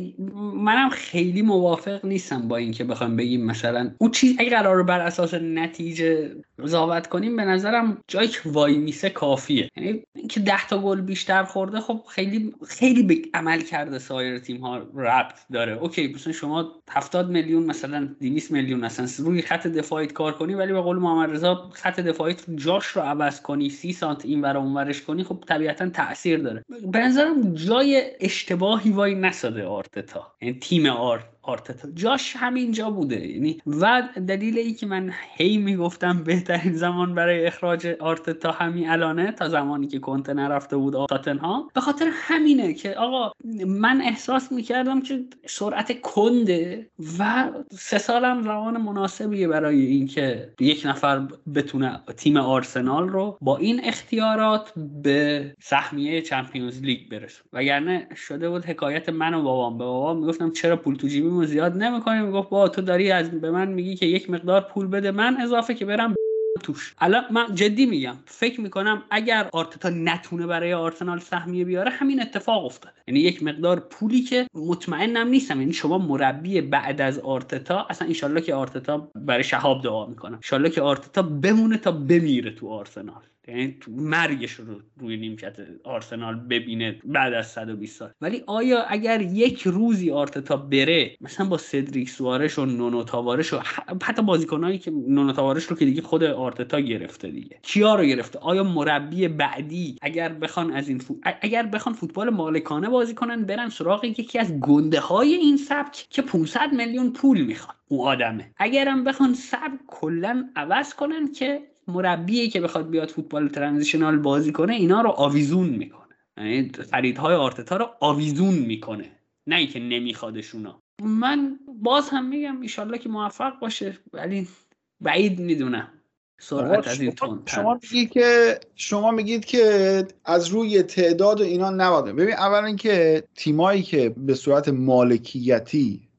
[SPEAKER 2] منم خیلی موافق نیستم با این که بخوام بگیم مثلا اون چیز اگه قراره بر اساس نتیجه قضاوت کنیم، به نظرم جایی که وای میسه کافیه. یعنی اینکه 10 تا گل بیشتر خورده خب خیلی خیلی به عمل کرده سایر تیم ها ربط داره. اوکی مثلا شما 70 میلیون مثلا 200 میلیون مثلا روی خط دفاعیت کار کنی، ولی به قول محمد رضا خط دفاعیت جاش رو عوض کنی 30 سانت اینور اونورش کنی، خب طبیعتا تاثیر داره. به نظرم جای اشتباهی وای نساده آرتتا، یعنی تیم آرتتا جاش همینجا بوده. یعنی و دلیل ای که من هی میگفتم بهترین زمان برای اخراج آرتتا همین الانه، تا زمانی که کنته نرفته بود تاتنهام، به خاطر همینه که آقا من احساس میکردم که سرعت کنده و 3 سالم زمان مناسبیه برای اینکه یک نفر بتونه تیم آرسنال رو با این اختیارات به سهمیه چمپیونز لیگ برسونه. وگرنه شده بود حکایت من و بابام. به بابام میگفتم چرا پول تو جیبیمو زیاد نمی‌کنی؟ میگفت بابا تو داری به من میگی که یک مقدار پول بده من اضافه که برم توش. الان من جدی میگم فکر میکنم اگر آرتتا نتونه برای آرسنال سهمیه بیاره همین اتفاق افتاده. یعنی یک مقدار پولی که مطمئنم نیستم، یعنی شما مربی بعد از آرتتا، اصلا انشالله که آرتتا برای شهاب دعا میکنم، انشالله که آرتتا بمونه تا بمیره تو آرسنال، یعنی تو مرگش رو روی نیمکت آرسنال ببینه بعد از 120 سال. ولی آیا اگر یک روزی آرتتا بره مثلا با سدریک سوارش و نونو تاوارش و حتی بازیکنایی که نونو تاوارش رو که دیگه خود آرتتا گرفته، دیگه کیا رو گرفته، آیا مربی بعدی اگر بخوان از این اگر بخوان فوتبال مالکانه بازی کنن برن سراغ یکی از گنده های این سبک که 500 میلیون پول میخواد اون آدمه، اگرم بخوان سبک کلا عوض کنن که مربیه که بخواد بیاد فوتبال ترانزیشنال بازی کنه اینا رو آویزون میکنه، یعنی خریدهای آرتتا رو آویزون میکنه، نه اینکه نمیخوادشونا. من باز هم میگم ان که موفق باشه، ولی بعید میدونم سرعت از این تون.
[SPEAKER 1] شما میگید که از روی تعداد و اینا نباده. ببین اولا که تیمایی که به صورت مالکیتی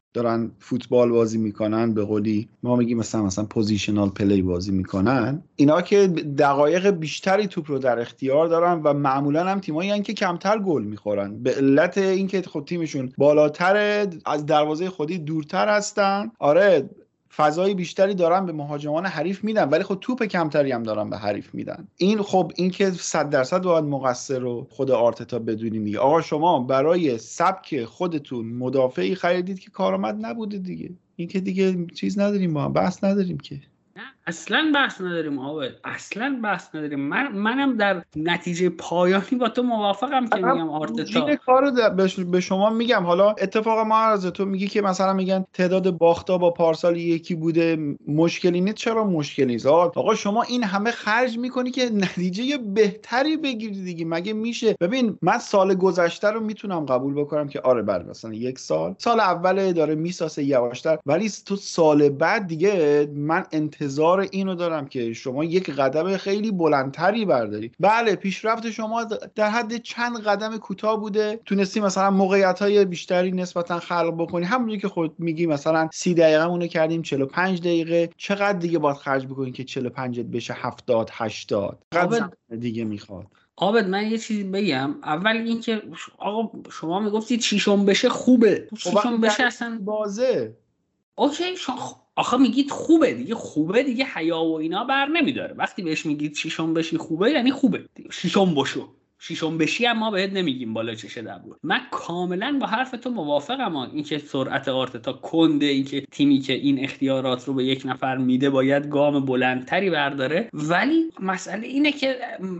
[SPEAKER 1] دارن فوتبال بازی میکنن، به قولی ما میگیم مثلا پوزیشنال پلی بازی میکنن، اینا که دقایق بیشتری توپ رو در اختیار دارن و معمولا هم تیمایی هستن که کمتر گل میخورن به علت اینکه خب تیمشون بالاتر، از دروازه خودی دورتر هستن. آره فضای بیشتری دارن به مهاجمان حریف میدن، ولی خب توپ کمتری هم دارن به حریف میدن. این خب این که 100% باید مقصر رو خود آرتتا بدونیم دیگه. آقا شما برای سبک خودتون مدافعی خریدید که کارآمد نبوده دیگه، این که دیگه چیز نداریم، با هم بحث نداریم که.
[SPEAKER 2] نه اصلا بحث نداریم عابد، اصلا بحث نداریم. منم در نتیجه پایانی با تو موافقم که میگم آرتتا
[SPEAKER 1] کارو به شما میگم. حالا اتفاقا ما از تو میگی که مثلا میگن تعداد باختا با پارسال یکی بوده، مشکلی نیست. چرا مشکلی نیست آقا؟ شما این همه خرج میکنی که نتیجه بهتری بگیری دیگه، مگه میشه؟ ببین من سال گذشته رو میتونم قبول بکنم که آره بله مثلا یک سال اول داره میساسه یواشتر، ولی تو سال بعد دیگه من انتظار اینو دارم که شما یک قدم خیلی بلندتری برداری. بله پیشرفت شما در حد چند قدم کوتاه بوده، تونستی مثلا موقعیت‌های بیشتری نسبتا خلق بکنی، همونجوری که خود میگی مثلا 30 دقیقه مونو کردیم 45 دقیقه، چقدر دیگه باید خرج بکنین که 45 بشه 70 80 دیگه میخواد؟
[SPEAKER 2] عابد من یه چیزی بگم. اول اینکه آقا شما میگفتید شیشم بشه خوبه، شیشم بشه اصلا
[SPEAKER 1] بازه
[SPEAKER 2] اوکی. آخه میگید خوبه دیگه، خوبه دیگه حیا و اینا بر نمیداره. وقتی بهش میگید شیشم بشی خوبه یعنی خوبه دیگه. شیشم بشو، شیشم بشی هم ما بهت نمیگیم بالا چشه دبور. من کاملا با حرف تو موافقم. اینکه سرعت آرتتا کنده، اینکه تیمی که این اختیارات رو به یک نفر میده باید گام بلندتری برداره، ولی مسئله اینه که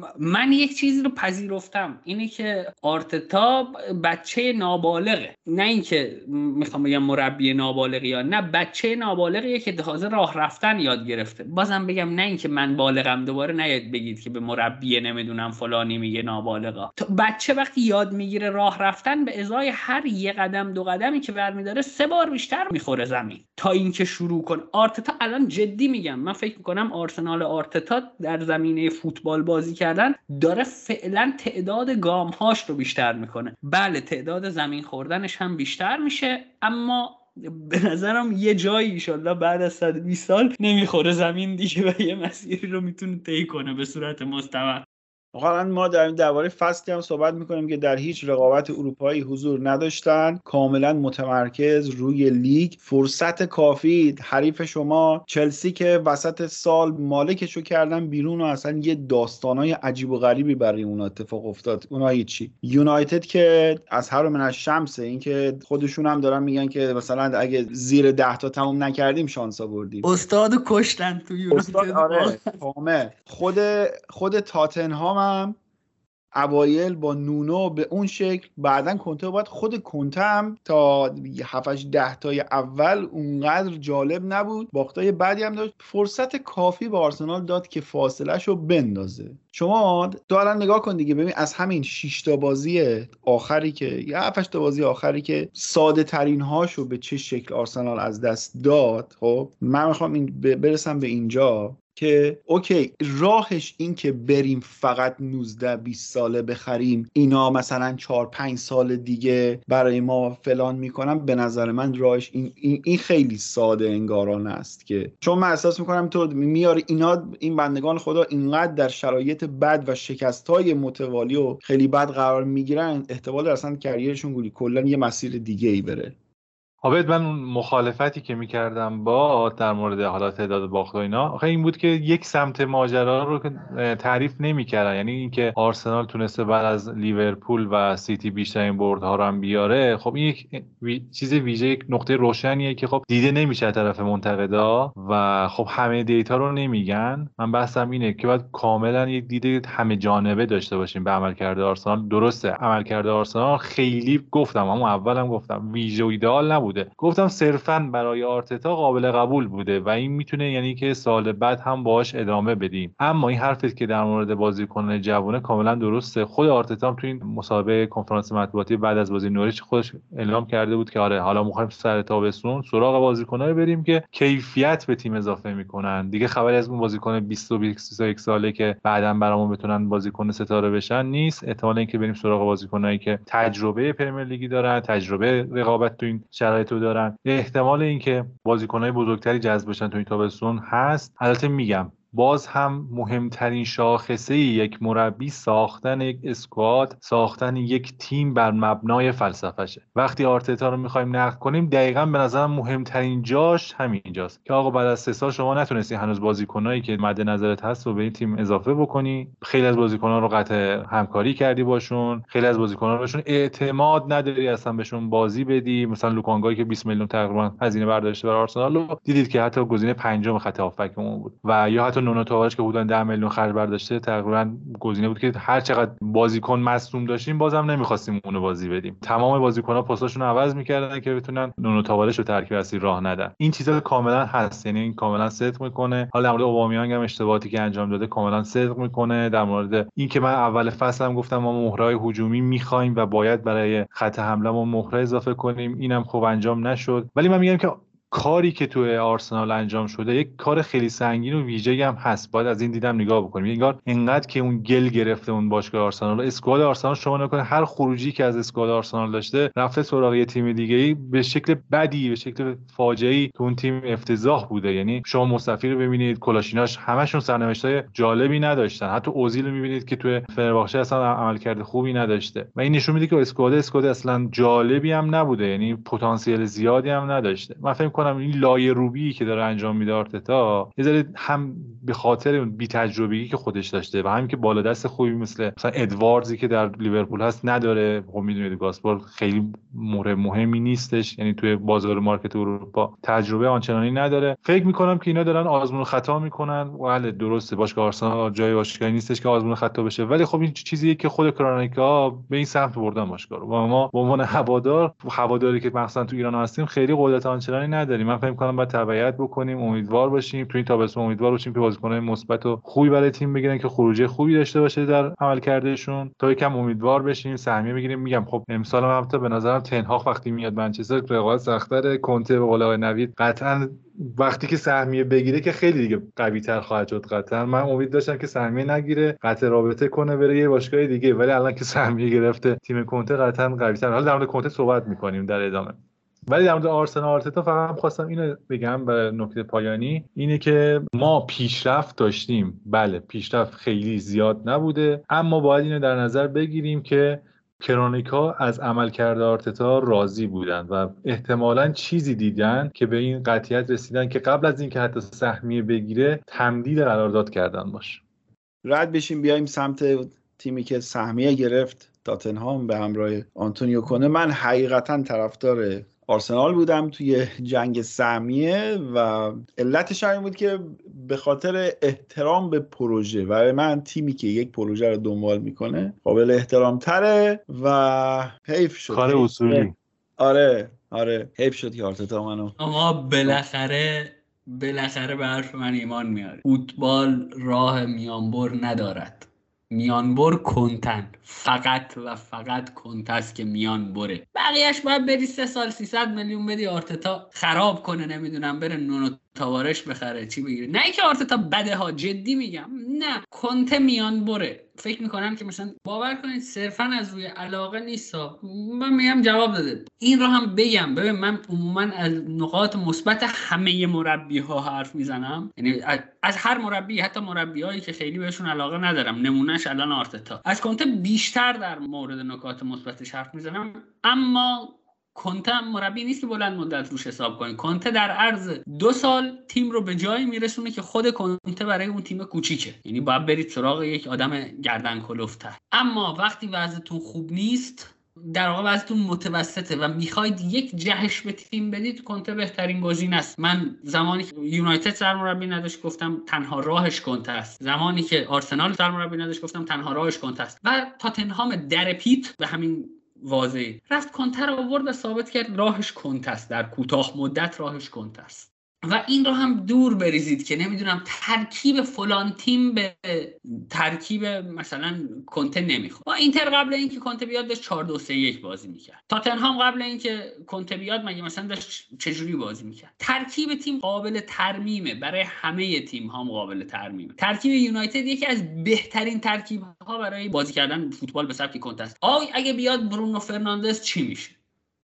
[SPEAKER 2] من یک چیزی رو پذیرفتم، اینه که آرتتا بچه نابالغه. نه اینکه میخوام بگم مربی نابالغی یا نه، بچه نابالغیه که تازه راه رفتن یاد گرفته. بازم بگم نه اینکه من بالغم، دوباره نیاد بگید که به مربی نمیدونم فلانی میگه نابالغ. بچه وقتی یاد میگیره راه رفتن، به ازای هر یه قدم دو قدمی که برمیداره 3 بار بیشتر میخوره زمین تا اینکه شروع کن. آرتتا الان جدی میگم، من فکر میکنم آرسنال آرتتا در زمینه فوتبال بازی کردن داره فعلا تعداد گامهاش رو بیشتر میکنه. بله تعداد زمین خوردنش هم بیشتر میشه، اما به نظرم یه جایی ایشالله بعد از 120 سال نمیخوره زمین دیگه و یه مسیری رو میتونه طی کنه به صورت مستمر.
[SPEAKER 1] واقعا ما در این درباره فصلی هم صحبت میکنیم که در هیچ رقابت اروپایی حضور نداشتن، کاملا متمرکز روی لیگ، فرصت کافی. حریف شما چلسی که وسط سال مالکشو کردن بیرون و اصلا یه داستانای عجیب و غریبی برای اونا اتفاق افتاد. اونا هیچی. یونایتد که از هر من از شمسه، این که خودشون هم دارن میگن که مثلا اگه زیر 10 تا تموم نکردیم شانس آوردیم.
[SPEAKER 2] استادو کشتن تو یونایتد.
[SPEAKER 1] آره تمامه. خود تاتنهام هم اوایل با نونو به اون شکل، بعدن کنته باید خود کنته هم تا 7-10 تای اول اونقدر جالب نبود، باختای بعدی هم داشت، فرصت کافی به آرسنال داد که فاصله‌شو بندازه. شما تو الان نگاه کن دیگه، ببین از همین 6 تا بازی آخری که یا 7 تا بازی آخری که ساده ترین هاشو به چه شکل آرسنال از دست داد. خب من میخوام برسم به اینجا که اوکی راهش این که بریم فقط 19-20 ساله بخریم، اینا مثلا 4-5 سال دیگه برای ما فلان میکنم، به نظر من راهش این خیلی ساده انگارانه است. که چون من احساس میکنم تو میاری اینا، این بندگان خدا اینقدر در شرایط بد و شکست‌های متوالی و خیلی بد قرار میگیرن، احتمال اصلا کریرشون کلا یه مسیر دیگه ای بره.
[SPEAKER 3] عابد من اون مخالفتی که میکردم با در مورد حالا تعداد باخت و اینا، آخه این بود که یک سمت ماجرا رو تعریف نمیکردن، یعنی اینکه آرسنال تونسته بعد از لیورپول و سیتی بیشترین بردها رو هم بیاره. خب این یک چیز ویژه، یک نقطه روشنیه که خب دیده نمیشه از طرف منتقدا و خب همه دیتا رو نمیگن. من بحثم اینه که باید کاملا یک دید همه جانبه داشته باشیم به عملکرد آرسنال. درسته عملکرد آرسنال خیلی گفتم، اما اولم گفتم ویژه و ایدئال نبود، گفتم صرفاً برای آرتتا قابل قبول بوده و این میتونه یعنی که سال بعد هم باهاش ادامه بدیم. اما این حرفی که در مورد بازیکن جوانه کاملا درسته. خود آرتتا هم تو این مسابقه کنفرانس مطبوعاتی بعد از بازی نوریچ خودش اعلام کرده بود که آره حالا می‌خوایم سر تابستون سراغ بازیکن‌ها بریم که کیفیت به تیم اضافه میکنن. دیگه خبری از اون بازیکن 20-21 ساله که بعداً برامون بتونن بازیکن ستاره بشن نیست. احتمال اینکه بریم سراغ بازیکنایی که تجربه پرمیر لیگی دارن، تجربه رقابت تو این شرایط شرایطو دارن، احتمال اینکه بازیکن‌های بزرگتری جذب بشن تو این تابستون هست. البته میگم باز هم مهمترین شاخصه یک مربی ساختن یک اسکواد، ساختن یک تیم بر مبنای فلسفه‌شه. وقتی آرتتا رو می‌خوایم نقد کنیم دقیقاً به نظرم مهمترین جاش همینجاست که آقا بعد از 3 سال شما نتونستی هنوز بازیکنایی که مد نظرت هست رو به این تیم اضافه بکنی. خیلی از بازیکن‌ها رو قطع همکاری کردی باشون، خیلی از بازیکن‌ها رو بهشون اعتماد نداری اصلا بهشون بازی بدی. مثلا لوکانگایی که 20 میلیون تقریبا هزینه برداشته برای آرسنال رو دیدید که حتی گزینه پنجم خط هافبکمون بود، و یا حتی نونو تاوارش که حدود 10 میلیون خرج برداشته تقریبا گزینه بود که هر چقدر بازیکن مصدوم داشتیم بازم نمی‌خواستیم اونو بازی بدیم. تمام بازیکن‌ها پستاشون رو عوض می‌کردن که بتونن نونو تاوارش رو ترکیب اصلی راه ندن. این چیزا کاملا هست، یعنی این کاملا صدق میکنه. حالا در مورد اوبامیانگ هم اشتباهاتی که انجام داده کاملا صدق میکنه. در مورد این که من اول فصلم گفتم ما مهره‌های هجومی می‌خوایم و باید برای خط حمله ما مهره اضافه کنیم، اینم خوب انجام نشد. ولی من میگم که کاری که توی آرسنال انجام شده یک کار خیلی سنگین و ویژه‌ای هم هست. باید از این دیدم نگاه بکنیم. انگار اینقدر که اون گل گرفته اون باشگاه آرسنال، اسکواد آرسنال شما نکنه هر خروجی که از اسکواد آرسنال داشته رفته سراغ یه تیم دیگه‌ای به شکل بدی، به شکل فاجعه‌ای تو اون تیم افتضاح بوده. یعنی شما مصطفی رو ببینید، کلاشیناش همشون سرنوشتای جالبی نداشتن. حتی اوزیل رو می‌بینید که توی فنرباغچه اصلا عملکرد خوبی نداشته و این نشون میده که اسکواد اصلا جالبی هم نبوده، یعنی پتانسیل زیادی هم نداشته. من فکر کنم این لایه روبی که داره انجام میده آرتتا یه ذره هم به خاطر اون بی‌تجربگی که خودش داشته و همین که بالا دست خوبی مثلا ادواردزی که در لیورپول هست نداره. خب میدونید گاسپار خیلی مهمی نیستش، یعنی توی بازار مارکت اروپا تجربه آنچنانی نداره. فکر میکنم که اینا دارن آزمون و خطا میکنن. بله درسته باشگاه آرسنال جای باشگاهی نیستش که آزمون و خطا بشه، ولی خب این چیزیه که خود کرونیکا به این سمت بردن باشگاه رو و ما به عنوان هواداری که مثلا تو ایران هستیم خیلی قدرت آنچنانی نداریم. من فکر می‌کنم باید تبعیت بکنیم، امیدوار باشیم تو این تابستون، امیدوار باشیم که بازیکن‌های مثبت و خوبی برای تیم بگیرن که خروجی خوبی داشته باشه در عملکردشون تا یکم امیدوار بشیم سهمیه بگیریم. میگم خب امسال هم البته به نظرم تنهاخ وقتی میاد منچستر رقابت سخت‌تره. کنته به قول آقای نوید قطعاً وقتی که سهمیه بگیره که خیلی دیگه قوی‌تر خواهد شد. قطعاً من امید داشتم که سهمیه نگیره، قطع رابطه کنه بره یه باشگاه دیگه، ولی الان که سهمیه گرفته تیم کنته قطعاً قوی‌تر. حالا در مورد کنته صحبت می‌کنیم در ادامه. ولی در مورد آرسنال آرتتا فقط خواستم اینو بگم به نکته پایانی، اینه که ما پیشرفت داشتیم. بله پیشرفت خیلی زیاد نبوده، اما باید اینو در نظر بگیریم که کرونیکا از عملکرد آرتتا راضی بودن و احتمالاً چیزی دیدن که به این قطعیت رسیدن که قبل از اینکه حتی سهمیه بگیره تمدید قرارداد کردن باشه.
[SPEAKER 1] رد بشیم بیایم سمت تیمی که سهمیه گرفت، تاتنهام به همراه آنتونیو کونه. من حقیقتاً طرفدار آرسنال بودم توی جنگ سهمیه و علتش این بود که به خاطر احترام به پروژه و من تیمی که یک پروژه رو دنبال میکنه قابل احترام تره و حیف شد
[SPEAKER 3] کار اصولی.
[SPEAKER 1] آره حیف شد که آرتتا منو
[SPEAKER 2] اما بالاخره به حرف من ایمان میاره. فوتبال راه میانبر ندارد، میانبر کنتن، فقط و فقط کنت است که میانبره. بقیهش باید بری 3 سال 300 میلیون بدی آرتتا خراب کنه، نمیدونم بره نونو تاوارش بخره چی بگیره. نه اینکه آرتتا بده ها، جدی میگم، نه کنت میانبره. فکر میکنم که مثلا باور کنید صرفا از روی علاقه نیست. من میگم جواب داده. این رو هم بگم، ببین من عموما از نقاط مثبت همه مربی ها حرف میزنم، یعنی از هر مربی، حتی مربیایی که خیلی بهشون علاقه ندارم، نمونهش الان آرتتا، از کنته بیشتر در مورد نکات مثبتش حرف میزنم. اما کنته مربی نیست که بلند مدت روش حساب کنید. کنته در عرض 2 سال تیم رو به جایی میرسونه که خود کنته برای اون تیم کوچیکه، یعنی باید برید سراغ یک آدم گردن کلفتر. اما وقتی وضعتون خوب نیست، در واقع وضعتون متوسطه و میخواید یک جهش به تیم بدید، کنته بهترین گزینه است. من زمانی که یونایتد سرمربی نداشت گفتم تنها راهش کنته است، زمانی که آرسنال سرمربی نداشت گفتم تنها راهش کنته است، و تاتنهام در پیت به همین واضح رفت کنته رو آورد و ثابت کرد راهش کنته است، در کوتاه مدت راهش کنته است. و این رو هم دور بریزید که نمیدونم ترکیب فلان تیم به ترکیب مثلا کنته نمیخواد. با اینتر قبل اینکه کنته بیاد داشت 4-2-3-1 بازی میکرد. تاتنهام قبل اینکه کنته بیاد مگه مثلا داشت چجوری بازی میکرد؟ ترکیب تیم قابل ترمیمه، برای همه تیم ها قابل ترمیمه. ترکیب یونایتد یکی از بهترین ترکیب ها برای بازی کردن فوتبال به سبک کنته است. اگه بیاد برونو فرناندز چی میشه؟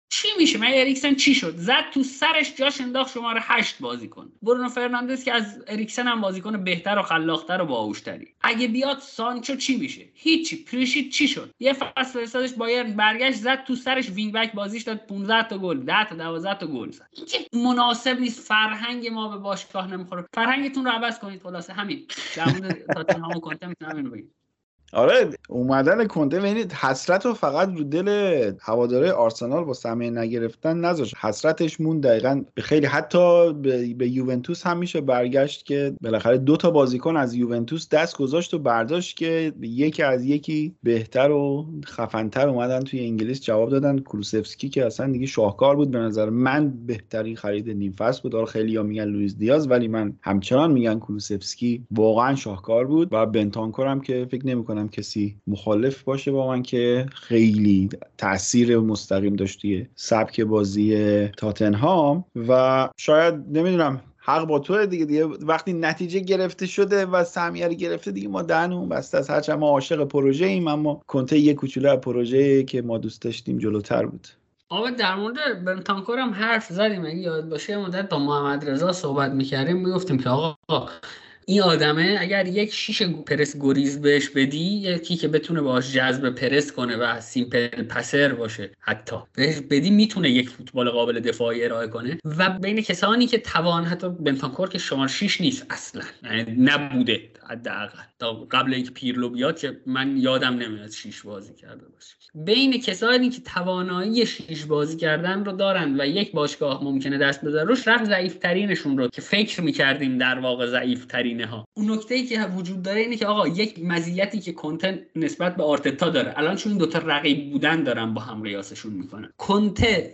[SPEAKER 2] چی میشه؟ من اریکسن چی شد؟ زد تو سرش، جاش انداخت شماره 8 بازیکن. برونو فرناندز که از اریکسن هم بازیکن بهتر و خلاق‌تر و باهوش‌تری. اگه بیاد سانچو چی میشه؟ هیچی. پریشیچ چی شد؟ یه فصل فرستادش بایرن، برگشت زد تو سرش، وینگ بک بازیش داد 15 تا گل، 10 تا 12 تا گل زد. این که مناسب نیست. فرهنگ ما به باشگاه نمیخوره. فرهنگتون رو عوض کنید. خلاصه همین. در مورد تاتنهام و کنته میتونم اینو بگم.
[SPEAKER 1] آره اومدن کنته ببینید حسرت رو فقط رو دل هواداره آرسنال با سهمیه نگرفتن نذاشت، حسرتش مون دقیقاً به خیلی، حتی به یوونتوس هم میشه برگشت که بالاخره 2 تا بازیکن از یوونتوس دست گذاشت و برداشت که یکی از یکی بهتر و خفن‌تر اومدن توی انگلیس جواب دادن. کولوسفسکی که اصلا دیگه شاهکار بود به نظر من، بهترین خرید نیم فصل بود. آره خیلی‌ها میگن لوئیس دیاز، ولی من همچنان میگن کولوسفسکی واقعا شاهکار بود. و بنتانکور هم که فکر نمی‌کنم کسی مخالف باشه با من که خیلی تأثیر مستقیم داشت توی سبک بازی تاتنهام. و شاید نمیدونم حق با توه دیگه وقتی نتیجه گرفته شده و سهمیه رو گرفته دیگه ما دهنمون بسته است. هرچند ما عاشق پروژه ایم اما کنته یه کوچولو از پروژه که ما دوست داشتیم جلوتر بود.
[SPEAKER 2] آقا در مورد بنتانکور هم حرف زدیم. اگه یاد باشه مدت با محمد رضا صحبت می‌کردیم میگفتیم که آقا این آدمه اگر یک شیش پرس گریز بهش بدی، یکی که بتونه باهاش جذب پرس کنه و سیمپل پسر باشه حتی بهش بدی، میتونه یک فوتبال قابل دفاعی ارائه کنه. و بین کسانی که توان، حتی بنتانکور که شماره 6 نیست اصلا، یعنی نبوده حداقل تا قبل اینکه پیرلو بیاد که من یادم نمیاد 6 بازی کرده باشه. بین کسانی که توانایی 6 بازی کردن رو دارن و یک باشگاه ممکنه دست بذاره روش، رفت ضعیف ترینشون رو که فکر می‌کردیم در واقع ضعیف ترین ها. اون نکته‌ای که وجود داره اینه که آقا یک مزیتی که کنته نسبت به آرتتا داره، الان چون این دوتا رقیب بودن دارن با هم ریاسشون میکنن، کنته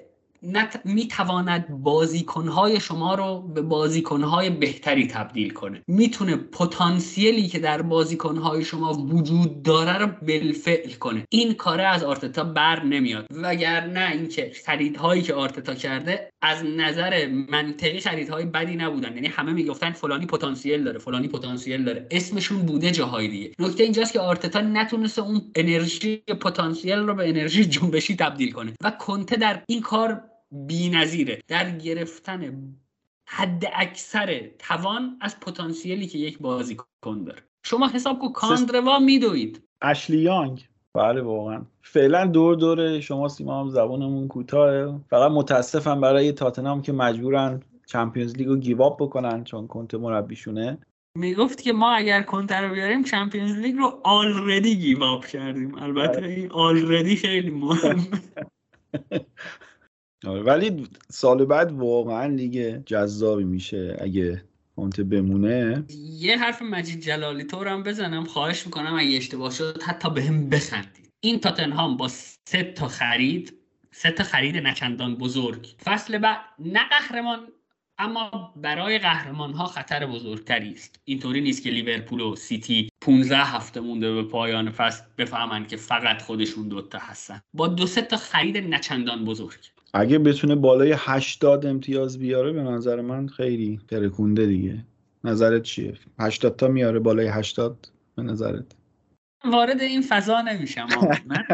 [SPEAKER 2] میتواند بازیکنهای شما رو به بازیکنهای بهتری تبدیل کنه، میتونه پتانسیلی که در بازیکنهای شما وجود داره رو بالفعل کنه. این کاره از آرتتا بر نمیاد. وگرنه اینکه خریدهایی که آرتتا کرده از نظر منطقی خریدهای بدی نبودن، یعنی همه میگفتن فلانی پتانسیل داره، فلانی پتانسیل داره، اسمشون بوده جاهای دیگه. نکته اینجاست که آرتتا نتونسته اون انرژی پتانسیل رو به انرژی جنبشی تبدیل کنه و کنته در این کار بی‌نظیره، در گرفتن حد اکثر توان از پتانسیلی که یک بازیکن داره. شما حساب کو کاندروا میدوید،
[SPEAKER 1] اشلی یانگ. بله واقعا فعلا دور شما سیما هم زبانمون کوتاه. فقط متاسفم برای تاتنهام که مجبورن چمپیونز لیگو گیو اپ بکنن چون کنته مربیشونه.
[SPEAKER 2] میگفت که ما اگر کنته رو بیاریم چمپیونز لیگ رو آلردی گیو اپ کردیم. البته این آلردی خیلی مهمه.
[SPEAKER 1] ولی سال بعد واقعا لیگ جذابی میشه اگه کنته بمونه.
[SPEAKER 2] یه حرف مجید جلالی تو رو هم بزنم، خواهش میکنم اگه اشتباه شد حتی بهم بخندید. این تاتنهام با 3 تا خرید نچندان بزرگ فصل بعد نه قهرمان، اما برای قهرمان ها خطر بزرگتری است. اینطوری نیست که لیورپول و سیتی 15 هفته مونده به پایان فصل بفهمن که فقط خودشون دوتا هستن. با 2-3 تا خرید نچندان بزرگ
[SPEAKER 1] اگه بتونه بالای 80 امتیاز بیاره به نظر من خیلی ترکونده دیگه. نظرت چیه؟ 80 تا میاره بالای 80 به نظرت؟
[SPEAKER 2] وارد این فضا نمیشم نه.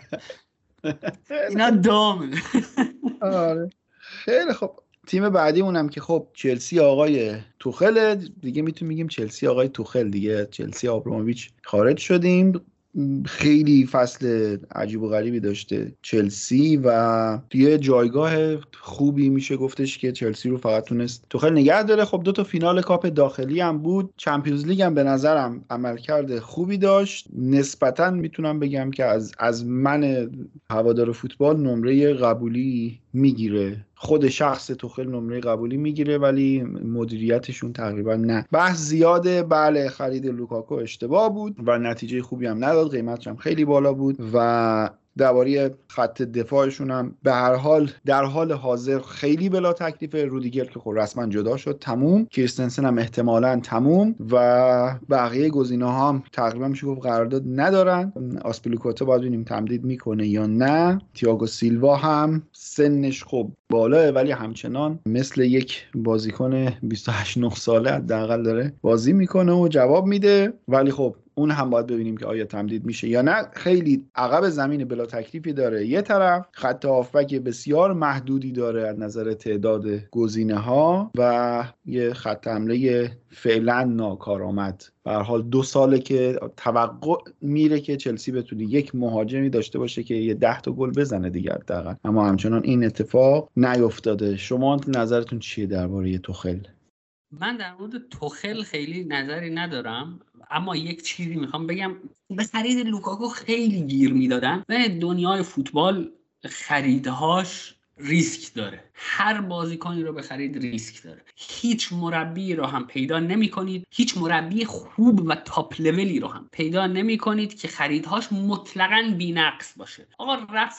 [SPEAKER 2] اینا دامه.
[SPEAKER 1] آره خیلی خب. تیم بعدی اونم که خب چلسی آقای توخل دیگه، میتونیم بگیم چلسی آقای توخل دیگه. چلسی آبراموویچ خارج شدیم. خیلی فصل عجیب و غریبی داشته چلسی و توی جایگاه خوبی میشه گفتش که چلسی رو فقط تونست توخل نگه داره. خب 2 تا فینال کاپ داخلی هم بود، چمپیونز لیگ هم به نظرم عملکرد خوبی داشت. نسبتاً میتونم بگم که از من هوادار فوتبال نمره قبولی میگیره. خود شخص توخل نمره قبولی میگیره ولی مدیریتشون تقریبا نه. بحث زیاده. بله خرید لوکاکو اشتباه بود و نتیجه خوبی هم نداد، قیمتش هم خیلی بالا بود و درباره خط دفاعشون هم به هر حال در حال حاضر خیلی بلا تکلیف. رودیگر که خب رسما جدا شد تموم، کریستنسن هم احتمالاً تموم و بقیه گزینه‌ها هم تقریبا میشه گفت قرارداد ندارن. آسپلیکوتا باید ببینیم تمدید میکنه یا نه. تییاگو سیلوا هم سنش خب بالاه، ولی همچنان مثل یک بازیکن 28-9 ساله حداقل داره بازی میکنه و جواب میده. ولی خب اون هم باید ببینیم که آیا تمدید میشه یا نه. خیلی عقب زمین بلا تکلیفی داره یه طرف، خط هافبک بسیار محدودی داره از نظر تعداد گزینه‌ها و یه خط حمله فعلا ناکارآمد. به هر حال 2 ساله که توقع میره که چلسی بتونه یک مهاجمی داشته باشه که یه 10 تا گل بزنه دیگه حداقل، اما همچنان این اتفاق نیفتاده. شما نظرتون چیه درباره توخل؟
[SPEAKER 2] من در مورد توخل خیلی نظری ندارم، اما یک چیزی میخوام بگم. به خرید لوکاکو خیلی گیر میدادن و دنیای فوتبال خریدهاش ریسک داره. هر بازیکنی رو بخرید ریسک داره. هیچ مربی رو هم پیدا نمی کنید، هیچ مربی خوب و تاپ لولی رو هم پیدا نمی کنید که خریدهاش مطلقاً بی‌نقص باشه. آقا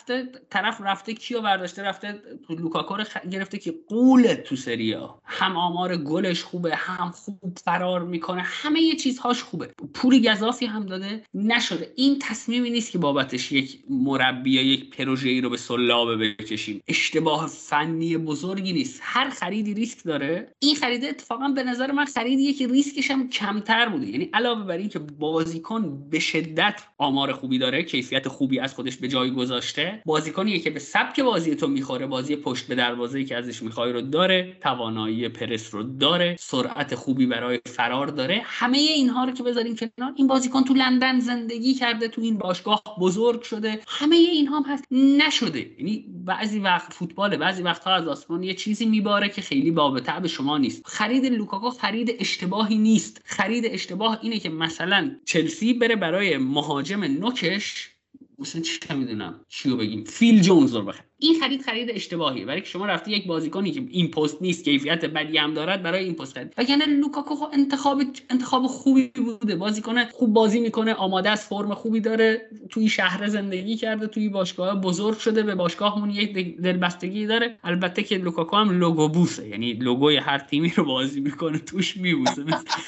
[SPEAKER 2] رفته کیو برداشته؟ رفته لوکاکو رو گرفته که قوله تو سری آ، هم آمار گلش خوبه، هم خوب فرار میکنه، همه یه چیزهاش خوبه، پول گزافی هم داده. نشده. این تصمیمی نیست که بابتش یک مربی یا یک پروژه‌ای رو به سلابه بکشیم. اشتباه فنی بزرگی نیست. هر خریدی ریسک داره. این خرید اتفاقا به نظر من خریدیه که ریسکش هم کمتر بوده. یعنی علاوه بر این که بازیکن به شدت آمار خوبی داره، کیفیت خوبی از خودش به جای گذاشته، بازیکنیه که به سبک بازی تو میخوره، بازی پشت به دروازه‌ای که ازش میخوای رو داره، توانایی پرس رو داره، سرعت خوبی برای فرار داره. همه اینها رو که بذاریم کنار، این بازیکن تو لندن زندگی کرده، تو این باشگاه بزرگ شده، همه اینها هم هست. نشده. یعنی بعضی وقت فوتبال، بعضی وقتها از آسمان یه چیزی میباره که خیلی باب طبع شما نیست. خرید لوکاکو خرید اشتباهی نیست. خرید اشتباه اینه که مثلا چلسی بره برای مهاجم نوکش، مثلا چه میدونم چیو بگیم، فیل جونز رو بخره. این خرید اشتباهیه، برای که شما رفتی یک بازیکنی که این پست نیست، کیفیت بدی هم دارد، برای این پست خرید. وگرنه لوکاکو انتخاب خوبی بوده. بازیکن خوب بازی میکنه، آماده است، فرم خوبی داره، توی شهر زندگی کرده، توی باشگاه بزرگ شده، به باشگاهمون یک دلبستگی داره. البته که لوکاکو هم لوگو بوسه، یعنی لوگوی هر تیمی رو بازی میکنه توش میبوسه.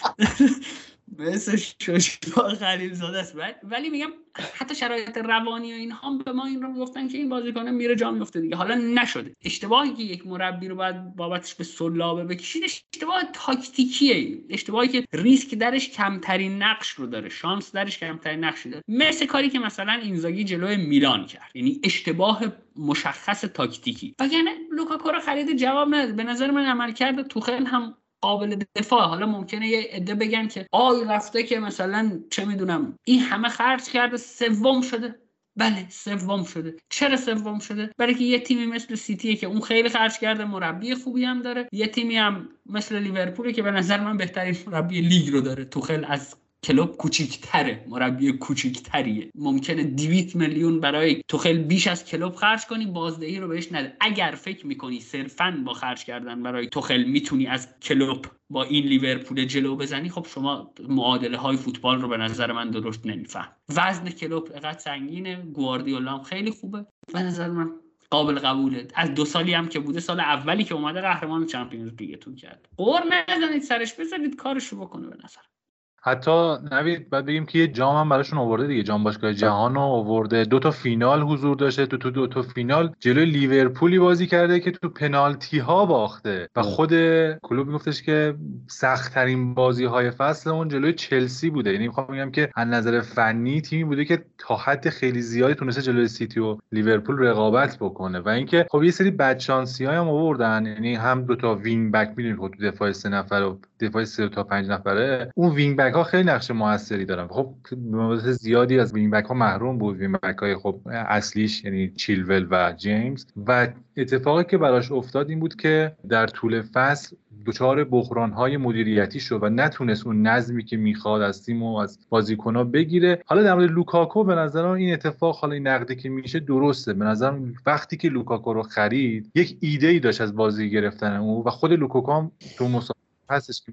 [SPEAKER 2] مثل شجاع خلیلزاده است. ولی میگم حتی شرایط روانی و اینها هم به ما این رو گفتن که این بازیکن میره جا میفته دیگه. حالا نشده. اشتباهی که یک مربی رو باید بابتش به سلابه بکشید اشتباه تاکتیکیه، اشتباهی که ریسک درش کمترین نقش رو داره، شانس درش کمترین نقش داره، مثل کاری که مثلا اینزاگی جلوی میلان کرد. یعنی اشتباه مشخص تاکتیکی. وگرنه لوکاکو رو خرید جواب نده. به نظر من عملکرد توخل هم قابل دفاع. حالا ممکنه یه عده بگن که آی رفته که مثلا چه میدونم این همه خرج کرده سوم شده. بله سوم شده. چرا سوم شده؟ برای که یه تیمی مثل سیتیه که اون خیلی خرج کرده، مربی خوبی هم داره، یه تیمی هم مثل لیورپول که به نظر من بهترین مربی لیگ رو داره. توخل از کلوب کوچیک‌تره، مربی کوچیک‌تریه. ممکنه 200 میلیون برای توخل بیش از کلوب خرج کنی، بازدهی رو بهش نده. اگر فکر می‌کنی صرفاً با خرج کردن برای توخل میتونی از کلوب با این لیورپول جلو بزنی، خب شما معادله‌های فوتبال رو به نظر من درست نمی‌فهم. وزن کلوب اینقدر سنگینه، گواردیولا هم خیلی خوبه، به نظر من قابل قبوله. از 2 سالی هم که بوده، سال اولی که اومده قهرمان چمپیونز لیگتون کرد. قور نزنید سرش، بذارید کارشو بکنه. به نظر
[SPEAKER 3] حتی نوید بعد بگیم که یه جام هم براشون آورده دیگه، جام باشگاه جهان رو آورده، 2 تا فینال حضور داشته، تو 2 تا فینال جلوی لیورپولی بازی کرده که تو پنالتی ها باخته و خود کلوب میگفتش که سخت ترین بازی های فصل اون جلوی چلسی بوده. یعنی میخوام بگم که از نظر فنی تیمی بوده که تا حد خیلی زیادی تونسته جلوی سیتی و لیورپول رقابت بکنه. و اینکه خب یه سری بدشانسی هم آوردن، یعنی هم 2 تا وینگ بک میدونید خب تو دفاع 3 نفره و دفاع 3 تا 5 نفره، اون وینگ بک ها خیلی نقش موثری دارن. خب مدت زیادی از وینگ بک ها محروم بود، وینگ بک های خب اصلیش یعنی چیلول و جیمز، و اتفاقی که براش افتاد این بود که در طول فصل دچار بحران های مدیریتی شد و نتونست اون نظمی که میخواد از تیم و از بازیکن‌ها بگیره. حالا در مورد لوکاکو به نظرم این اتفاق، حالا این نقدی که میشه درسته. به نظرم وقتی که لوکاکو رو خرید یک ایده‌ای داشت از بازی گرفتن اون و خود لوکاکو هم تو مسابقه هستش که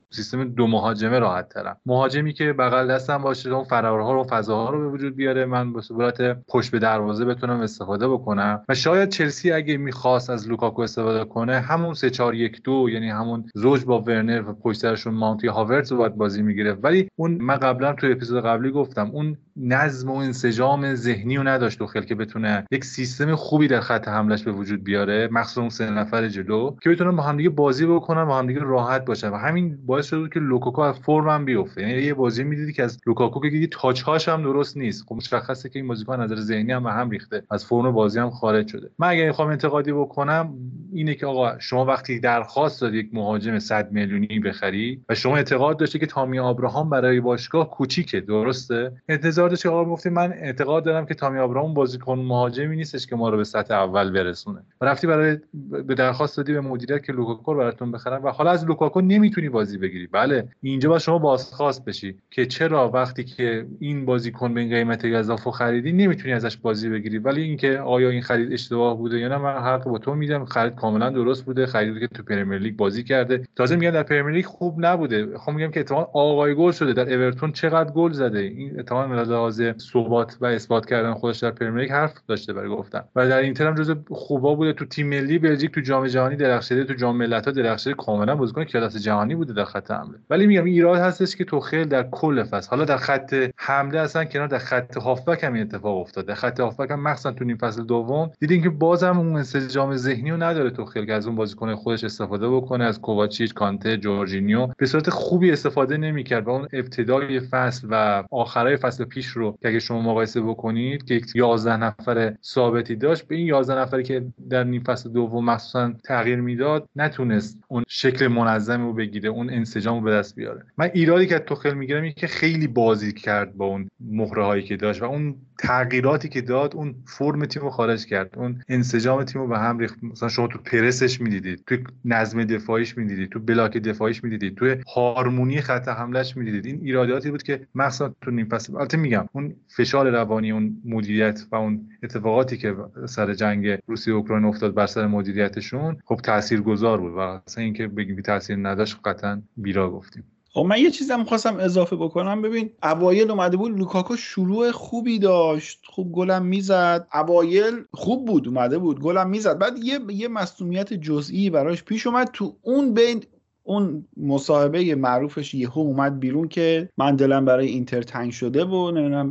[SPEAKER 3] سیستم دو مهاجمه راحت ترم. مهاجمی که بغل دستم باشه، اون فرارها و فضاها رو به وجود بیاره، من به صورت پشت به دروازه بتونم استفاده بکنم. و شاید چلسی اگه میخواست از لوکاکو استفاده کنه، همون 3-4-1-2 یعنی همون زوج با ورنر و پشت سرشون ماونتی هاورتز رو باید بازی میگرفت. ولی اون من قبلا تو اپیزود قبلی گفتم اون نظم و انسجام ذهنی رو نداشت توخیل که بتونه یک سیستم خوبی در خط حملهش به وجود بیاره، مخصوصا اون 3 نفر جلو که بتونن با هم دیگه بازی بکنن و هم دیگه راحت باشن. و همین باعث شد که لوکاکو از فرم هم بیفته. یعنی یه بازی میدیدی که از لوکاکو که دیدی تاچ‌هاش هم درست نیست. خب مشخصه که این بازیکن از نظر ذهنی هم به هم ریخته، از فرم بازی هم خارج شده. من اگه میخوام انتقادی بکنم اینه که آقا شما وقتی درخواست دادی یک مهاجم 100 میلیونی بخری و شما اعتقاد داشتی که تامی آبراهام برای باشگاه کوچیکه، درسته؟ انتظار داشتی آقا گفتی من اعتقاد دارم که تامی آبراهام بازیکن مهاجمی نیستش که ما رو به سطح اول برسونه. و رفتی برای به درخواست دادی به مدیریت که لوکاکو رو براتون بخرن و حالا از لوکاکو نمیتونی بازی بگیری. بله اینجا باید شما بازخواست بشی که چرا وقتی که این بازیکن به این قیمت گزافو خریدی نمیتونی ازش بازی بگیری. ولی اینکه آیا این خرید اشتباه بوده یا نه، من حق با تو میدم، خرید کاملا درست بوده، خریدی که تو پرمیر لیگ بازی کرده. تازه میگن در پرمیر لیگ خوب نبوده، خب میگم که اتفاقا آقای گل شده، در اورتون چقدر گل زده، این اتفاقا به لحاظ ثبات و اثبات کردن خودش در پرمیر لیگ حرف داشته برای گفتن. و در اینتر هم جزو خوبا بوده، تو تیم ملی بلژیک تو جام جهانی درخشیده، تو جام ملت‌ها درخشیده، کاملا بازیکن کلاس جهانی بوده در خط حمله. ولی میگم این ایراد هستش که توخیل در کل فصل، حالا در خط حمله اصلا کنار، در خط هافبک هم این اتفاق افتاد. در خط هافبک هم مخصوصا تو نیم فصل دوم دیدین که بازم اون انسجام ذهنی رو نداره توخیل که از اون بازیکن خودش استفاده بکنه، از کوواچیچ، کانته، جورجینیو به صورت خوبی استفاده نمی‌کرد و اون ابتدای فصل و آخرای فصل پیش رو که اگه شما مقایسه بکنید که 11 نفر ثابتی داشت، به این 11 نفری که در نیم فصل دوم مخصوصا تغییر میداد نتونست اون شکل منظمی رو بگیره، اون انسجام رو به دست بیاره. من ایرادی که توخیل میگیرم اینه که خیلی بازی کرد با اون مهره هایی که داشت و اون تغییراتی که داد، اون فرم تیمو خارج کرد، اون انسجام تیمو به هم ریخت. مثلا شما تو پرسش میدیدید، تو نظم دفاعیش میدیدید، تو بلاک دفاعیش میدیدید، تو هارمونی خط حملهش میدیدید. این ایراداتی بود که مثلا تو نیم فصل، البته میگم اون فشار روانی، اون مدیریت و اون اتفاقاتی که سر جنگ روسیه و اوکراین افتاد بر سر مدیریتشون خب تاثیرگذار بود و اصلا اینکه بگیم تاثیر نداشت قطعا بیرا گفتیم.
[SPEAKER 1] خب من یه چیزم می‌خواستم اضافه بکنم. ببین اوایل اومده بود لوکاکو شروع خوبی داشت، خوب گلم میزد، اوایل خوب بود، اومده بود گلم میزد، بعد یه مصونیت جزئی براش پیش اومد، تو اون بین اون مصاحبه معروفش یهو اومد بیرون که من دلم برای اینتر تنگ شده و نمیدونم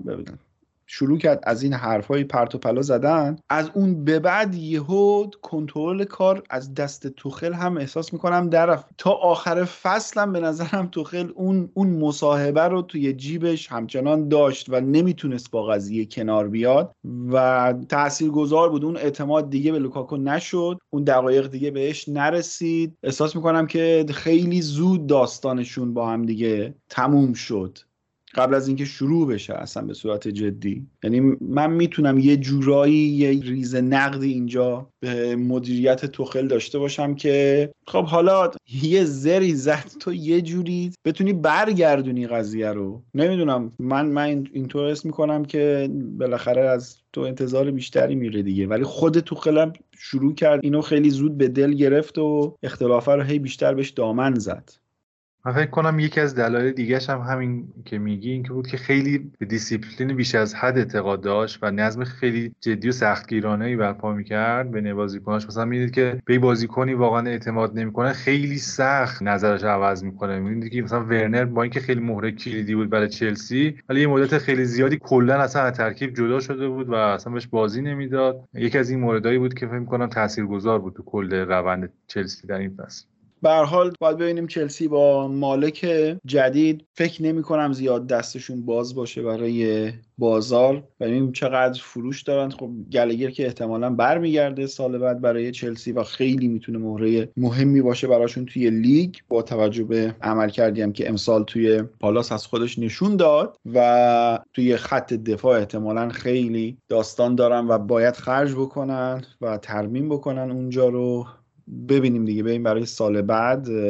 [SPEAKER 1] شروع کرد از این حرفای پرت و پلا زدن. از اون به بعد یهو کنترل کار از دست توخیل هم احساس میکنم در تا آخر فصل هم به نظرم توخیل اون مصاحبه رو توی جیبش همچنان داشت و نمیتونست با قضیه کنار بیاد و تاثیرگذار بود. اون اعتماد دیگه به لوکاکو نشد، اون دقایق دیگه بهش نرسید. احساس میکنم که خیلی زود داستانشون با هم دیگه تموم شد قبل از اینکه شروع بشه اصلا به صورت جدی. یعنی من میتونم یه جورایی یه ریز نقدی اینجا به مدیریت توخیل داشته باشم که خب حالا یه زری زد تو یه جوری بتونی برگردونی قضیه رو. نمیدونم، من اینطور حس میکنم که بالاخره از تو انتظار بیشتری میره دیگه، ولی خود توخیل هم شروع کرد اینو خیلی زود به دل گرفت و اختلافه رو هی بیشتر بهش دامن زد.
[SPEAKER 3] من فکر کنم یکی از دلایل دیگه‌ش هم همین که میگی، این که بود که خیلی به دیسیپلین بیش از حد اعتقاد داشت و نظم خیلی جدی و سختگیرانه‌ای برپا می‌کرد بین بازیکناش. مثلا می‌دید که به بازیکنی واقعا اعتماد نمی‌کنه، خیلی سخت نظرش عوض می‌کنه. می‌دید که مثلا ورنر با اینکه خیلی مهره کلیدی بود برای چلسی، ولی یه مدت خیلی زیادی کلاً اصلا از ترکیب جدا شده بود و اصلا بهش بازی نمیداد. یکی از این موردایی بود که فکر می‌کنم تاثیرگذار بود تو کل روند چلسی در این فصل.
[SPEAKER 1] به هر حال باید ببینیم چلسی با مالک جدید فکر نمی کنم زیاد دستشون باز باشه برای بازار. ببینیم چقدر فروش دارن. خب گلگر که احتمالاً برمیگرده سال بعد برای چلسی و خیلی میتونه مهره مهمی باشه براشون توی لیگ با توجه به عملکردی هم که امسال توی پالاس از خودش نشون داد و توی خط دفاع احتمالاً خیلی داستان دارن و باید خرج بکنن و ترمیم بکنن اونجا رو. ببینیم دیگه، بریم برای سال بعد.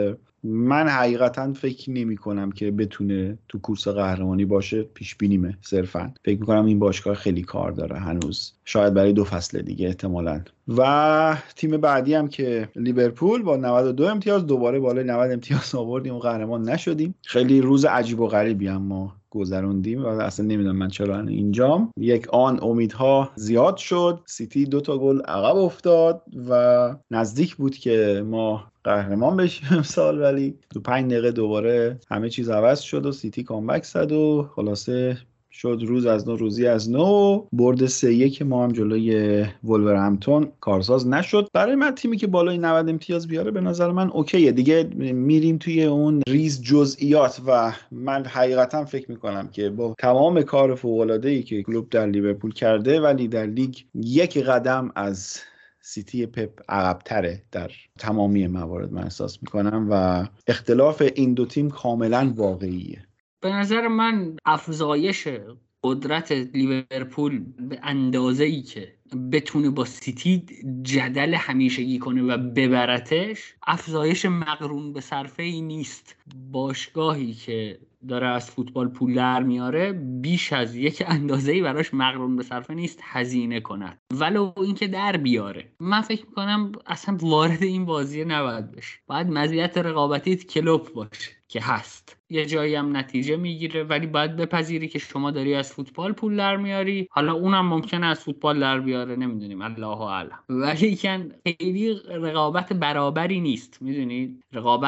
[SPEAKER 1] من حقیقتا فکر نمی کنم که بتونه تو کورس قهرمانی باشه. پیش بینیمه صرفا. فکر می کنم این باشگاه خیلی کار داره هنوز، شاید برای 2 فصل دیگه احتمالاً. و تیم بعدی هم که لیورپول با 92 امتیاز دوباره بالای 90 امتیاز آوردیم و قهرمان نشدیم. خیلی روز عجیب و غریبی هم ما گذروندیم و اصلا نمیدونم من چرا اینجام. یک آن امیدها زیاد شد، سیتی 2 تا گل عقب افتاد و نزدیک بود که ما قهرمان بشیم امسال، ولی تو 5 دقیقه دوباره همه چیز عوض شد و سیتی کامبک زد و خلاصه شد روز از نو روزی از نو. برد 3-1 ما هم جلوی ولورهمپتون کارساز نشد. برای من تیمی که بالای 90 امتیاز بیاره به نظر من اوکیه دیگه. میریم توی اون ریز جزئیات و من حقیقتا فکر میکنم که با تمام کار فوق‌العاده‌ای که کلوب در لیورپول کرده، ولی در لیگ یک قدم از سیتی پپ عقب‌تره در تمامی موارد من احساس میکنم و اختلاف این دو تیم کاملا واقعیه.
[SPEAKER 2] به نظر من افزایش قدرت لیورپول به اندازه‌ای که بتونه با سیتی جدل همیشگی کنه و ببرتش، افزایش مقرون به صرفه‌ای نیست. باشگاهی که داره از فوتبال پول در میاره بیش از یک اندازه‌ای براش مقرون به صرفه نیست هزینه کند، ولو اینکه در بیاره. من فکر میکنم اصلا وارد این بازی نباید بشه. باید مزیت رقابتیت کلوب باشه که هست، یه جایی هم نتیجه میگیره، ولی باید بپذیری که شما داری از فوتبال پول در میاری. حالا اونم ممکنه از فوتبال در بیاره، نمیدونیم، الله اعلم، ولی کن خیلی رقابت برابری نیست. میدونید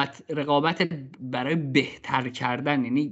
[SPEAKER 2] رقابت برای بهتر کردن، یعنی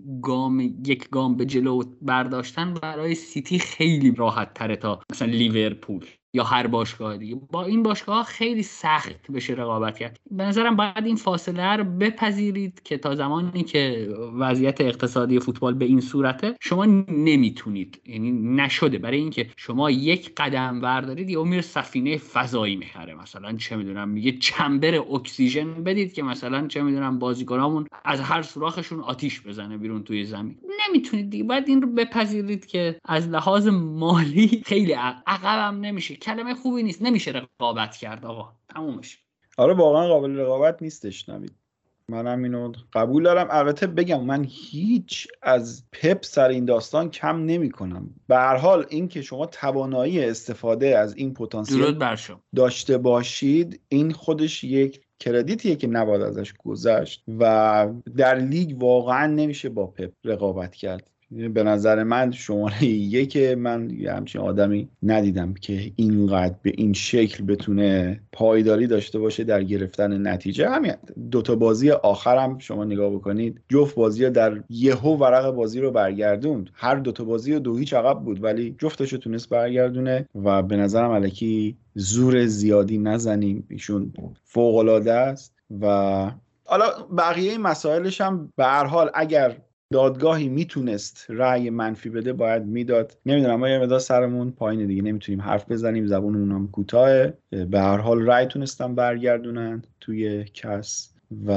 [SPEAKER 2] یک گام به جلو برداشتن برای سیتی خیلی راحت تره تا مثلا لیورپول یا هر باشگاه دیگه. با این باشگاه خیلی سخت بشه رقابت کرد. به نظرم باید این فاصله رو بپذیرید که تا زمانی که وضعیت اقتصادی فوتبال به این صورته شما نمیتونید، یعنی نشده برای اینکه شما یک قدم بردارید یا میره سفینه فضایی میخره، مثلا چه میدونم میگه چمبر اکسیژن بدید که مثلا چه میدونم بازیکنامون از هر سوراخشون آتیش بزنه بیرون توی زمین. نمیتونید دیگه. باید این رو بپذیرید که از لحاظ مالی خیلی عقبم نمیشه. کلمه خوبی نیست، نمیشه رقابت کرد آقا، تمومش.
[SPEAKER 1] آره واقعا قابل رقابت نیستش. نمید منم اینو قبول دارم. البته بگم من هیچ از پپ سر این داستان کم نمی کنم. به هر حال این که شما توانایی استفاده از این پتانسیل داشته باشید، این خودش یک کردیتیه که نباید ازش گذشت و در لیگ واقعا نمیشه با پپ رقابت کرد. به نظر من شماره 1 من یه همچین آدمی ندیدم که اینقدر به این شکل بتونه پایداری داشته باشه در گرفتن نتیجه. همین 2 تا بازی آخرم شما نگاه بکنید، جفت بازی‌ها در یهو ورق بازی رو برگردوند. هر 2 تا بازی 2-0 عقب بود ولی جفتشو تونست برگردونه و به نظرم الکی زور زیادی نزنیم، ایشون فوق‌العاده است. و حالا بقیه مسائلش هم به هر حال اگر دادگاهی میتونست رأی منفی بده باید میداد. نمیدونم، ما یه مقدار سرمون پایینه دیگه، نمیتونیم حرف بزنیم، زبونمون هم کوتاهه. به هر حال رأی تونستن برگردونن توی کس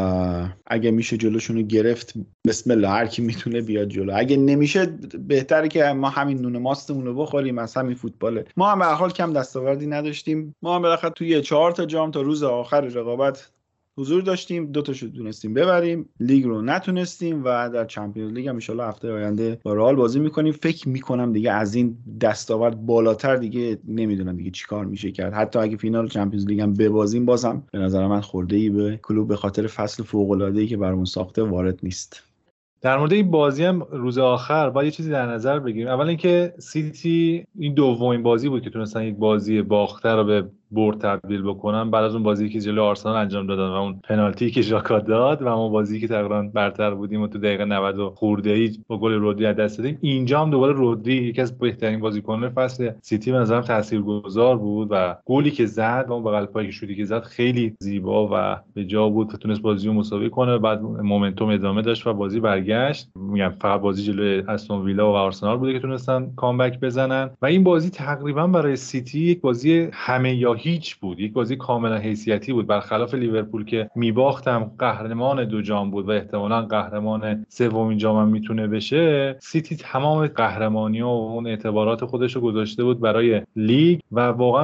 [SPEAKER 1] و اگه میشه جلوشونو گرفت بسم الله، هر کی میتونه بیاد جلو. اگه نمیشه بهتره که ما همین نون ماستمون رو بخوریم، از همین فوتباله. ما هم به هر حال کم دستاوردی نداشتیم. ما هم بالاخره توی 4 تا جام تا روز آخر رقابت حضور داشتیم، 2 تاشو تونستیم ببریم، لیگ رو نتونستیم و در چمپیونز لیگ هم ان شاءالله هفته آینده با رئال بازی میکنیم. فکر میکنم دیگه از این دستاورد بالاتر دیگه نمیدونم دیگه چیکار میشه کرد. حتی اگه فینال چمپیونز لیگ هم ببازیم بازم به نظر من خورده‌ای به کلوب به خاطر فصل فوق‌العاده‌ای که برامون ساخته وارد نیست.
[SPEAKER 3] در مورد این بازی هم روز آخر باید یه چیزی در نظر بگیریم. اول اینکه سیتی این دومین بازی بود که تونستن یک بازی باخته رو به برد تبدیل بکنن بعد از اون بازی که جلوی آرسنال انجام دادن و اون پنالتی که ژاکا داد و ما بازی که تقریبا برتر بودیم و تو دقیقه 90 خورده‌ای با گل رودری از دست دادیم. اینجا هم دوباره رودری یکی از بهترین بازیکنان فصل سیتی به نظرم تاثیرگذار بود و گلی که زد و اون بغل پایی که شوتی که زد خیلی زیبا و به جا بود، تونست بازی رو مساوی کنه. بعد مومنتوم ادامه داشت و بازی برگشت. میگم فقط بازی جلوی استون ویلا و آرسنال بوده که تونستن کامبک بزنن و این بازی تقریبا برای سیتی یک بازی همه یا هیچ بود، یک بازی کاملا حیثیتی بود. برخلاف لیورپول که میباختم قهرمان 2 جام بود و احتمالاً قهرمان 3مین جام هم میتونه بشه، سیتی تمام قهرمانی و اون اعتبارات خودش رو گذاشته بود برای لیگ و واقعا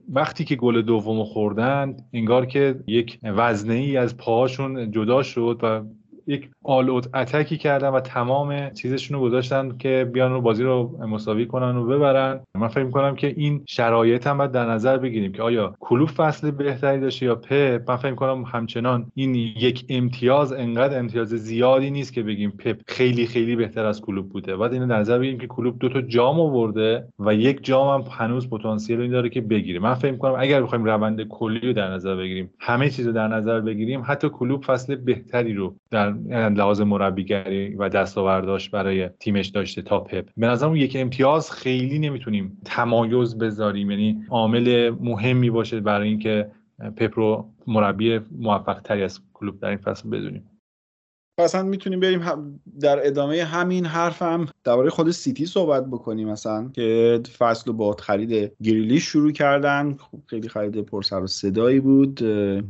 [SPEAKER 3] وقتی که گل دومو خوردن انگار که یک وزنه‌ای از پاهاشون جدا شد و یک آل اوت اتکی کردن و تمام چیزشون رو گذاشتن که بیان رو بازی رو مساوی کنن و ببرن. من فکر می‌کنم که این شرایط هم باید در نظر بگیریم که آیا کلوب فصل بهتری داشته یا پپ. من فکر می‌کنم همچنان این یک امتیاز انقدر امتیاز زیادی نیست که بگیم پپ خیلی خیلی بهتر از کلوب بوده. باید اینو در نظر بگیریم که کلوب 2 تا جام آورده و یک جام هم هنوز پتانسیل این داره که بگیره. من فکر می‌کنم اگر بخوایم روند کلی رو در نظر بگیریم، همه چیز رو در نظر بگیریم، حتی کلوب فصل بهتری رو در لحاظ مربیگری و دستاورداش برای تیمش داشته تا پپ. به نظرم یک امتیاز خیلی نمیتونیم تمایز بذاریم، یعنی عامل مهمی باشه برای اینکه پپ رو مربی موفق تری از کلوب در این فصل بدونیم.
[SPEAKER 1] مثلا میتونیم بریم در ادامه همین حرفم درباره خود سیتی صحبت بکنیم، مثلا که فصل با خرید گریلیش شروع کردن. خیلی خرید پر سر و صدایی بود،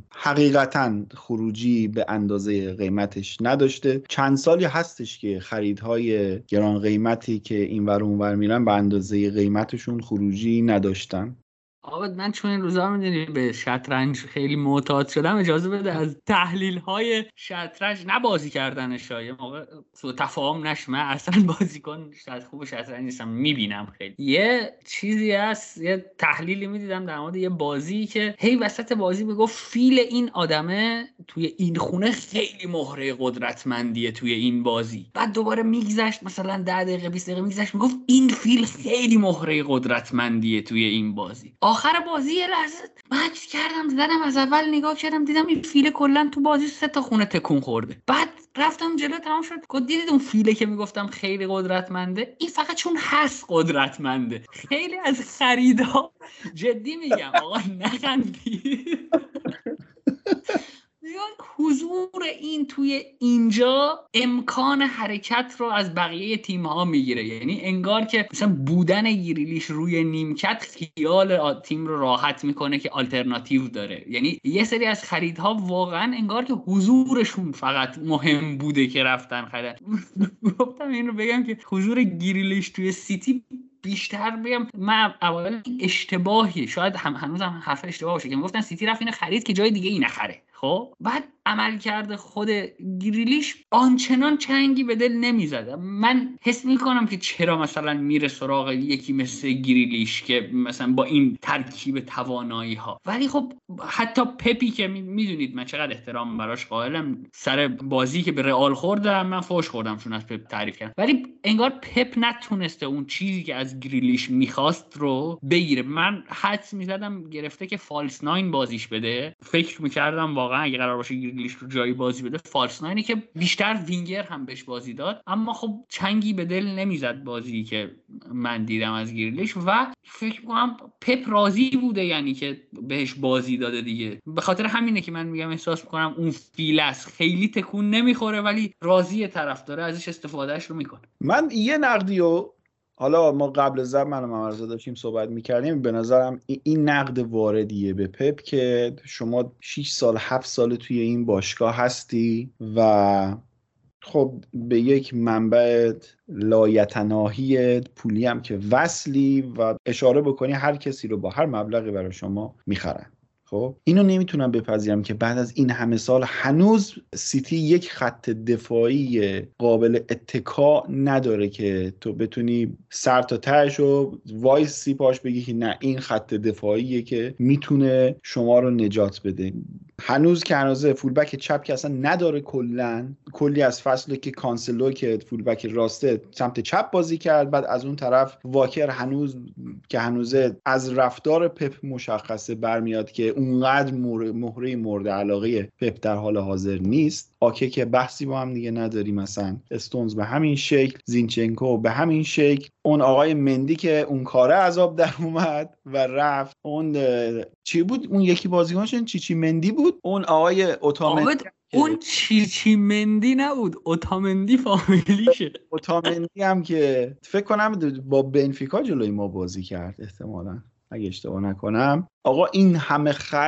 [SPEAKER 1] حقیقتا خروجی به اندازه قیمتش نداشته. چند سالی هستش که خریدهای گران قیمتی که اینور اونور میرن به اندازه قیمتشون خروجی نداشتن.
[SPEAKER 2] آقا من چون این روزا میدونی به شطرنج خیلی معتاد شدم، اجازه بده از تحلیل‌های شطرنج، نه بازی کردنش، یه موقع سوء تفاهم نشه، من اصلا بازیکن خوب شطرنج نیستم، میبینم خیلی. یه چیزی هست، یه تحلیلی میدیدم در مورد یه بازی که هی وسط بازی میگفت فیل این آدمه توی این خونه خیلی مهره قدرتمندیه توی این بازی، بعد دوباره میگذشت مثلا 10 دقیقه 20 دقیقه میگذشت میگفت این فیل خیلی مهره قدرتمندیه توی این بازی. آخر بازی یه لحظه مکس کردم، زدم از اول نگاه کردم، دیدم این فیل کلا تو بازی 3 تا خونه تکون خورده. بعد رفتم جلو، تمام شد. دیدید اون فیله که میگفتم خیلی قدرتمنده، این فقط چون هست قدرتمنده. خیلی از خریدها جدی میگم آقا نخندید، حضور این توی اینجا امکان حرکت رو از بقیه تیم‌ها میگیره. یعنی انگار که مثلا بودن گریلیش روی نیمکت خیال تیم رو راحت میکنه که آلترناتیو داره. یعنی یه سری از خریدها واقعا انگار که حضورشون فقط مهم بوده که رفتن خریدن. گفتم این رو بگم که حضور گریلیش توی سیتی بیشتر بگم من اولا اشتباهی، شاید هنوزم حرف اشتباه باشه که میگفتن سیتی رفت اینو خرید که جای دیگه ای نخره. خب بعد عملکرد خود گریلیش آنچنان چنگی به دل نمیزد. من حس میکنم که چرا مثلا میره سراغ یکی مثل گریلیش که مثلا با این ترکیب توانایی ها. ولی خب حتی پپی که میدونید من چقدر احترام براش قائلم، سر بازی که به رئال خوردم من فوش خوردم چون از پپ تعریف کردم، ولی انگار پپ نتونسته اون چیزی که از گریلیش میخواست رو بگیره. من حدس میزدم گرفته که فالس 9 بازیش بده. فکر میکردم واقعا اگه قرار باشه گریلیش رو جایی بازی بده فالس 9 که بیشتر وینگر هم بهش بازی داد، اما خب چنگی به دل نمیزد بازی که من دیدم از گریلیش و فکر میکنم پپ راضی بوده یعنی که بهش بازی داده دیگه. به خاطر همینه که من میگم احساس میکنم اون فیلس خیلی تکون نمیخوره ولی راضی طرفدار ازش استفادهش رو میکنه.
[SPEAKER 1] من یه نقدیو حالا ما قبل از من و ممرزا داشتیم صحبت میکردیم، به نظرم این نقد واردیه به پپ که شما 6 سال 7 سال توی این باشگاه هستی و خب به یک منبع لایتناهی پولی هم که وصلی و اشاره بکنی هر کسی رو با هر مبلغی برای شما میخرن. خب اینو نمیتونم بپذیرم که بعد از این همه سال هنوز سیتی یک خط دفاعی قابل اتکا نداره که تو بتونی سر تا تهش رو وایسی پاش بگی که نه این خط دفاعیه که میتونه شما رو نجات بده. هنوز که هنوزه فولبک چپ که اصلا نداره، کلی از فصله که کانسلو که فولبک راسته سمت چپ بازی کرد، بعد از اون طرف واکر هنوزه از رفتار پپ مشخصه برمیاد که اونقدر مهره مورد علاقه پپ در حال حاضر نیست. آکه که بحثی با هم دیگه نداری، مثلا استونز به همین شکل، زینچنکو به همین شکل، اون آقای مندی که اون کاره عذاب در اومد و رفت، اون چی بود اون یکی بازیکنش چیچی مندی بود، اون آقای اوتامندی
[SPEAKER 2] اون چیچی مندی نبود، اوتامندی فامیلیشه.
[SPEAKER 1] اوتامندی هم که فکر کنم با بنفیکا جلوی ما بازی کرد احتمالاً اگه اشتباه نکنم. آقا این همه خرج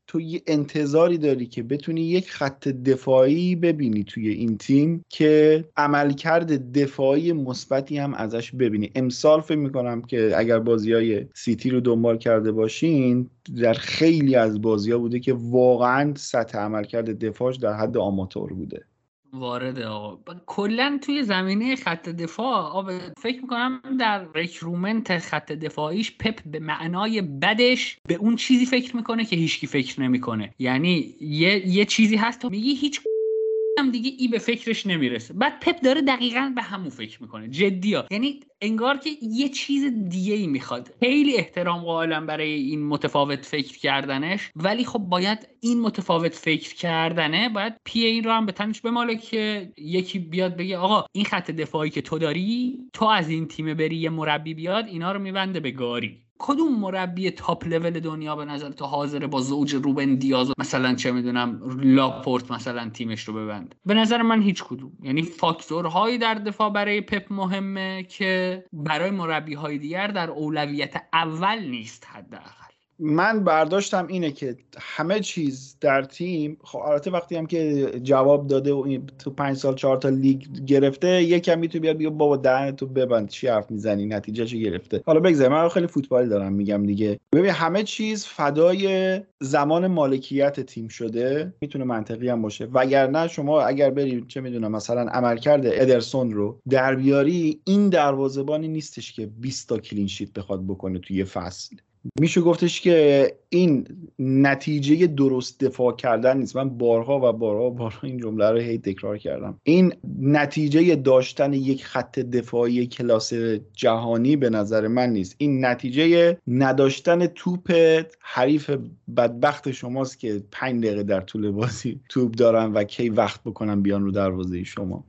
[SPEAKER 1] تو یه انتظاری داری که بتونی یک خط دفاعی ببینی توی این تیم که عملکرد دفاعی مثبتی هم ازش ببینی. امسال فکر میکنم که اگر بازیای سیتی رو دنبال کرده باشین، در خیلی از بازی‌ها بوده که واقعا سطح عملکرد دفاعش در حد آماتور بوده.
[SPEAKER 2] وارد آقا کلا توی زمینه خط دفاع فکر میکنم در ریکرومنت خط دفاعیش پپ به معنای بدش به اون چیزی فکر میکنه که هیچکی فکر نمیکنه. یعنی یه چیزی هست تو میگی هیچ هم دیگه ای به فکرش نمیرسه، بعد پپ داره دقیقاً به همون فکر میکنه. جدیه، یعنی انگار که یه چیز دیگه ای میخواد. خیلی احترام قائلم برای این متفاوت فکر کردنش، ولی خب باید این متفاوت فکر کردنه باید پی این رو هم به تنش بماله که یکی بیاد بگه آقا این خط دفاعی که تو داری، تو از این تیم بری یه مربی بیاد اینا رو میبنده به گاری. کدوم مربی تاپ لول دنیا به نظر تو حاضره با زوج روبن دیاز مثلا چه میدونم لاپورت مثلا تیمش رو ببنده؟ به نظر من هیچ کدوم. یعنی فاکتورهایی در دفاع برای پپ مهمه که برای مربی‌های دیگر در اولویت اول نیست. حداقل
[SPEAKER 1] من برداشتم اینه که همه چیز در تیم، خب البته وقتی هم که جواب داده و این تو 5 سال 4 تا لیگ گرفته، یکم میتونه بیاد بگه بابا دهنتو ببند چی حرف میزنی، نتیجهشو گرفته. حالا بگذار من خیلی فوتبالی دارم میگم دیگه. ببین همه چیز فدای زمان مالکیت تیم شده، میتونه منطقی هم باشه. وگرنه شما اگر برید چه میدونم مثلا عملکرد ادرسون رو در بیاری، این دروازه‌بانی نیستش که 20 تا کلین شیت بخواد بکنه توی فصل. میشه گفتش که این نتیجه درست دفاع کردن نیست. من بارها این جمله رو هی تکرار کردم. این نتیجه داشتن یک خط دفاعی کلاس جهانی به نظر من نیست. این نتیجه نداشتن توپ حریف بدبخت شماست که 5 دقیقه در طول بازی توپ دارن و کی وقت بکنن بیان رو دروازه شما.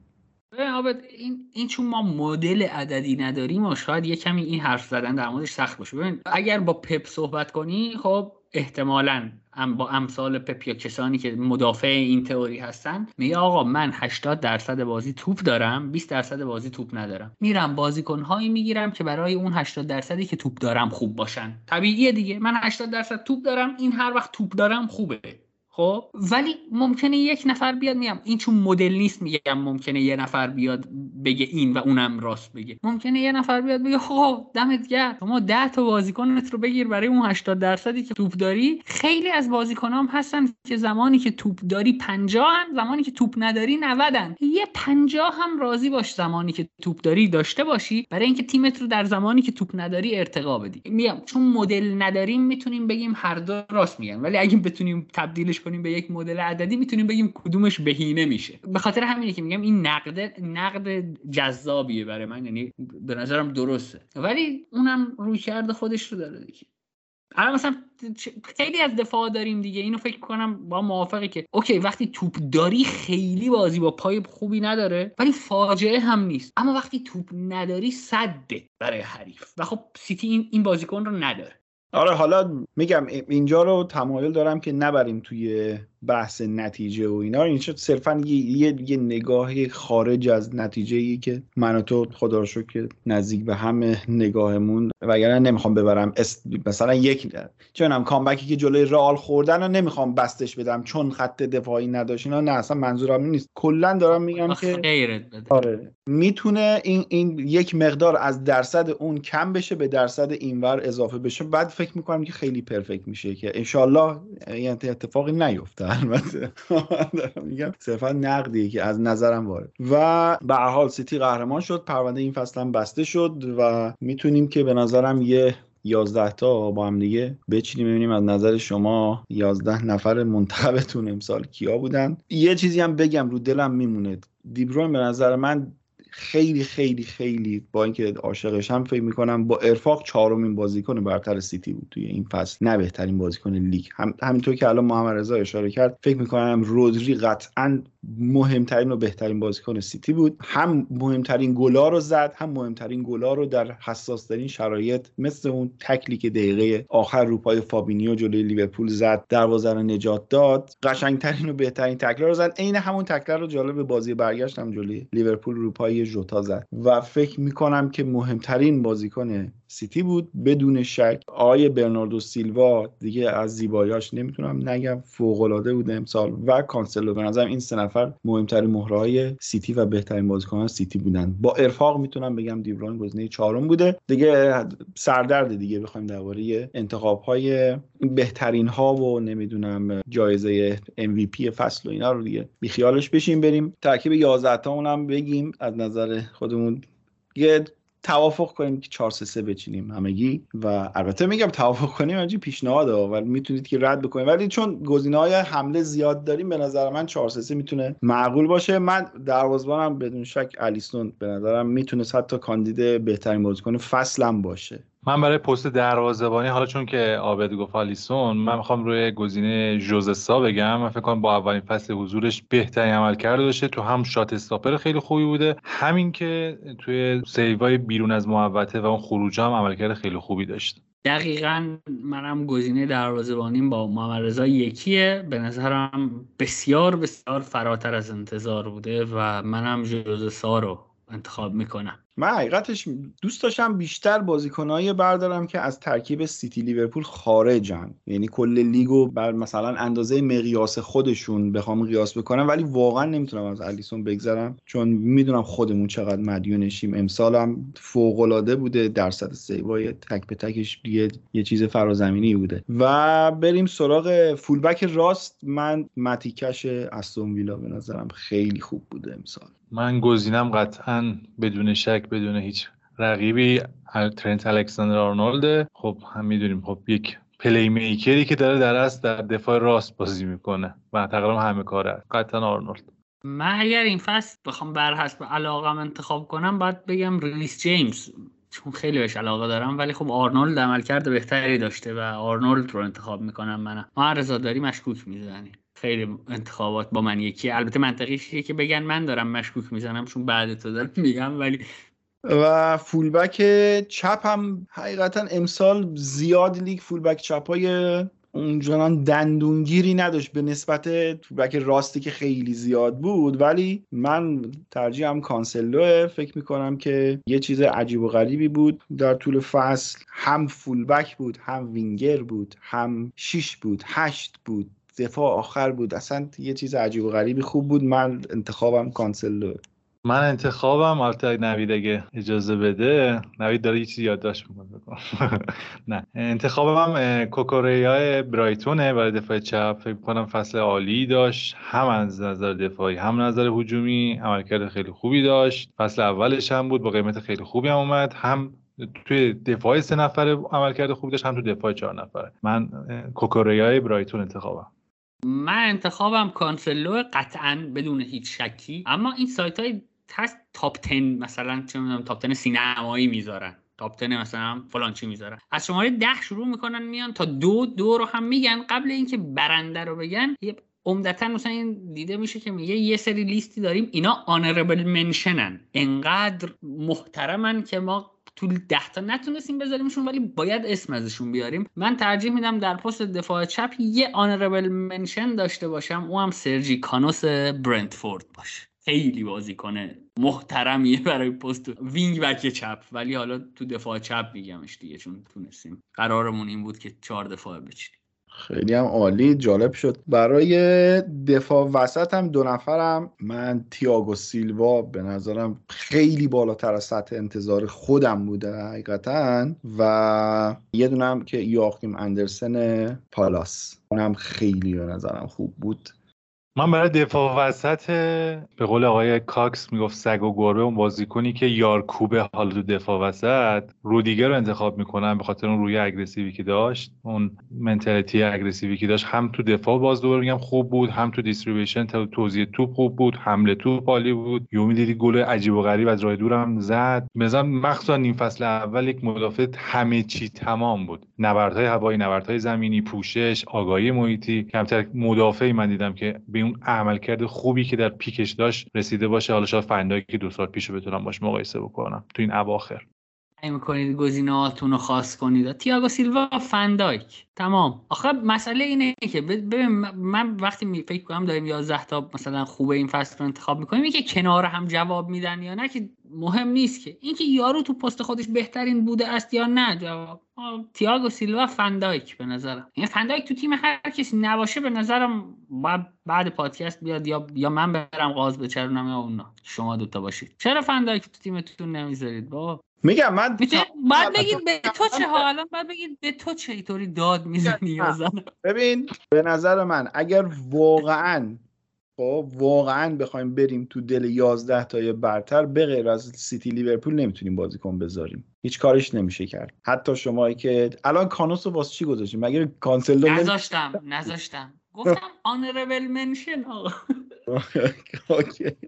[SPEAKER 2] این چون ما مدل عددی نداریم و شاید یه کمی این حرف زدن در موردش سخت باشه. ببین اگر با پپ صحبت کنی، خب احتمالاً با امثال پپ یا کسانی که مدافع این تئوری هستن، میگه آقا من 80% بازی توپ دارم، 20% بازی توپ ندارم، میرم بازیکن‌هایی میگیرم که برای اون 80% که توپ دارم خوب باشن. طبیعیه دیگه، من 80% توپ دارم، این هر وقت توپ دارم خوبه. خب ولی ممکنه یک نفر بیاد، میگم این چون مدل نیست، میگم ممکنه یه نفر بیاد بگه این و اونم راست بگه. ممکنه یه نفر بیاد بگه خب دمت گرم شما 10 تا بازیکنت رو بگیر برای اون 80% که توپ داری. خیلی از بازیکنام هستن که زمانی که توپ داری 50 ان، زمانی که توپ نداری 90 ان. یه 50 هم راضی باش زمانی که توپ داری داشته باشی، برای اینکه تیمت رو در زمانی که توپ نداری ارتقا بدی. میگم چون مدل نداریم میتونیم بگیم هر دو راست میگن، ولی اگه بتونیم تبدیلش به یک مدل عددی میتونیم بگیم کدومش بهینه میشه. به خاطر همینه که میگم این نقد جذابیه برای من، یعنی به نظرم درسته، ولی اونم رویکرد خودش رو داره دیگه. الان مثلا خیلی از دفاع داریم دیگه، اینو فکر کنم با موافقی که اوکی وقتی توپ داری خیلی بازی با پای خوبی نداره، ولی فاجعه هم نیست. اما وقتی توپ نداری صده برای حریف، و خب سیتی این بازیکن رو نداره.
[SPEAKER 1] آره حالا میگم اینجا رو تمایل دارم که نبریم توی بحث نتیجه و اینا. این شد صرفا یه نگاه خارج از نتیجه‌ای که من و تو خدا رو شکر که نزدیک به همه نگاهمون، وگرنه نمیخوام ببرم مثلا یک چونم کامبکی که جلوی رئال خوردن رو نمیخوام بستش بدم چون خط دفاعی نداشت اینا، نه اصلا منظورم نیست. کلا دارم میگم که آره میتونه این یک مقدار از درصد اون کم بشه به درصد اینور اضافه بشه، بعد فکر میکنم که خیلی پرفکت میشه که انشالله این اتفاقی نیفته. البته میگم صرفا نقدی که از نظرم وارد. و به هر حال سیتی قهرمان شد، پرونده این فصل هم بسته شد و میتونیم که به نظرم یه 11 تا با هم دیگه بچینیم ببینیم از نظر شما 11 نفر منتخبتون امسال کیا بودن. یه چیزی هم بگم رو دلم میمونه، دی بروین به نظر من خیلی خیلی خیلی با اینکه عاشقش هم فکر میکنم با ارفاق 4مین بازیکن برتر سیتی بود توی این فصل، نه بهترین بازیکن لیگ. همینطور که الان محمد رضا اشاره کرد، فکر میکنم رودری قطعاً مهمترین و بهترین بازیکن سیتی بود. هم مهمترین گلا رو زد، هم مهمترین گلا رو در حساس‌ترین شرایط مثل اون تکلی که دقیقه آخر رو پای فابینیو جلوی لیورپول زد دروازه رو نجات داد، قشنگترین و بهترین تکل رو زد. عین همون تکل رو جالب بازی برگشت هم جلوی لیورپول رو پای ژوتا زد و فکر می‌کنم که مهمترین بازیکن سیتی بود بدون شک. آقای برناردو سیلوا دیگه از زیباییاش نمیتونم نگم، فوق‌العاده بود امسال. و کانسلو، به نظرم این سه نفر مهمترین مهره‌های سیتی و بهترین بازیکنان سیتی بودن. با ارفاق میتونم بگم دیبروین گزینه چهارم بوده. دیگه سردرد دیگه بخوایم درباره انتخاب‌های بهترین ها و نمیدونم جایزه MVP فصل و اینا رو دیگه بیخیالش بشیم، بریم ترکیب 11 تامون هم بگیم از نظر خودمون. یه توافق کنیم که 4-3-3 بچینیم همگی، و البته میگم توافق کنیم همچین پیشنهاده ولی میتونید که رد بکنید، ولی چون گزینه‌های حمله زیاد داریم به نظر من 4-3-3 میتونه معقول باشه. من دروازه‌بانم بدون شک الیسون به نظرم میتونه حتی کاندید بهترین بازیکن فصلم باشه.
[SPEAKER 3] من برای پست دروازه‌بانی، حالا چون که عابد گفت آلیسون، من میخوام روی گزینه ژوزسا بگم. من فکر کنم با اولین فصل حضورش بهترین عملکرد داشته، تو هم شات استاپر خیلی خوبی بوده، همین که توی سیوای بیرون از محوطه و اون خروجا هم عملکرد خیلی خوبی داشته.
[SPEAKER 2] دقیقاً منم گزینه دروازه‌بانیم با محمد رضا یکیه. به نظرم بسیار بسیار فراتر از انتظار بوده و منم ژوزسا رو انتخاب میکنم.
[SPEAKER 1] من حقیقتش دوست داشتم بیشتر بازیکنایی بردارم که از ترکیب سیتی لیورپول خارجن، یعنی کل لیگو بر مثلا اندازه مقیاس خودشون بخوام قیاس بکنم، ولی واقعا نمیتونم از الیسون بگذرم چون میدونم خودمون چقدر مدیونشیم. امسالم فوق العاده بوده، درصد سیوای تک به تکش یه چیز فرازمینی بوده. و بریم سراغ فولبک راست. من ماتیکش استون ویلا به نظرم خیلی خوب بوده امسال.
[SPEAKER 3] من گزینم قطعاً بدون شک بدون هیچ رقیبی ترنت الکساندر آرنولد. خب هم میدونیم خب یک پلی میکری که داره در دفاع راست بازی میکنه و تقریبا همه کاره. قطعاً آرنولد.
[SPEAKER 2] من اگر این فصل بخوام بر حسب علاقم انتخاب کنم باید بگم ریس جیمز، چون خیلی بهش علاقه دارم، ولی خب آرنولد عملکرد بهتری داشته و آرنولد رو انتخاب میکنم. منم ما رضاداری مشکوک میزنی. خیلی انتخابات با من یکی، البته منطقیه که بگن من دارم مشکوک میزنم چون بعد تو دارم میگم، ولی
[SPEAKER 1] و فولبک چپ هم حقیقتا امسال زیاد لیگ فولبک چپای اونجوران دندونگیری نداشت به نسبت فولبک راستی که خیلی زیاد بود، ولی من ترجیحم کانسلوه. فکر میکنم که یه چیز عجیب و غریبی بود در طول فصل، هم فولبک بود، هم وینگر بود، هم 6 بود، 8 بود، دفاع آخر بود، اصلا یه چیز عجیب و غریبی خوب بود. من انتخابم کانسلوه.
[SPEAKER 3] من انتخابم، البته نوید اگه اجازه بده، نوید داره یه چیزی یادداشت میکنه نه، انتخابم کوکوریا برایتونه برای دفاع چپ. فکر کنم فصل عالی داشت، هم از نظر دفاعی هم نظر هجومی عملکرد خیلی خوبی داشت. فصل اولش هم بود با قیمت خیلی خوبی هم اومد، هم توی دفاع 3 نفره عملکرد خوبی داشت، هم تو دفاع 4 نفره. من کوکوریا برایتون انتخابم.
[SPEAKER 2] من انتخابم کانسلو قطعاً بدون هیچ شکی. اما این سایت های هست تاپ 10 مثلا چه میدونم تاپ 10 سینمایی میذارن، تاپ 10 مثلا فلان چی میذارن، از شماره 10 شروع میکنن میان تا 2 رو هم میگن قبل اینکه برنده رو بگن. عمدتاً مثلا این دیده میشه که میگه یه سری لیستی داریم اینا آنربل منشنن، انقدر محترمن که ما تو 10 تا نتونستیم بذاریمشون ولی باید اسم ازشون بیاریم. من ترجیح میدم در پست دفاع چپ یه آنربل منشن داشته باشم، اون هم سرجی کانوس برنتفورد باشه. خیلی بازیکن محترمیه برای پست وینگ بک چپ، ولی حالا تو دفاع چپ میگمش دیگه چون تونستیم قرارمون این بود که 4 دفاع بچینیم.
[SPEAKER 1] خیلی هم عالی، جالب شد. برای دفاع وسط هم 2 نفرم. من تییاگو سیلوا به نظرم خیلی بالاتر از سطح انتظار خودم بوده حقیقتا، و یه دونم که یواخیم اندرسن پالاس، اونم خیلی به نظرم خوب بود.
[SPEAKER 3] من برای دفاع وسط به قول آقای کاکس میگفت سگ و گربه، اون بازیکنی که یارکوبه حالا تو دفاع وسط، رودیگر رو انتخاب میکنم به خاطر اون روی اگریسیوی که داشت، اون منتالیتی اگریسیوی که داشت. هم تو دفاع باز دوباره میگم خوب بود، هم تو دیستریبیوشن توزیع توپ خوب بود، حمله توپ عالی بود. یومی دیدی گل عجیب و غریب از راه دور هم زد. مثلا مخصوصا نیم فصل اول یک مدافع همه چی تمام بود، نبردهای هوایی، نبردهای زمینی، پوشش، آگاهی محیطی. کمتر مدافعی من دیدم که به اون عملکرد خوبی که در پیکش داشت رسیده باشه. حالا شاید فندایی که 2 سال پیشو بتونم باش مقایسه بکنم تو این اواخر.
[SPEAKER 2] ای میکنید گزینه‌هاتون رو خاص کنید. تییاگو سیلوا، فندایک، تمام. آخه مسئله اینه که ببین من وقتی فکر کنم داریم 11 تا مثلا خوبه این فصل رو انتخاب میکنیم، این که کنار هم جواب میدن یا نه که مهم نیست، که این که یارو تو پست خودش بهترین بوده است یا نه. جواب تییاگو سیلوا، فندایک به نظرم. این فندایک تو تیم هر کسی نباشه به نظرم بعد پادکست بیاد یا من برم قاز بچرونم یا اونا، شما دوتا باشید. چرا فندایک تو تیمتون نمیذارید بابا؟
[SPEAKER 1] میگم من
[SPEAKER 2] بعد بگید به تو چه حالا، بعد بگید به تو چه اینطوری داد میزنی یا زن.
[SPEAKER 1] ببین به نظر من اگر واقعا بخوایم بریم تو دل 11 تای برتر، به غیر از سیتی لیورپول نمیتونیم بازیکن بذاریم، هیچ کارش نمیشه کرد. حتی شمایی که الان کانوسو واسه چی گذاشتیم؟ مگه کانسلو
[SPEAKER 2] نذاشتم گفتم آنربل منشن.
[SPEAKER 1] اوکی.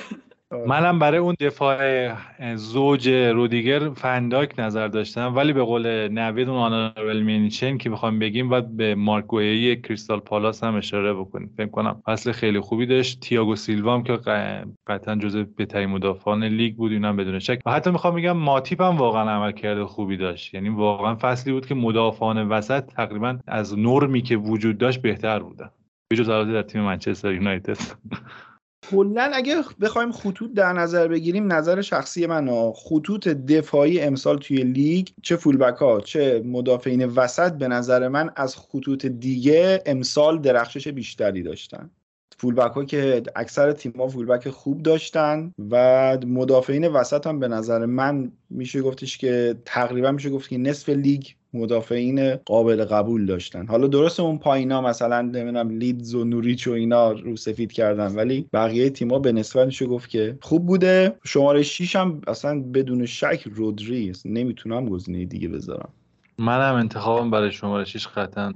[SPEAKER 3] منم برای اون دفاع زوج رودیگر فنداک نظر داشتم، ولی به قول نوید اون آنربل منشن که بخوام بگیم باید به مارک گویی کریستال پالاس هم اشاره بکنیم. فکر کنم فصل خیلی خوبی داشت. تییاگو سیلوا هم که قطعا جزو بهترین مدافعان لیگ بود، اینم بدون شک. و حتی میخوام بگم ماتیپ هم واقعا عملکرد خوبی داشت، یعنی واقعا فصلی بود که مدافعان وسط تقریبا از نرمی که وجود داشت بهتر بودن، به جز البته در تیم منچستر یونایتد.
[SPEAKER 1] کلاً اگه بخوایم خطوط در نظر بگیریم، نظر شخصی من خطوط دفاعی امسال توی لیگ، چه فولبک ها چه مدافعین وسط، به نظر من از خطوط دیگه امسال درخشش بیشتری داشتن. فولبک ها که اکثر تیم‌ها فولبک خوب داشتن و مدافعین وسط هم به نظر من میشه گفتش که تقریبا میشه گفت که نصف لیگ مدافعین قابل قبول داشتن. حالا درسته اون پایینا مثلا نمیدونم لیدز و نوریچ و اینا رو سفید کردن، ولی بقیه تیم‌ها به نسبت میشه گفت که خوب بوده. شماره 6 هم اصلا بدون شک رودری، نمیتونم گزینه دیگه بذارم.
[SPEAKER 3] منم انتخابم برای شماره 6 قطعا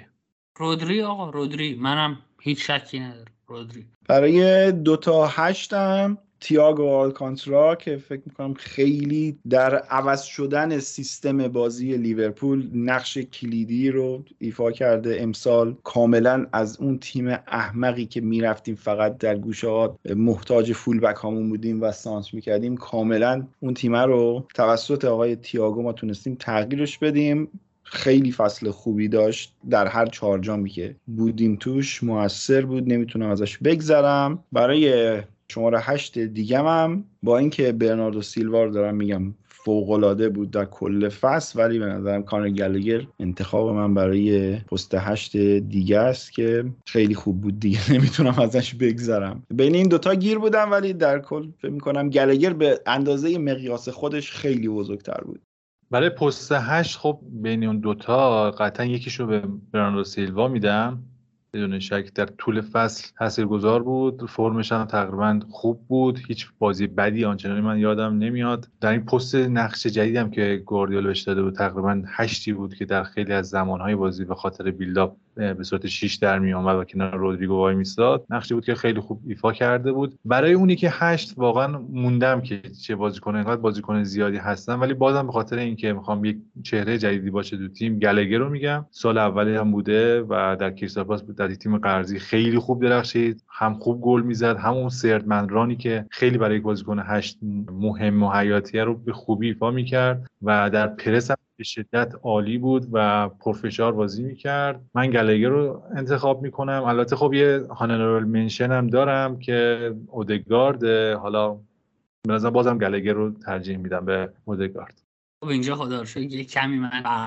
[SPEAKER 3] رودری.
[SPEAKER 2] آقا رودری، منم هیچ شکی ندارم رودری.
[SPEAKER 1] برای 2 تا 8 هم تییاگو آلکانتارا که فکر میکنم خیلی در عوض شدن سیستم بازی لیورپول نقش کلیدی رو ایفا کرده امسال. کاملا از اون تیم احمقی که میرفتیم فقط در گوشه‌ها محتاج فول بک هامون بودیم و سانت میکردیم، کاملا اون تیم رو توسط آقای تییاگو ما تونستیم تغییرش بدیم. خیلی فصل خوبی داشت، در هر 4 جامی که بودیم توش موثر بود، نمیتونم ازش بگذرم. برای شماره 8 دیگم هم با اینکه برناردو سیلوا رو دارم میگم فوق‌العاده بود در کل فصل، ولی به نظرم کانر گلگر انتخاب من برای پست 8 دیگه است که خیلی خوب بود دیگه، نمیتونم ازش بگذرم. بین این دوتا گیر بودم، ولی در کل فکر میکنم گلگر به اندازه مقیاس خودش خیلی بزرگتر بود.
[SPEAKER 3] برای پست 8 خب بین اون دوتا قطعا یکیشو به برناردو سیلوا میدم، بدون شک در طول فصل تاثیرگذار بود، فرمش هم تقریبا خوب بود، هیچ بازی بدی آنچنانی من یادم نمیاد. در این پست نقش جدیدی هم که گواردیولا بهش داده بود تقریبا 8 بود که در خیلی از زمانهای بازی به خاطر بیلداپ به صورت 6 در می اومد و کنار رودریگو وای میستاد. نقشی بود که خیلی خوب ایفا کرده بود. برای اونی که 8 واقعا موندم که چه بازیکن، انقدر بازیکن زیادی هستن، ولی بازم به خاطر اینکه میخوام یک چهره جدیدی باشه تو تیم، گلگر رو میگم. سال اولی هم بوده و در کریستال پالاس در تیم قرضی خیلی خوب درخشید، هم خوب گل میزد، همون سردمند رانی که خیلی برای یک بازیکن 8 مهم و حیاتیه رو به خوبی ایفا میکرد و در پرس هم به شدت عالی بود و پرفشار بازی میکرد. من گلگر رو انتخاب میکنم. البته خب یه هانربل منشن هم دارم که اودگارد، حالا مثلا بازم گلگر رو ترجیح میدم به اودگارد.
[SPEAKER 2] خب اینجا خدا رو شکر یه کمی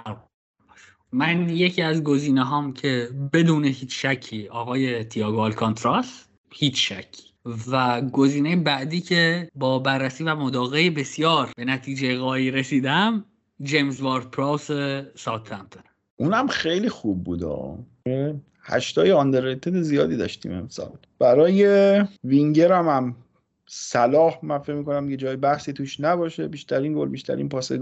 [SPEAKER 2] من یکی از گزینه هام که بدون هیچ شکی آقای تییاگو آلکانتاراس، هیچ شکی، و گزینه بعدی که با بررسی و مداقه بسیار به نتیجه قایی رسیدم، جیمز وارد پراوس ساوثهمپتون.
[SPEAKER 1] اونم خیلی خوب بود. 8 آندرریتد زیادی داشتیم امسال. برای وینگر هم صلاح من فکر می‌کنم یه جای بحثی توش نباشه، بیشترین گل بیشترین پاس گل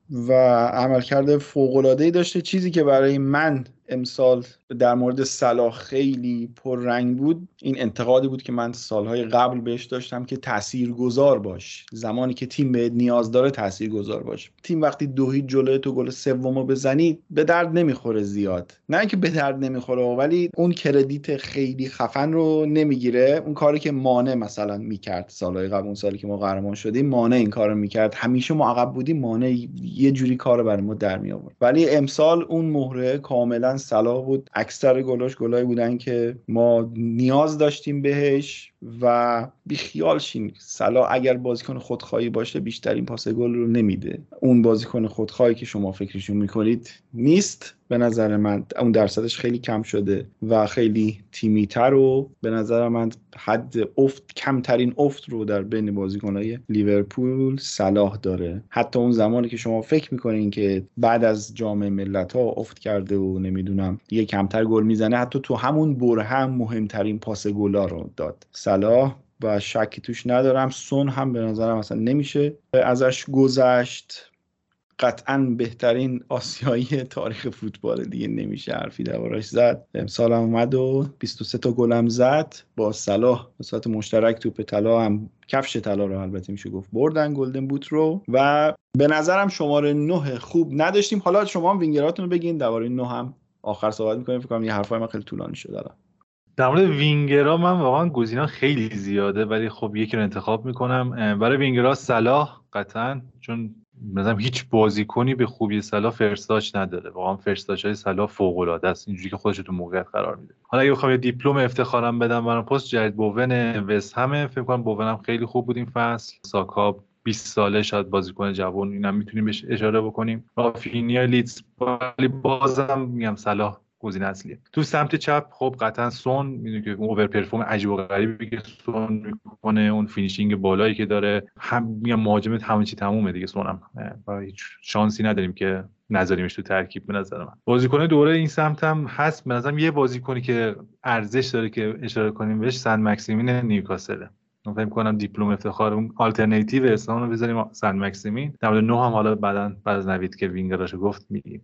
[SPEAKER 1] و عملکرد فوق‌العاده‌ای داشته. چیزی که برای من امسال در مورد صلاح خیلی پررنگ بود این انتقادی بود که من سالهای قبل بهش داشتم که تاثیرگذار باش، زمانی که تیم بهت نیاز داره تاثیرگذار باش. تیم وقتی 2-0 جلوی تو گل سومو بزنی به درد نمیخوره زیاد، نه اینکه به درد نمیخوره ولی اون کردیت خیلی خفن رو نمیگیره. اون کاری که مانع مثلا میکرد سالهای قبل، اون سالی که ما قهرمان شدیم مانع این کارو میکرد، همیشه ما عقب بودیم مانع یه جوری کارو برای ما در می آورد. ولی امسال اون مهره کاملا صلاح بود. اکثر گلاش گلایی بودن که ما نیاز داشتیم بهش و بیخیال شین صلاح اگر بازیکن خودخواهی باشه بیشترین پاس گل رو نمیده. اون بازیکن خودخواهی که شما فکرشون میکنید نیست. به نظر من اون درصدش خیلی کم شده و خیلی تیمی‌تر و به نظر من حد افت کمترین افت رو در بین بازیکن‌های لیورپول صلاح داره. حتی اون زمانی که شما فکر میکنین که بعد از جام ملت‌ها افت کرده و نمیدونم دیگه کمتر گل میزنه، حتی تو همون بره هم مهمترین پاس گلا رو داد صلاح و شکی توش ندارم. سون هم به نظرم اصلا نمیشه ازش گذشت. قطعاً بهترین آسیایی تاریخ فوتبال، دیگه نمیشه حرفی دربارش زد. امسال هم اومد و 23 تا گل هم زد با صلاح به صورت مشترک. توپ طلا هم کفش طلا رو البته میشه گفت بردن، گلدن بوت رو. و به نظرم شماره 9 خوب نداشتیم. حالا شما هم وینگراتون رو بگین، درباره 9 هم آخر صحبت می‌کنیم. فکر کنم یه حرفای من خیلی طولانی شد الان.
[SPEAKER 3] در مورد وینگرها من واقعا گزینه‌ها خیلی زیاده ولی خب یکی رو انتخاب میکنم. برای وینگرها صلاح قطعاً، چون مثلا هیچ بازیکنی به خوبی صلاح فرستاش نداره. واقعا فرستاشای صلاح فوق‌العاده است، اینجوری که خودش تو موقعیت قرار میده. حالا اگه بخوام یه دیپلم افتخارم بدم برای پست جرید بوون وست هم، فکر کنم بوون هم خیلی خوب بود این فصل. ساکا 20 ساله شاید بازیکن جوان، اینم میتونیم بهش اشاره بکنیم. رافینیا لیدز، ولی بازم میگم صلاح گزینه اصلیه. تو سمت چپ خب قطعا سون، میدونی که اون اوور پرفورم عجیب و غریبی که سون میکنه، اون فینیشینگ بالایی که داره، هم میگم مهاجم همه چی تمومه دیگه. سونم با هیچ شانسی نداریم که نذاریمش تو ترکیب. به نظر من بازیکن دوره این سمت هم هست. به نظرم یه بازیکنی که ارزش داره که اشاره کنیم بهش سن مکسیمین نیوکاسل. من فکر می‌کنم دیپلم افتخار اون آلترناتیو اسممون رو بذاریم سن مکسیمین. در مورد 9 هم حالا بعد از نوید که وینگراشو گفت میگیم.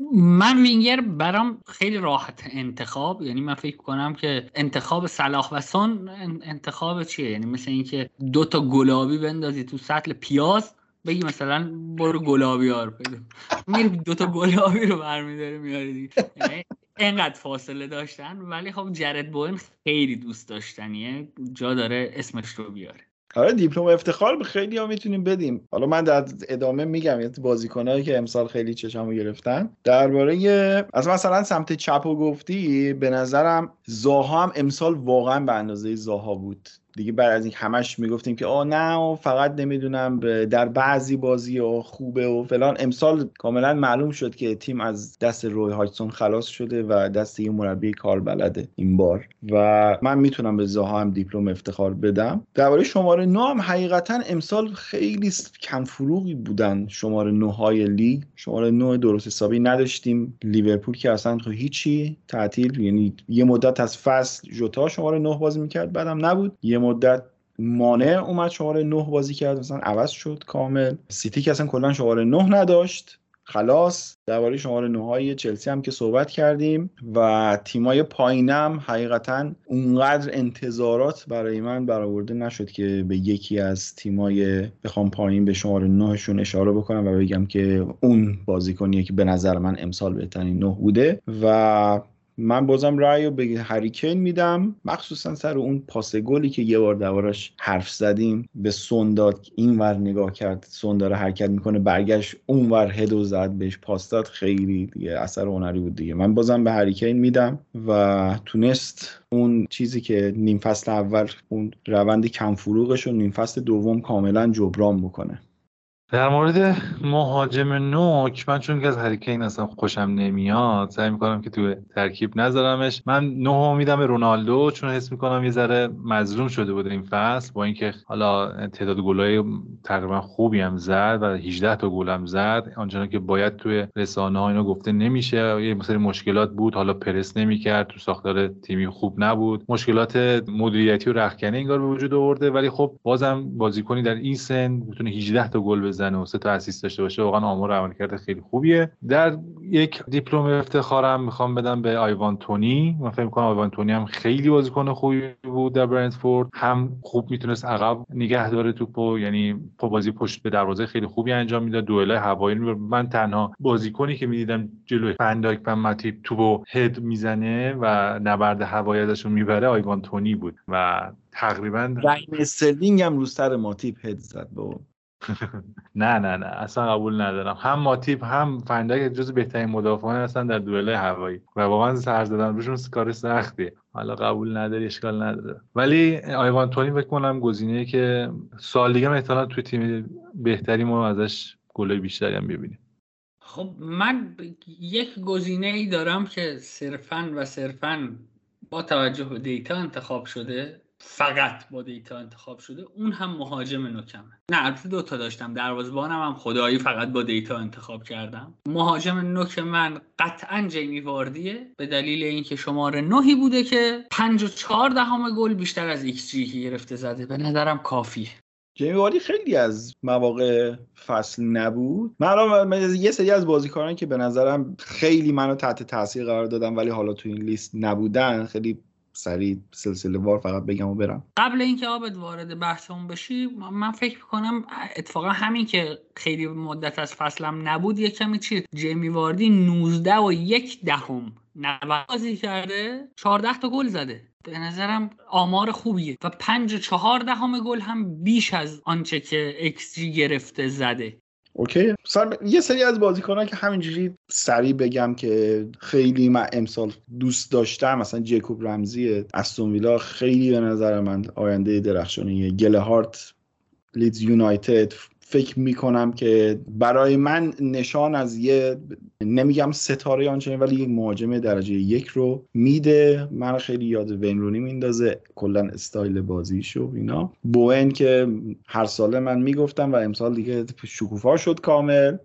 [SPEAKER 2] من وینگر برام خیلی راحت انتخاب، یعنی من فکر کنم که انتخاب صلاح و سون انتخاب چیه، یعنی مثل اینکه 2 تا گلابی بندازی تو سطل پیاز بگی مثلا برو گلابی ها رو بده، میری 2 تا گلابی رو برمی‌داری میاری دیگه. اینقدر فاصله داشتن. ولی خب جرید بوون خیلی دوست داشتنیه، جا داره اسمش رو بیاره.
[SPEAKER 1] آره دیپلم افتخار به خیلی ها میتونیم بدیم. حالا من در ادامه میگم یه بازیکنایی که امسال خیلی چشمو گرفتن. درباره از مثلا سمت چپو گفتی، به نظرم زاها هم امسال واقعا به اندازه زاها بود دیگه. بعد از این همش میگفتیم که نه فقط نمیدونم در بعضی بازی‌ها خوبه و فلان. امسال کاملا معلوم شد که تیم از دست روی هایتسون خلاص شده و دست یه مربی کاربلده این بار و من میتونم به زاها هم دیپلم افتخار بدم. درباره شماره 9 هم حقیقتا امسال خیلی کم فروغی بودن شماره 9 های لیگ. شماره 9 درست حسابی نداشتیم. لیورپول که اصلا هیچی تعطیل، یعنی یه مدت از فصل ژوتا شماره 9 بازی میکرد بعدم نبود، یه مدت مانع اومد شماره 9 بازی کرد مثلا عوض شد کامل. سیتی که اصلا کلا شماره 9 نداشت خلاص. درباره شماره 9 های چلسی هم که صحبت کردیم و تیمای پایینم حقیقتا اونقدر انتظارات برای من برآورده نشد که به یکی از تیمای بخوام پایین به شماره 9 شون اشاره بکنم و بگم که اون بازیکنیه که به نظر من امسال بهترین 9 بوده. و من بازم رأیو به هری کین میدم، مخصوصا سر اون پاس گلی که یه بار دربارش حرف زدیم به سون داد، اینور نگاه کرد سون داره حرکت میکنه برگشت اونور هدو زد بهش پاس داد، خیلی دیگه اثر هنری بود دیگه. من بازم به هری کین میدم و تونست اون چیزی که نیم فصل اول اون روند کم فروغش رو نیم فصل دوم کاملا جبران بکنه.
[SPEAKER 3] در مورد مهاجم نوک، من چون که از هری کین اصلا خوشم نمیاد سعی میکنم که تو ترکیب نذارمش. من 9 میدم به رونالدو، چون حس میکنم یه ذره مظلوم شده بود این فصل، با اینکه حالا تعداد گلای تقریبا خوبی هم زد و 18 تا گل هم زد، آنچنان که باید توی رسانه‌ها اینا گفته نمیشه. یه سری مشکلات بود، حالا پرس نمیکرد، تو ساختار تیمی خوب نبود، مشکلات مدیریتی و رختکنی انگار به وجود آورده. ولی خب بازم بازیکنی در این سن میتونه 18 تا گل بزنه و 3 تا اسیست داشته باشه واقعا آمار عملکرد خیلی خوبیه. در یک دیپلم افتخارم میخوام بدم به آیوان تونی. من فکر می‌کنم آیوان تونی هم خیلی بازیکن خوبی بود در برنتفورد، هم خوب میتونست عقب نگه داره توپو، یعنی بازی پشت به دروازه خیلی خوبی انجام میداد، دوئلای هوایی. من تنها بازیکنی که میدیدم جلوی فندایک و ماتیپ توپو هد میزنه و نبرد هوایی ازشون میبره آیوان تونی بود و تقریبا
[SPEAKER 1] رایم استرلینگ هم رو سر ماتیپ هد زد با
[SPEAKER 3] نه اصلا قبول ندارم. هم ماتیپ هم فندایک جزو بهترین مدافعان هستن در دوئل‌های هوایی و واقعا سر زدن روشون کار سختیه. حالا قبول نداری اشکال نداره، ولی آیوان تونی فکر کنم گزینه‌ای که سال دیگه احتمالاً توی تیم بهتری ما ازش گلای بیشتری هم ببینیم.
[SPEAKER 2] خب من یک گزینه‌ای دارم که صرفاً با توجه به دیتا انتخاب شده، فقط با دیتا انتخاب شده، اون هم مهاجم نوکمه. نه البته 2 تا داشتم، دروازه‌بانم هم خدایی فقط با دیتا انتخاب کردم. مهاجم نوک من قطعاً جیمی واردیه، به دلیل اینکه شماره 9 بوده که 5.4 گل بیشتر از ایکس جی که گرفته زده. به نظرم کافیه.
[SPEAKER 1] جیمی واردی خیلی از مواقع فصل نبود. من یه سری از بازیکنان که به نظرم خیلی منو تحت تاثیر قرار دادن ولی حالا تو این لیست نبودن، خیلی سریع سلسله وار فقط بگم و برم.
[SPEAKER 2] قبل اینکه عابد وارد بحثمون بشی، من فکر می‌کنم اتفاقا همین که خیلی مدت از فصلم نبود یک کمی جیمی واردی 19.1 بازی کرده، 14 تا گل زده. به نظرم آمار خوبیه و 5.4 گل هم بیش از آنچه که ایکس جی گرفته زده.
[SPEAKER 1] اوکی. یه سری از بازیکنان که همینجوری سریع بگم که خیلی من امسال دوست داشتم، مثلا جیکوب رمزی استون ویلا خیلی به نظر من آینده درخشانیه. گلهارت لیدز یونایتد فکر میکنم که برای من نشان از یه، نمیگم ستاره آنچنین، ولی یک مهاجم درجه 1 رو میده. من خیلی یاد وین رونی میندازه، کلا استایل بازیشو اینا. بوئن که هر ساله من میگفتم و امسال دیگه شکوفا شد کامل.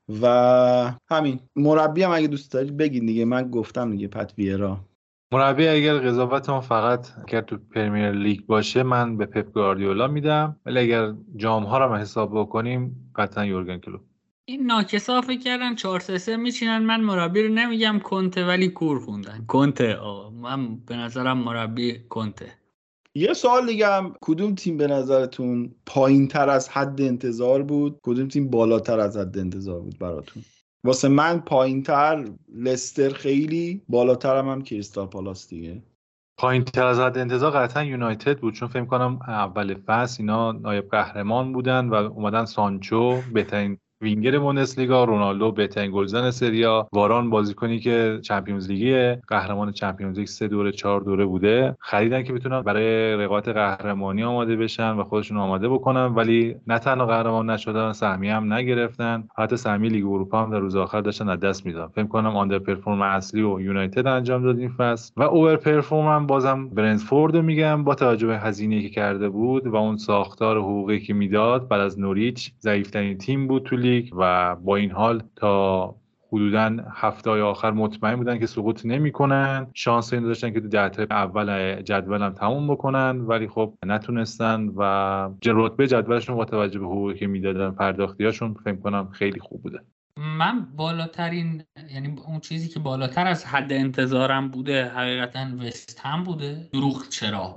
[SPEAKER 1] و همین مربی هم اگه دوست دارید بگید دیگه، من گفتم دیگه پت ویرا.
[SPEAKER 3] مربی اگر قضاوت ما فقط اگر تو پرمیر لیگ باشه من به پپ گواردیولا میدم، ولی اگر جام ها رو حساب بکنیم قطعا یورگن کلوپ.
[SPEAKER 2] این ناکسا فکر کردن 4-3-3 میچینن. من مربی رو نمیگم کنته، ولی کور خوندن. کنته من به نظرم مربی کنته.
[SPEAKER 1] یه سوال دیگه هم، کدوم تیم به نظرتون پایین تر از حد انتظار بود؟ کدوم تیم بالاتر از حد انتظار بود براتون؟ واسه من پایین تر لستر، خیلی بالاتر هم کریستال پالاس دیگه.
[SPEAKER 3] پایین تر از حد انتظار قطعا یونایتد بود، چون فکر کنم اول فصل اینا نایب قهرمان بودن و اومدن سانچو بهترین وینگر بوندسلیگا، رونالدو بهترین گلزن سری آ، واران بازیکنی که چمپیونز لیگ قهرمان چمپیونز لیگ 3 دوره 4 دوره بوده، خریدن که بتونن برای رقابت قهرمانی آماده بشن و خودشون آماده بکنن. ولی نه تنها قهرمان نشدن، سهمیه هم نگرفتن، حتی سهمیه لیگ اروپا هم در روز آخر داشتن از دست میدادن. فکر کنم آندر پرفورم اصلی و یونایتد انجام داد این فصل و اوور پرفورم بازم برنتفورد رو میگم، با توجه به هزینه‌ای که کرده بود و اون ساختار حقوقی که میداد. بعد از نوریچ ضعیف‌ترین تیم بود تو لیگ و با این حال تا حدوداً هفته‌های آخر مطمئن بودن که سقوط نمی‌کنن. شانس این داشتن که تو 10 تا اول جدول هم تموم بکنن، ولی خب نتونستن و رتبه جدولشون با توجه به حقوقی که میدادن، پرداختیاشون فکر کنم خیلی خوب بوده.
[SPEAKER 2] من بالاترین، یعنی اون چیزی که بالاتر از حد انتظارم بوده حقیقتا وست هم بوده. دروغ چرا؟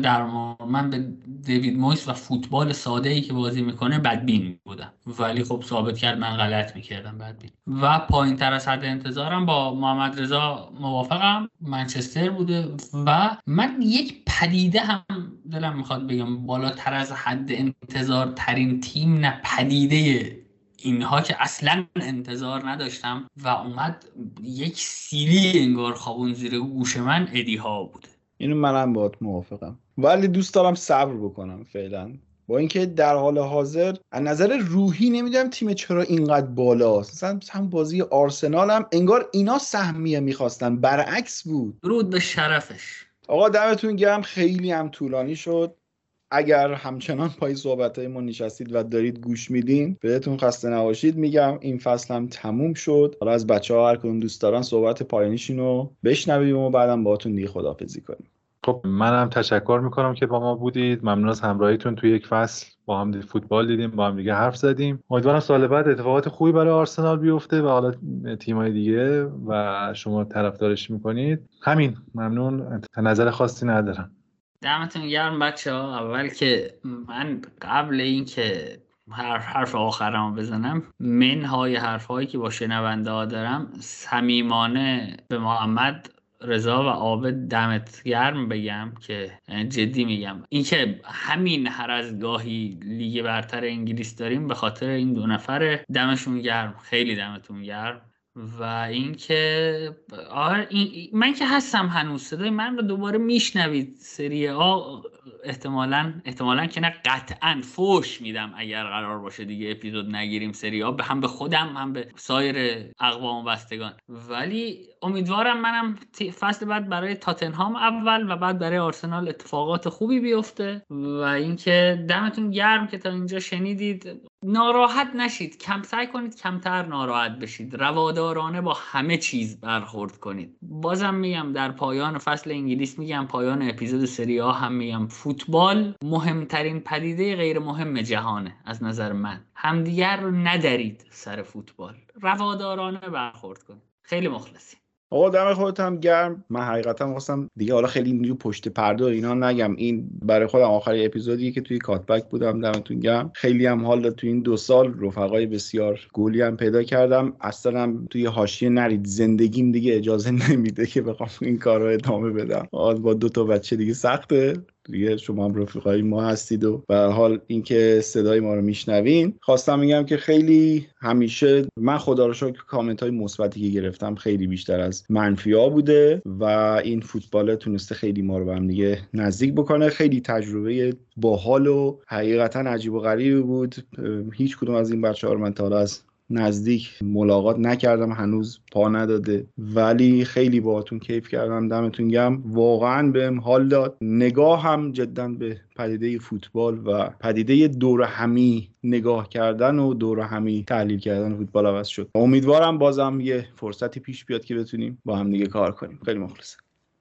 [SPEAKER 2] من به دیوید مویس و فوتبال ساده ای که بازی میکنه بدبین بودم، ولی خب ثابت کرد من غلط میکردم بدبین. و پایین تر از حد انتظارم با محمد رضا موافقم، منچستر بوده. و من یک پدیده هم دلم میخواد بگم، بالاتر از حد انتظار ترین تیم، نه پدیده اینها که اصلا انتظار نداشتم و اومد یک سیلی انگار خوابون زیر گوش من، ادی ها بوده.
[SPEAKER 1] اینو منم باهات موافقم، ولی دوست دارم صبر بکنم فعلا، با اینکه در حال حاضر از نظر روحی نمیدونم تیم چرا اینقدر بالاست. مثلا هم بازی آرسنال هم انگار اینا سهمیه میخواستن، برعکس بود.
[SPEAKER 2] درود به شرفش.
[SPEAKER 1] آقا دمتون گرم، خیلی هم طولانی شد. اگر همچنان پای صحبت‌های ما نشستید و دارید گوش میدین بهتون خسته نباشید میگم. این فصل هم تموم شد. حالا از بچه‌ها هر کدوم دوست دارن صحبت پایانیشون رو بشنویم و بعدم باهاتون دیگه خداحافظی کنیم.
[SPEAKER 3] خب منم تشکر میکنم که با ما بودید. ممنون از همراهیتون. توی یک فصل با هم فوتبال دیدیم، با هم دیگه حرف زدیم. امیدوارم سال بعد اتفاقات خوبی برای آرسنال بیفته و حالا تیم‌های دیگه و شما طرفدارش میکنید. همین، ممنون. نظر خاصی ندارم.
[SPEAKER 2] دمتون گرم بچه‌ها. اول که من قبل این که حرف آخرمو بزنم، منهای حرفایی که با شنونده ها دارم، صمیمانه به محمد رضا و عابد دمت گرم بگم که جدی میگم، اینکه همین هر از گاهی لیگ برتر انگلیس داریم به خاطر این دو نفره. دمشون گرم، خیلی دمتون گرم. و اینکه من که هستم هنوز، صدای من رو دوباره میشنوید. سری آ احتمالاً که نه، قطعاً فوش میدم اگر قرار باشه دیگه اپیزود نگیریم سری آ، هم به خودم هم به سایر اقوام و بستگان. ولی امیدوارم منم فصل بعد برای تاتنهام اول و بعد برای آرسنال اتفاقات خوبی بیفته. و اینکه دمتون گرم که تا اینجا شنیدید. ناراحت نشید، سعی کنید کمتر ناراحت بشید، روادارانه با همه چیز برخورد کنید. بازم میگم در پایان فصل انگلیس میگم، پایان اپیزود سری آ هم میگم، فوتبال مهمترین پدیده غیر مهم جهانه از نظر من. همدیگر رو ندارید سر فوتبال، روادارانه برخورد کنید. خیلی مخلصی.
[SPEAKER 1] آقا دم خودت هم گرم. من حقیقتا خواستم دیگه حالا خیلی اینجوری پشت پرده و اینا نگم، این برای خودم آخرین اپیزودیه که توی کاتبک بودم. دمتون گرم. خیلی هم حال داد. توی این 2 سال رفقای بسیار گلی هم پیدا کردم. اصلا هم توی حاشیه نرید، زندگیم دیگه اجازه نمیده که بخوام این کارو ادامه بدم. با 2 تا بچه دیگه سخته دیگه. شما هم رفیقای ما هستید و به هر حال اینکه صدای ما رو میشنوین. خواستم بگم که خیلی همیشه من خدا رو شکر کامنت های مثبتی که گرفتم خیلی بیشتر از منفی‌ها بوده و این فوتبال تونسته خیلی ما رو به هم دیگه نزدیک بکنه. خیلی تجربه باحال و حقیقتا عجیب و غریبی بود. هیچ کدوم از این بچه‌ها رو من تا حالا از نزدیک ملاقات نکردم، هنوز پا نداده، ولی خیلی باهاتون کیف کردم. دمتون گرم. واقعا بهم حال داد. نگاه هم جدا به پدیده فوتبال و پدیده دور همی نگاه کردن و دور همی تحلیل کردن فوتبال عوض شد. امیدوارم بازم یه فرصتی پیش بیاد که بتونیم با هم دیگه کار کنیم. خیلی مخلصم.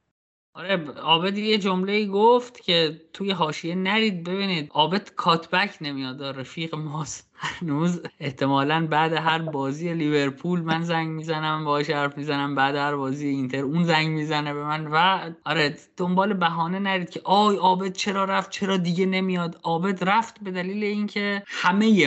[SPEAKER 2] آره، عابد یه جمله گفت که توی حاشیه نرید ببینید. عابد کاتبک نمیاد، رفیق ماست هنوز. احتمالاً بعد هر بازی لیورپول من زنگ میزنم باهاش حرف میزنم، بعد هر بازی اینتر اون زنگ میزنه به من. و آره، دنبال بهانه نرید که آی عابد چرا رفت، چرا دیگه نمیاد. عابد رفت به دلیل اینکه همه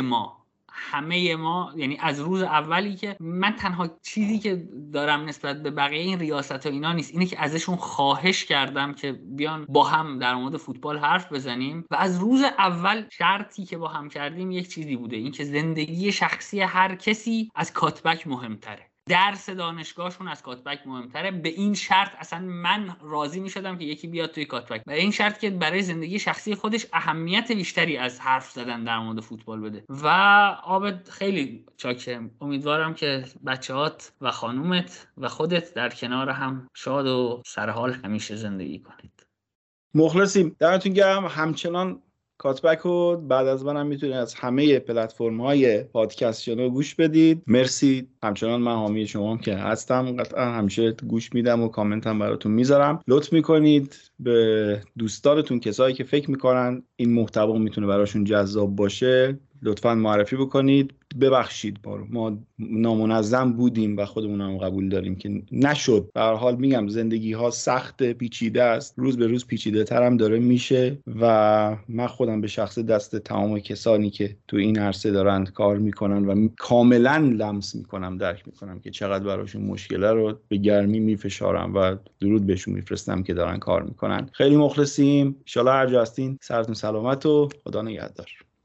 [SPEAKER 2] ما یعنی از روز اولی که من تنها چیزی که دارم نسبت به بقیه این ریاست و اینا نیست، اینه که ازشون خواهش کردم که بیان با هم در مورد فوتبال حرف بزنیم و از روز اول شرطی که با هم کردیم یک چیزی بوده، این که زندگی شخصی هر کسی از کاتبک مهمتره، درس دانشگاهشون از کاتبک مهمتره. به این شرط اصلا من راضی می شدم که یکی بیاد توی کاتبک، به این شرط که برای زندگی شخصی خودش اهمیت بیشتری از حرف زدن در مورد فوتبال بده. و عابد خیلی چاکرم. امیدوارم که بچه‌هات و خانومت و خودت در کنار هم شاد و سرحال همیشه زندگی کنید.
[SPEAKER 1] مخلصیم. دمتون گرم. همچنان کاتبک رو بعد از منم میتونید از همه پلتفرم‌های پادکستیانو گوش بدید. مرسی. همچنان من حامی شما هم که هستم، قطعا همیشه گوش میدم و کامنت هم براتون میذارم. لطف میکنید به دوستانتون، کسایی که فکر میکنن این محتوا میتونه براشون جذاب باشه، لطفاً معرفی بکنید. ببخشید ما نامنظم بودیم و خودمون هم قبول داریم که نشد. به هر حال میگم زندگی ها سخت، پیچیده است، روز به روز پیچیده تر هم داره میشه و من خودم به شخص دست تمام کسانی که تو این عرصه دارن کار میکنن و کاملا لمس میکنم، درک میکنم که چقدر براشون مشکله رو به گرمی میفشارم و درود بهشون میفرستم که دارن کار میکنن. خیلی مخلصیم. ان شاءالله هر جا هستین سرتون سلامت و خدا نگهدار.